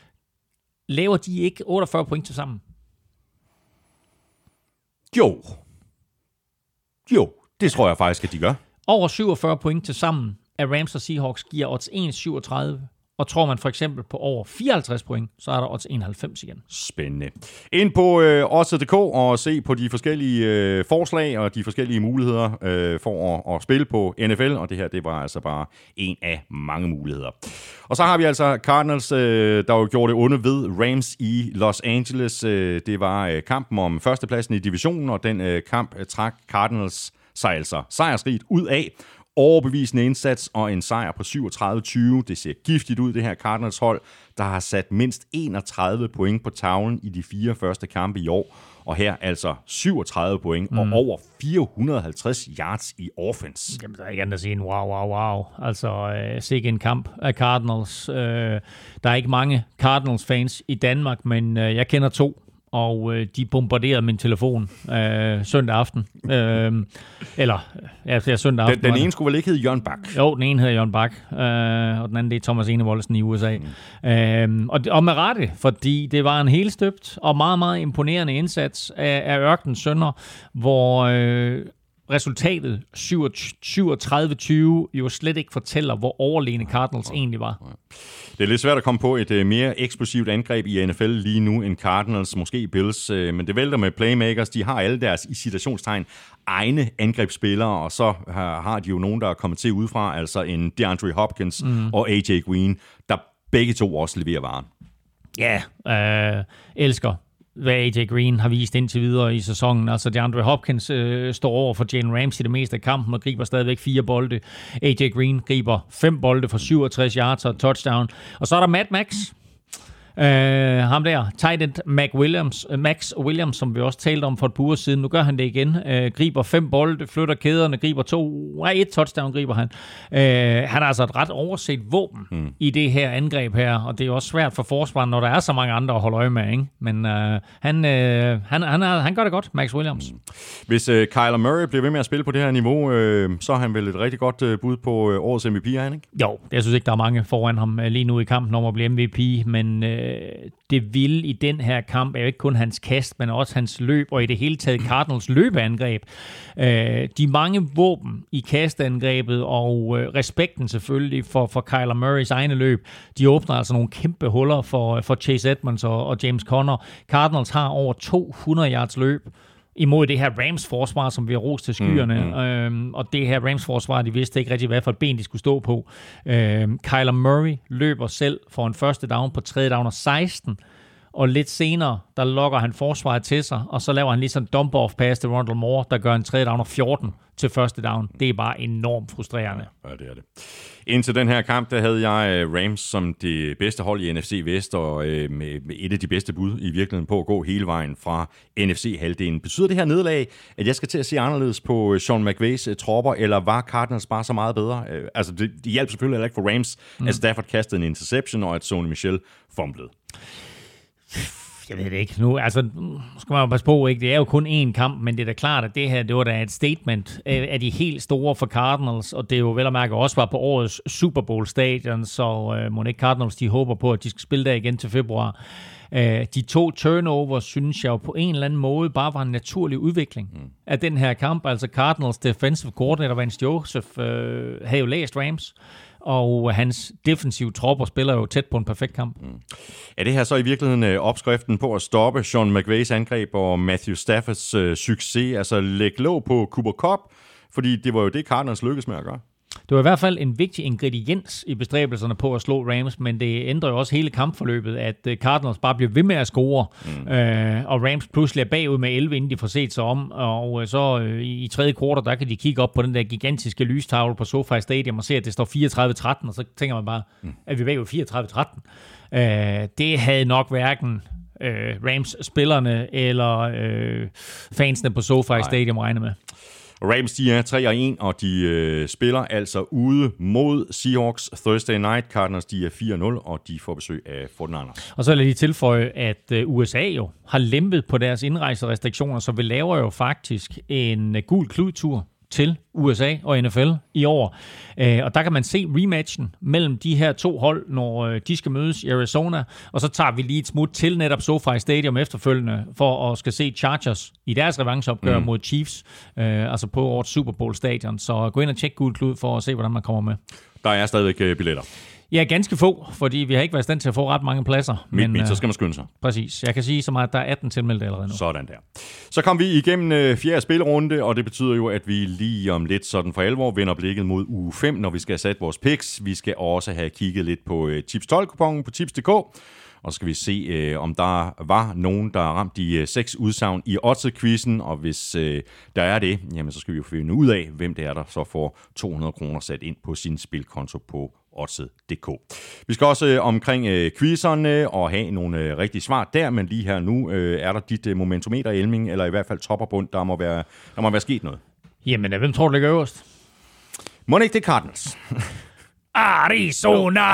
Laver de ikke 48 point til sammen? Jo, det tror jeg faktisk, at de gør. Over 47 point til sammen af Rams og Seahawks giver odds 1,37. Og tror man for eksempel på over 54 point, så er der odds 91 igen. Spændende. Ind på odds.dk og se på de forskellige forslag og de forskellige muligheder for at spille på NFL. Og det her, det var altså bare en af mange muligheder. Og så har vi altså Cardinals, der jo gjorde det onde ved Rams i Los Angeles. Det var kampen om førstepladsen i divisionen, og den kamp trak Cardinals sig altså sejrsrigt ud af. Overbevisende indsats og en sejr på 37-20. Det ser giftigt ud, det her Cardinals hold, der har sat mindst 31 point på tavlen i de 4 første kampe i år. Og her altså 37 point og over 450 yards i offense. Jamen, der er ikke andet at sige en wow. Altså, sikke en kamp af Cardinals. Der er ikke mange Cardinals-fans i Danmark, men jeg kender 2. Og de bombarderede min telefon søndag aften. Søndag aften. Den ene skulle vel ikke hedde Jørgen Bak? Jo, den ene hedder Jørgen Bak, og den anden det er Thomas Enevoldsen i USA. Og med rette, fordi det var en helt støbt og meget, meget imponerende indsats af Ørkenens Sønner, hvor resultatet 37-20 jo slet ikke fortæller, hvor overlegne Cardinals egentlig var. Det er lidt svært at komme på et mere eksplosivt angreb i NFL lige nu end Cardinals, måske Bills, men det vælter med playmakers. De har alle deres, i citationstegn, egne angrebsspillere, og så har de jo nogen, der er kommet til udefra, altså en DeAndre Hopkins og AJ Green, der begge to også leverer varen. Ja, elsker hvad AJ Green har vist indtil videre i sæsonen. Altså DeAndre Hopkins står over for Jalen Ramsey det meste af kampen og griber stadigvæk 4 bolde. AJ Green griber 5 bolde for 67 yards og touchdown. Og så er der Max. Ham der, tight end Max Williams, som vi også talte om for et par uger siden. Nu gør han det igen. Griber 5 bolde, flytter kæderne, griber 1 touchdown griber han. Han er altså et ret overset våben i det her angreb her, og det er også svært for forsvaret, når der er så mange andre at holde øje med, ikke? Men han gør det godt, Max Williams. Hvis Kyler Murray bliver ved med at spille på det her niveau, så er han vel et rigtig godt bud på årets MVP, er han ikke? Jo, jeg synes ikke, der er mange foran ham lige nu i kampen om at blive MVP, men det vilde i den her kamp er jo ikke kun hans kast, men også hans løb, og i det hele taget Cardinals løbeangreb. De mange våben i kastangrebet og respekten selvfølgelig for Kyler Murrays egne løb, de åbner altså nogle kæmpe huller for Chase Edmonds og James Conner. Cardinals har over 200 yards løb imod det her Rams-forsvar, som vi har rost til skyerne. Og det her Rams-forsvar, de vidste ikke rigtig, hvad for et ben de skulle stå på. Kyler Murray løber selv for en første down på 3. down og 16, og lidt senere, der lokker han forsvaret til sig, og så laver han lige sådan en dump-off pass til Rondale Moore, der gør en 3. down og 14 til første down. Det er bare enormt frustrerende. Ja, det er det. Indtil den her kamp, der havde jeg Rams som det bedste hold i NFC Vest, og med et af de bedste bud i virkeligheden på at gå hele vejen fra NFC-halvdelen. Betyder det her nederlag, at jeg skal til at se anderledes på Sean McVays tropper, eller var Cardinals bare så meget bedre? Altså, det hjalp selvfølgelig heller ikke for Rams, at Stafford kastede en interception, og at Sony Michel fumblede. Jeg ved det ikke nu. Altså, skal man jo passe på, ikke? Det er jo kun én kamp, men det er da klart, at det her, det var da et statement af de helt store for Cardinals, og det er jo vel at mærke også var på årets Super Bowl-stadion, så må ikke Cardinals, de håber på, at de skal spille der igen til februar. De 2 turnovers, synes jeg jo på en eller anden måde, bare var en naturlig udvikling af den her kamp. Altså Cardinals defensive coordinator, Vance Joseph, havde jo læst Rams, og hans defensive tropper spiller jo tæt på en perfekt kamp. Er det her så i virkeligheden opskriften på at stoppe Sean McVays angreb og Matthew Staffords succes? Altså lægge låg på Cooper Kupp, fordi det var jo det, Cardinals lykkedes med at gøre. Det var i hvert fald en vigtig ingrediens i bestræbelserne på at slå Rams, men det ændrer jo også hele kampforløbet, at Cardinals bare bliver ved med at score, og Rams pludselig er bagud med 11, inden de får set sig om, og så i tredje kvartal, der kan de kigge op på den der gigantiske lystavle på SoFi Stadium og se, at det står 34-13, og så tænker man bare, at vi er bagud 34-13. Det havde nok hverken Rams-spillerne eller fansene på SoFi Stadium regnet med. Rams, de er 3-1, og de spiller altså ude mod Seahawks Thursday Night. Cardinals, de er 4-0, og de får besøg af 49ers. Og så vil jeg lige tilføje, at USA jo har lempet på deres indrejserestriktioner, så vi laver jo faktisk en gul kludtur til USA og NFL i år. Og der kan man se rematchen mellem de her 2 hold, når de skal mødes i Arizona. Og så tager vi lige et smut til netop SoFi Stadium efterfølgende, for at skal se Chargers i deres revancheopgør mod Chiefs, altså på årets Super Bowl stadion. Så gå ind og tjek gul klud for at se, hvordan man kommer med. Der er stadigvæk billetter. Ja, ganske få, fordi vi har ikke været i stand til at få ret mange pladser. Men så skal man skynde sig. Præcis. Jeg kan sige så meget, at der er 18 tilmeldte allerede nu. Sådan der. Så kom vi igennem 4. spilrunde, og det betyder jo, at vi lige om lidt sådan for alvor vender blikket mod uge 5, når vi skal have sat vores picks. Vi skal også have kigget lidt på Tips 12-kuponen på tips.dk, og så skal vi se, om der var nogen, der ramte de 6 udsagn i Odds-quizzen, og hvis der er det, jamen, så skal vi jo finde ud af, hvem det er, der så får 200 kroner sat ind på sin spilkonto på Odds.dk. Vi skal også omkring quizzerne og have nogle rigtige svar der, men lige her nu er der dit momentometer, Elming, eller i hvert fald top og bund, der må være sket noget. Jamen, hvem tror du ligger øverst? Må ikke det Cardinals? Arizona!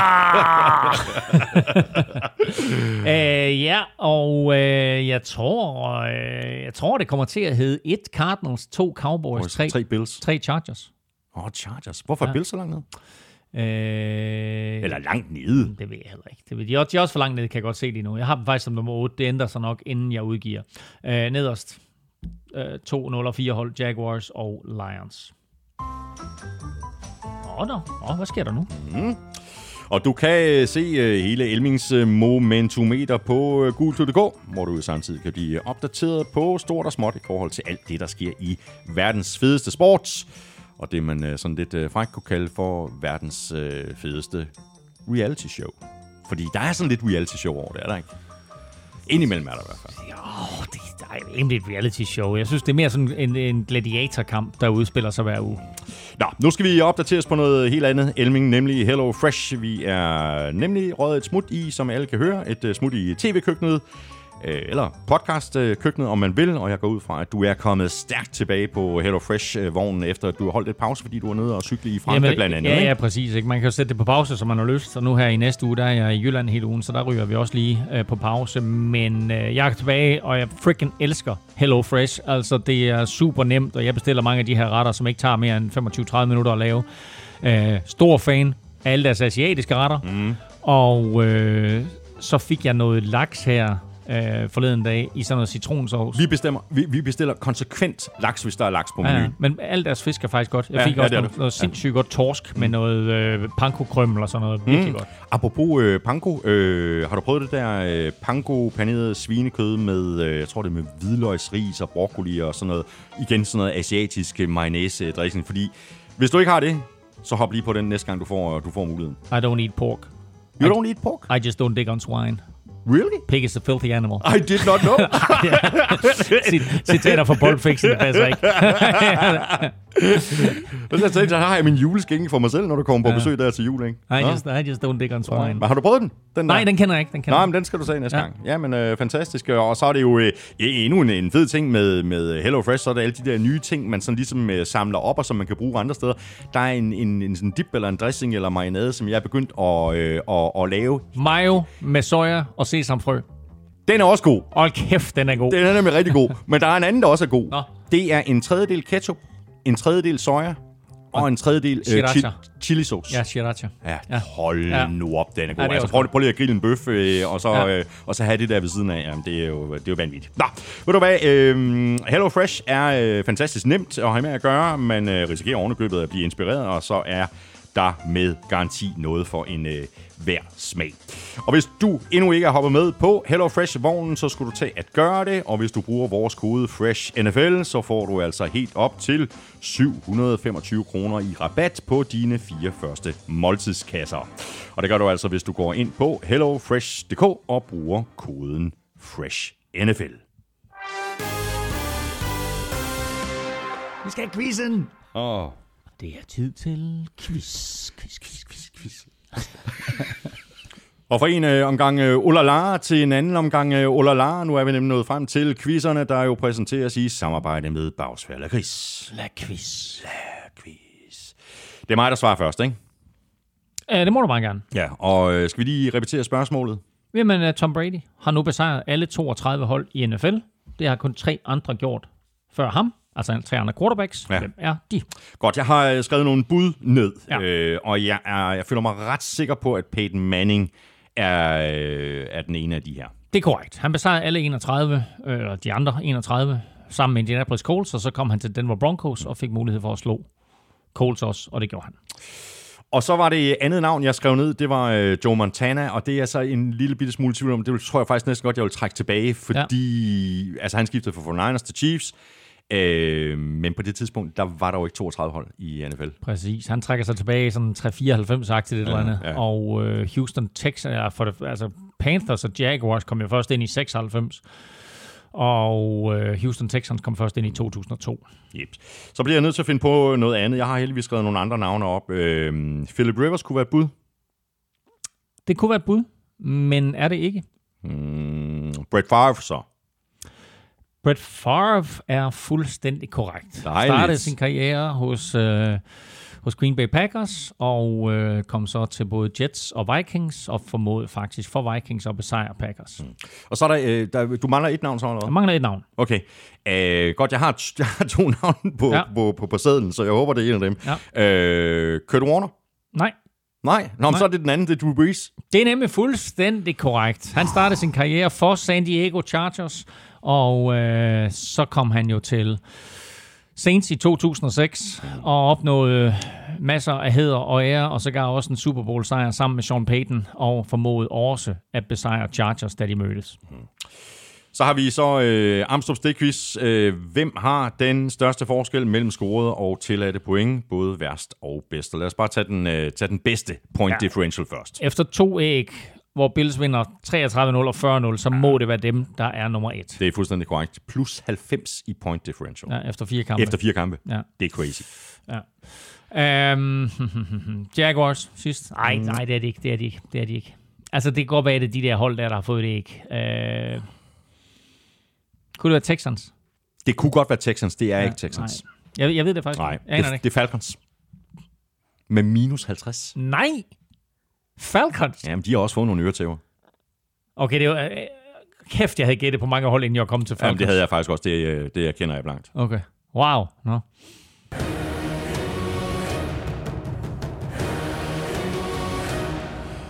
Ja, og jeg tror, det kommer til at hedde 1 Cardinals, 2 Cowboys, 3 Bills. 3 Chargers. Chargers. Hvorfor er Bills så langt ned? Eller langt nede? Det ved jeg heller ikke. De er også for langt nede, kan jeg godt se lige nu. Jeg har dem faktisk som nummer 8. Det ændrer sig nok, inden jeg udgiver. Nederst 2, 0 og 4 hold, Jaguars og Lions. Hvad sker der nu? Og du kan se hele Elmings momentometer på gul.dk, hvor du samtidig kan blive opdateret på stort og småt i forhold til alt det, der sker i verdens fedeste sport. Og det, man sådan lidt frækt kunne kalde for verdens fedeste reality show. Fordi der er sådan lidt reality show over det, er der ikke? Indimellem er der i hvert fald. Jo, det er egentlig et reality show. Jeg synes, det er mere sådan en gladiatorkamp, der udspiller sig hver uge. Nå, nu skal vi opdateres på noget helt andet, Elming, nemlig Hello Fresh. Vi er nemlig røget et smut i, som alle kan høre, et smut i tv-køkkenet, eller podcast-køkkenet, om man vil, og jeg går ud fra, at du er kommet stærkt tilbage på Hello Fresh-vognen, efter at du har holdt et pause, fordi du var nede og cykle i Frankrig blandt andet. Ja, præcis. Ikke? Man kan jo sætte det på pause, som man har lyst, og nu her i næste uge, der er jeg i Jylland hele ugen, så der ryger vi også lige på pause, men jeg er tilbage, og jeg freaking elsker Hello Fresh. Altså, det er super nemt, og jeg bestiller mange af de her retter, som ikke tager mere end 25-30 minutter at lave. Stor fan af alle deres asiatiske retter, og så fik jeg noget laks her forleden dag i sådan noget citronsovs. Vi bestiller konsekvent laks, hvis der er laks på menuen. Ja, men alle deres fisk er faktisk godt. Jeg fik også noget sindssygt godt torsk med noget panko-krømmel og sådan noget. Virkelig godt. Apropos panko, har du prøvet det der panko paneret svinekød med, jeg tror det er med hvidløgsris og broccoli og sådan noget. Igen sådan noget asiatisk mayonnaise-dressing. Fordi hvis du ikke har det, så hop lige på den næste gang, du får muligheden. I don't eat pork. You don't eat pork? I just don't dig on swine. Really? Pig is a filthy animal. I did not know. Citater fra Pulp Fiction, det passer ikke. Så har jeg min juleskænke for mig selv, når du kommer på besøg der til jul, ikke? I just don't dig on swine. Men har du prøvet den? Nej, den kender jeg ikke. Men den skal du se næste gang. Ja, men fantastisk. Og så er det jo endnu en fed ting med Hello Fresh, så er der alle de der nye ting, man sådan ligesom samler op, og som man kan bruge andre steder. Der er en sådan dip eller en dressing eller marinade, som jeg er begyndt at lave. Mayo med soja og sesamfrø. Den er også god. Hold kæft, den er god. Den er nemlig rigtig god. Men der er en anden, der også er god. Nå. Det er en tredjedel ketchup, en tredjedel soja og en tredjedel chilisauce. Ja, sriracha. Ja, hold nu op, den er god. Ja, altså prøv lige at grille en bøf, og så have det der ved siden af. Jamen, det er jo vanvittigt. Nå, ved du hvad? Hello Fresh er fantastisk nemt at have med at gøre. Man risikerer ovenikøbet at blive inspireret, og så er der med garanti noget for en hver smag. Og hvis du endnu ikke er hoppet med på HelloFresh-vognen, så skulle du tage at gøre det. Og hvis du bruger vores kode FRESHNFL, så får du altså helt op til 725 kroner i rabat på dine 4 første måltidskasser. Og det gør du altså, hvis du går ind på hellofresh.dk og bruger koden FRESHNFL. Vi skal have quizzen! Åh. Det er tid til quiz. Og fra en omgang olala til en anden omgang olala. Nu er vi nemlig nået frem til quizzerne, der jo præsenteres i samarbejde med Bagsværd Lakrids. La quiz. Det er mig, der svarer først, ikke? Det må du meget gerne. Ja, og skal vi lige repetere spørgsmålet? Jamen, Tom Brady har nu besejret alle 32 hold i NFL. Det har kun 3 andre gjort før ham. Altså 3 andre quarterbacks. Ja. Hvem er de? Godt, jeg har skrevet nogle bud ned, Ja. og jeg føler mig ret sikker på, at Peyton Manning er den ene af de her. Det er korrekt. Han besejrede alle 31, eller de andre 31, sammen med Indianapolis Colts, og så kom han til Denver Broncos og fik mulighed for at slå Colts også, og det gjorde han. Og så var det andet navn, jeg skrev ned, det var Joe Montana, og det er så en lille bitte smule tvivl om. Det tror jeg faktisk næsten godt, jeg vil trække tilbage, fordi altså, han skiftede fra 49ers til Chiefs. Men på det tidspunkt, der var der jo ikke 32 hold i NFL. Præcis. Han trækker sig tilbage i sådan 3-94-agtigt eller andet. Ja. Og Houston Texans, altså Panthers og Jaguars kom jo først ind i 96. Og Houston Texans kom først ind i 2002. Yep. Så bliver jeg nødt til at finde på noget andet. Jeg har heldigvis skrevet nogle andre navne op. Philip Rivers kunne være et bud. Det kunne være et bud, men er det ikke? Brett Favre så. Brett Favre er fuldstændig korrekt. Dejligt. Startede sin karriere hos Green Bay Packers, og kom så til både Jets og Vikings, og formåede faktisk for Vikings at besejre Packers. Og så er der du mangler et navn så, eller hvad? Jeg mangler et navn. Okay. Godt, jeg har 2 navne på sedlen, så jeg håber, det er en af dem. Ja. Kurt Warner? Nej. Nå, så er det den anden, det er Drew Brees. Det er nemlig fuldstændig korrekt. Han startede sin karriere for San Diego Chargers, og så kom han jo til Saints i 2006 og opnåede masser af hæder og ære, og så gav også en Super Bowl sejr sammen med Sean Payton, og formåede også at besejre Chargers, da de mødtes. Så har vi så Amstrup Stikquiz. Hvem har den største forskel mellem scorede og tilladte point, både værst og bedst? Lad os bare tage den bedste point differential først. Efter 2 æg, hvor Bills vinder 33-0 og 40-0, så må det være dem, der er nummer 1. Det er fuldstændig korrekt. Plus 90 i point differential. Ja, efter 4 kampe. Efter 4 kampe. Ja. Det er crazy. Ja. Jaguars sidst. Nej, det er det ikke. Altså, det kan godt være, at det er de der hold, der har fået det ikke. Kunne det være Texans? Det kunne godt være Texans. Det er ikke Texans. Nej. Jeg ved det faktisk. Nej, det er Falcons. Med minus 50. Nej! Falcons? Jamen, de har også fået nogle øretæver. Okay, det var... Kæft, jeg havde gættet på mange hold, inden jeg kom til Falcons. Jamen, det havde jeg faktisk også. Det erkender jeg blankt. Okay. Wow. No.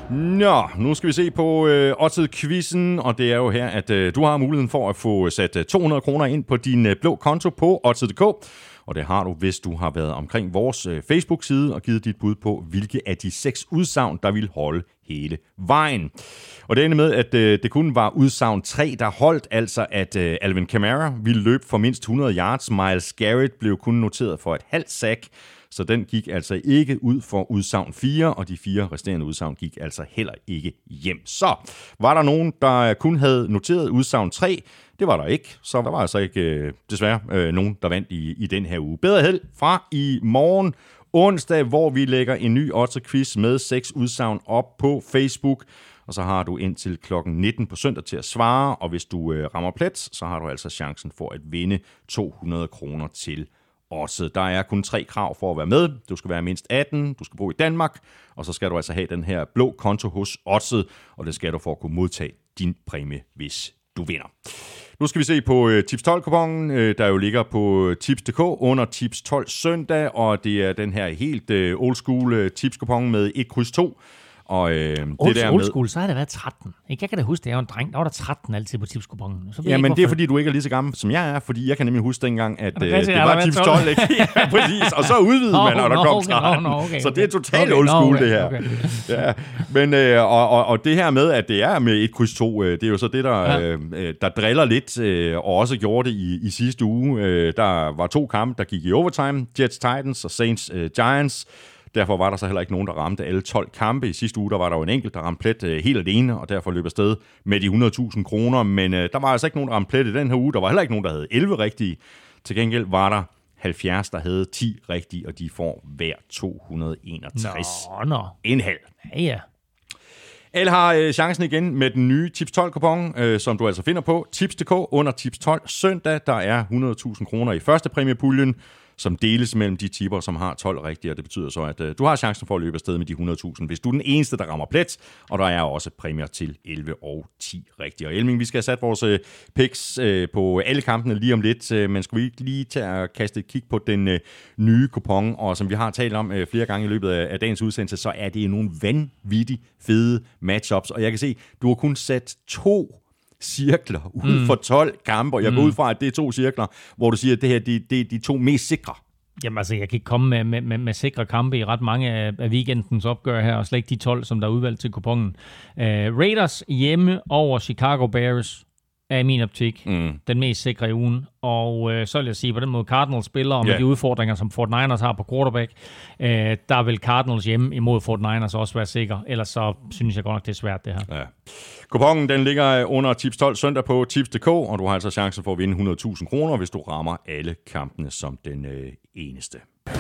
Nå, nu skal vi se på Odset-quizzen, og det er jo her, at du har muligheden for at få sat 200 kroner ind på din blå konto på Odset.dk. Og det har du, hvis du har været omkring vores Facebook-side og givet dit bud på, hvilke af de 6 udsagn, der vil holde hele vejen. Og det ender med, at det kun var udsagn 3, der holdt, altså at Alvin Kamara ville løbe for mindst 100 yards. Myles Garrett blev kun noteret for et halvt sack, så den gik altså ikke ud for udsagn 4, og de 4 resterende udsagn gik altså heller ikke hjem. Så var der nogen, der kun havde noteret udsagn 3. Det var der ikke, så der var altså ikke desværre nogen, der vandt i den her uge. Bedre held fra i morgen onsdag, hvor vi lægger en ny Odset-quiz med 6 udsagn op på Facebook. Og så har du indtil klokken 19 på søndag til at svare, og hvis du rammer plet, så har du altså chancen for at vinde 200 kroner til Odset. Der er kun 3 krav for at være med. Du skal være mindst 18, du skal bo i Danmark, og så skal du altså have den her blå konto hos Odset, og det skal du for at kunne modtage din præmie, hvis du vinder. Nu skal vi se på Tips 12-kuponen, der jo ligger på Tips.dk under Tips 12 søndag, og det er den her helt old school Tips-kupon med 1x2. Og old school, så har det været 13. Jeg kan da huske, det er jo en dreng. Der var der 13 altid på tipskupongen. Ja, men det er fordi, du ikke er lige så gammel, som jeg er. Fordi jeg kan nemlig huske dengang, at det var tips 12. Ikke? Ja, præcis. Og så udvidede man, og der kom 13. Okay. Så det er totalt old school, det her. Okay. Ja. Men, og det her med, at det er med 1 kryds 2, det er jo så det, der driller lidt, og også gjorde det i sidste uge. Der var 2 kampe, der gik i overtime. Jets Titans og Saints Giants. Derfor var der så heller ikke nogen, der ramte alle 12 kampe. I sidste uge, der var der jo en enkelt, der ramte plet helt alene, og derfor løb afsted med de 100.000 kroner. Men der var altså ikke nogen, der ramte plet i den her uge. Der var heller ikke nogen, der havde 11 rigtige. Til gengæld var der 70, der havde 10 rigtige, og de får hver 261. En halv. Ja. Alle har chancen igen med den nye Tips 12-kupon, som du altså finder på Tips.dk under Tips 12 søndag. Der er 100.000 kroner i første præmiepuljen, som deles mellem de tipper, som har 12 rigtige, og det betyder så, at du har chancen for at løbe afsted med de 100.000, hvis du er den eneste, der rammer plet, og der er også præmier til 11 og 10 rigtige. Og Elming, vi skal have sat vores picks på alle kampene lige om lidt, men skal vi ikke lige tage at kaste et kig på den nye kupon, og som vi har talt om flere gange i løbet af dagens udsendelse, så er det nogle vanvittigt fede matchups, og jeg kan se, du har kun sat 2 cirkler ud for 12 kampe, og jeg går ud fra, at det er 2 cirkler, hvor du siger, at det her det er de 2 mest sikre. Jamen altså, jeg kan ikke komme med sikre kampe i ret mange af weekendens opgør her, og slet ikke de 12, som der er udvalgt til kuponen. Raiders hjemme over Chicago Bears er i min optik den mest sikre i ugen. Og så vil jeg sige, på den måde Cardinals spiller, og med de udfordringer, som Fort Niners har på quarterback, der vil Cardinals hjemme imod Fort Niners også være sikker. Ellers så synes jeg godt nok, det er svært, det her. Ja. Kupongen, den ligger under Tips 12 søndag på Tips.dk, og du har altså chancen for at vinde 100.000 kroner, hvis du rammer alle kampene som den eneste.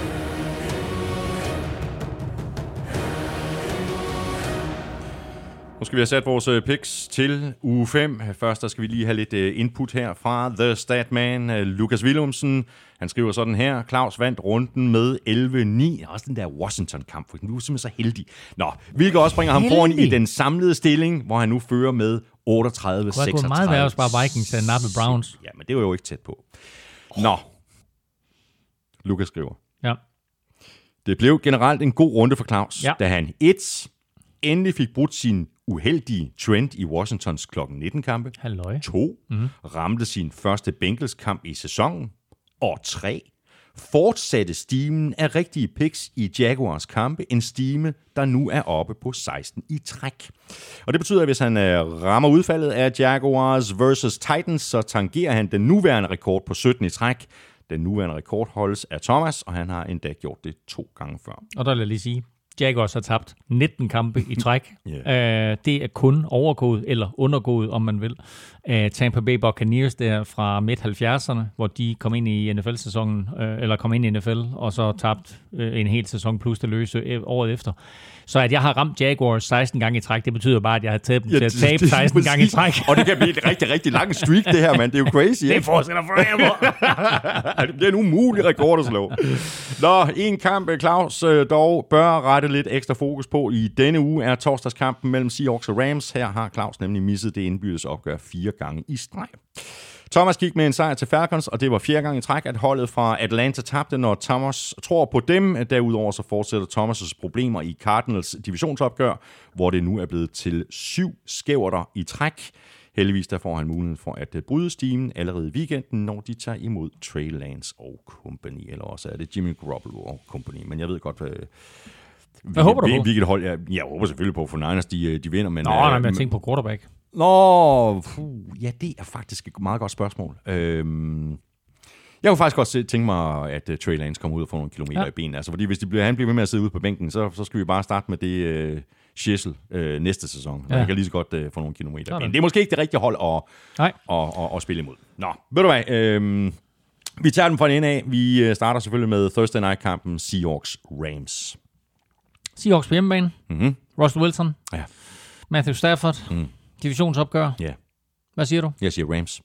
Nu skal vi have sat vores picks til uge 5. Først der skal vi lige have lidt input her fra The Statman, Lukas Willumsen. Han skriver sådan her: Claus vandt runden med 11-9. Også den der Washington-kamp, for du er simpelthen så heldig. Nå, hvilket også bringer ham foran i den samlede stilling, hvor han nu fører med 38-36. Det kunne have meget værre, hvis bare Vikings havde nappet Browns. Ja, men det var jo ikke tæt på. Nå, Lukas skriver. Ja. Det blev generelt en god runde for Claus, da han endelig fik brudt sin uheldige trend i Washingtons klokken 19-kampe. 2. Ramte sin første Bengals-kamp i sæsonen. Og 3. Fortsatte stimen af rigtige picks i Jaguars kampe. En stime, der nu er oppe på 16 i træk. Og det betyder, at hvis han rammer udfaldet af Jaguars versus Titans, så tangerer han den nuværende rekord på 17 i træk. Den nuværende rekord holdes af Thomas, og han har endda gjort det 2 gange før. Og der vil jeg lige sige, Jaguars har tabt 19 kampe i træk. Det er kun overgået eller undergået, om man vil. Tampa Bay Buccaneers der fra midt-70'erne, hvor de kom ind i NFL-sæsonen, eller kom ind i NFL, og så tabt en hel sæson plus det løse året efter. Så at jeg har ramt Jaguars 16 gange i træk, det betyder bare, at jeg har taget dem til at tabe 16 gange i træk. Og det kan blive et rigtig, rigtig lang streak, det her, mand. Det er jo crazy, ikke? Det fortsætter forever. Det bliver en umulig rekord at slå. Nå, en kamp, Claus dog bør rette lidt ekstra fokus på i denne uge, er torsdagskampen mellem Seahawks og Rams. Her har Claus nemlig misset det indbyrdes opgør 4 gange i streg. Thomas gik med en sejr til Falcons, og det var 4. gang i træk, at holdet fra Atlanta tabte, når Thomas tror på dem. Derudover så fortsætter Thomas' problemer i Cardinals divisionsopgør, hvor det nu er blevet til 7 skæverter i træk. Heldigvis der får han muligheden for at bryde stimen allerede i weekenden, når de tager imod Trey Lance og company, eller også er det Jimmy Garoppolo og company. Men jeg ved godt, hvad håber du på? Hvilket hold jeg håber selvfølgelig på, for Niners de vinder. Men, men jeg tænker på quarterback. Ja, det er faktisk et meget godt spørgsmål. Jeg kunne faktisk godt tænke mig, at Trey Lance kommer ud og får nogle kilometer i benene. Altså, fordi hvis han bliver ved med at sidde ude på bænken, så skal vi bare starte med det shizzle næste sæson. Ja. Jeg kan lige så godt få nogle kilometer i benene. Det er måske ikke det rigtige hold at spille imod. Nå, ved du hvad? Vi tager dem fra en ende af. Vi starter selvfølgelig med Thursday Night-kampen Seahawks-Rams. Seahawks på hjemmebane. Mm-hmm. Russell Wilson. Ja. Matthew Stafford. Divisionsopgør. Ja. Hvad siger du? Jeg siger Rams.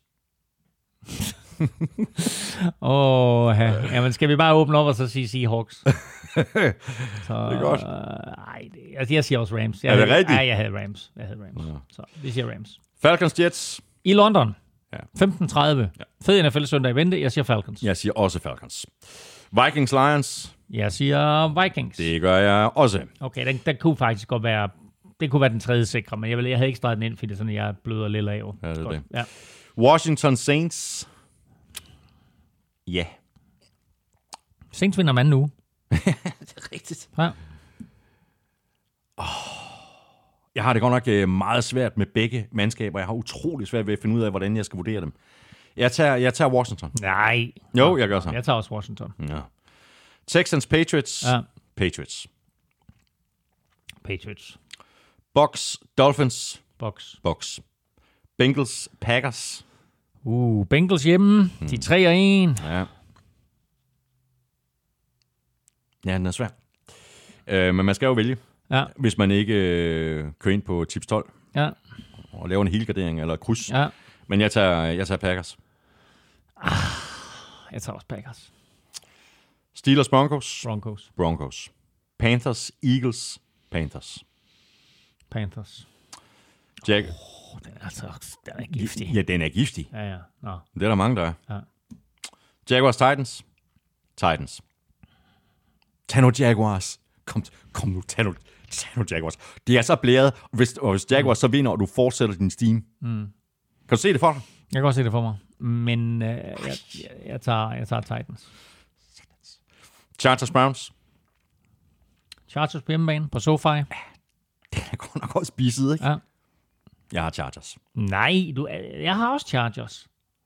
Jamen skal vi bare åbne op og så sige Seahawks? Så, det er godt. Jeg siger også Rams. Er det rigtigt? Nej, jeg havde Rams. Ja. Så vi siger Rams. Falcons Jets. I London. Ja. 15:30. Ja. Fed NFL søndag i vente. Jeg siger Falcons. Jeg siger også Falcons. Vikings Lions. Jeg siger Vikings. Det gør jeg også. Okay, den kunne faktisk godt være... Det kunne være den tredje sikre, men jeg havde ikke streget den ind, fordi det er sådan, jeg bløder lidt af. Ja, det er det. Ja. Washington Saints. Ja. Saints vinder mand nu. Det er rigtigt. Ja. Jeg har det godt nok meget svært med begge mandskaber. Jeg har utrolig svært ved at finde ud af, hvordan jeg skal vurdere dem. Jeg tager Washington. Nej. Jo, jeg gør så. Jeg tager også Washington. Ja. Texans Patriots. Ja. Patriots. Bucks Dolphins. Bucks. Bengals Packers. Bengals hjemme. De 3-1. Ja. Ja, den er svær. Men man skal jo vælge. Ja. Hvis man ikke kører ind på tips 12. Ja. Og laver en helgardering eller kryds. Ja. Men jeg tager Packers. Jeg tager også Packers. Steelers Broncos. Broncos. Panthers Eagles. Panthers. Jack. Den er giftig. Ja, den er giftig. Ja. Nå. Det er der mange, der er. Ja. Jaguars Titans. Tag nu Jaguars. Kom nu, tag nu Jaguars. Det er så blæret, og hvis Jaguars så vinder, og du fortsætter din steam. Kan du se det for dig? Jeg kan godt se det for mig. Men jeg tager Titans. Chargers Browns. Chargers på hjemmebane på SoFi. Det er godt nok også spiset, ikke? Ja. Jeg har Chargers. Nej, jeg har også Chargers.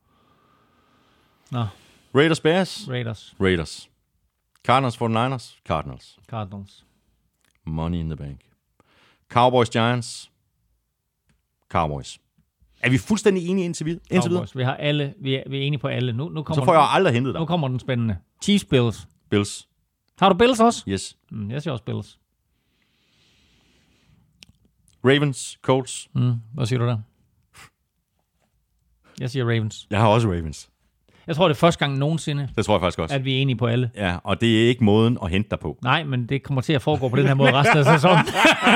Nå. Raiders Bears. Raiders. Cardinals 49ers. Cardinals. Money in the bank. Cowboys Giants. Cowboys. Er vi fuldstændig enige indtil videre? Vi har alle, vi er enige på alle. Nu kommer så får jeg aldrig hentet dig. Nu kommer den spændende. Chiefs Bills. Har du Bills også? Yes. Jeg siger også Bills. Ravens Colts. Hvad siger du der? Jeg siger Ravens. Jeg har også Ravens. Jeg tror, det er første gang nogensinde, det tror jeg faktisk også, at vi er enige på alle. Ja, og det er ikke måden at hente dig på. Nej, men det kommer til at foregå på den her måde resten af sæsonen.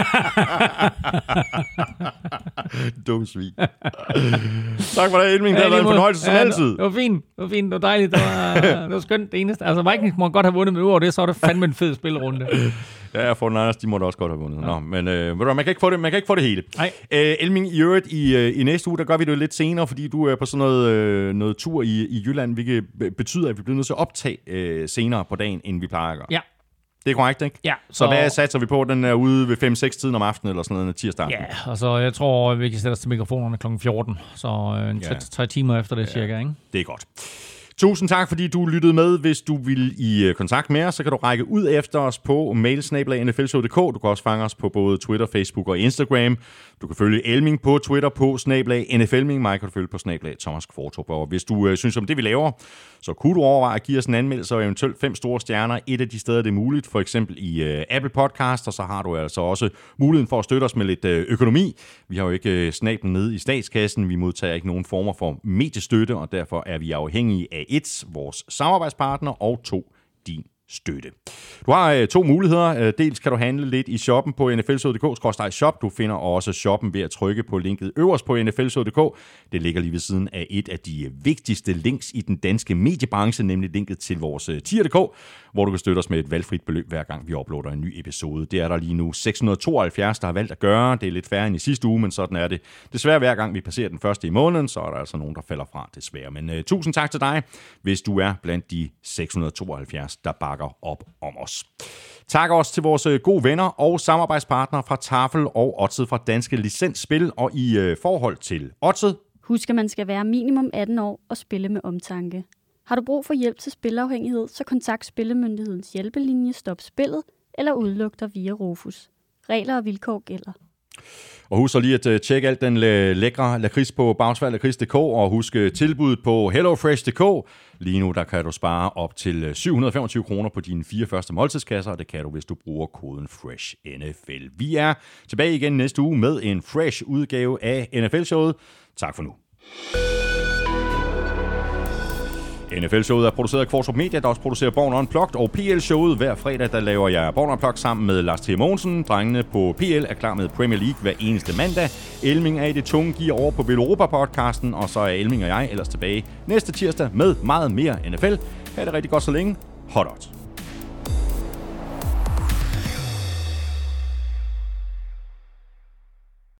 Dum svin. Tak for det, Elming. Det har været en fornøjelse som altid. Det var fint. Det var dejligt. Det var skønt det eneste. Altså, Vikings må godt have vundet, men udover det, så var det fandme en fed spillerunde. Ja, for Niners, de må da også godt have vundet. Ja. Nå, men ved du, man kan ikke få det hele. Nej. Elming, i øvrigt, i næste uge, der gør vi det lidt senere, fordi du er på sådan noget tur i Jylland, hvilket betyder, at vi bliver nødt til at optage senere på dagen, end vi plejer at gøre. Ja. Det er korrekt, ikke? Ja. Så hvad satser vi på? Den er ude ved 5-6-tiden om aftenen, eller sådan noget tirsdag aften? Ja, altså jeg tror, vi kan sætte os til mikrofonerne kl. 14, så 3 timer efter det cirka, ikke? Det er godt. Tusind tak, fordi du lyttede med. Hvis du vil i kontakt med os, så kan du række ud efter os på mail@nflshow.dk. Du kan også fange os på både Twitter, Facebook og Instagram. Du kan følge Elming på Twitter på @NFLming. Mig kan du følge på @Thomas Kvartrup. Og hvis du synes om det, vi laver, så kunne du overveje at give os en anmeldelse og eventuelt 5 store stjerner. Et af de steder, det er muligt, for eksempel i Apple Podcast, og så har du altså også muligheden for at støtte os med lidt økonomi. Vi har jo ikke snablen ned i statskassen. Vi modtager ikke nogen former for mediestøtte, og derfor er vi afhængige af 1, vores samarbejdspartner, og 2, din støtte. Du har 2 muligheder. Dels kan du handle lidt i shoppen på nflshow.dk/shop. Du finder også shoppen ved at trykke på linket øverst på nflshow.dk. Det ligger lige ved siden af et af de vigtigste links i den danske mediebranche, nemlig linket til vores tier.dk, hvor du kan støtte os med et valgfrit beløb, hver gang vi uploader en ny episode. Det er der lige nu 672, der har valgt at gøre. Det er lidt færre end i sidste uge, men sådan er det. Desværre hver gang vi passerer den første i måneden, så er der altså nogen, der falder fra, desværre. Men tusind tak til dig, hvis du er blandt de 672, der bakker op om os. Tak også til vores gode venner og samarbejdspartnere fra Tafel og Oddset fra Danske Licensspil. Og i forhold til Oddset, husk, at man skal være minimum 18 år og spille med omtanke. Har du brug for hjælp til spilafhængighed, så kontakt Spillemyndighedens hjælpelinje Stop Spillet eller udluk dig via Rufus. Regler og vilkår gælder. Og husk så lige at tjekke alt den lækre lakrids på bagsværlakrids.dk, og husk tilbuddet på hellofresh.dk. Lige nu der kan du spare op til 725 kroner på dine 4 første måltidskasser, og det kan du, hvis du bruger koden FRESHNFL. Vi er tilbage igen næste uge med en fresh udgave af NFL-showet. Tak for nu. NFL-showet er produceret af Kvartrup Media, der også producerer Born Unplugged, og PL-showet hver fredag, der laver jeg Born Unplugged sammen med Lars T. Mogensen. Drengene på PL er klar med Premier League hver eneste mandag. Elming er i det tunge gear over på Villeuropa-podcasten, og så er Elming og jeg ellers tilbage næste tirsdag med meget mere NFL. Ha' det rigtig godt så længe. Hot odds.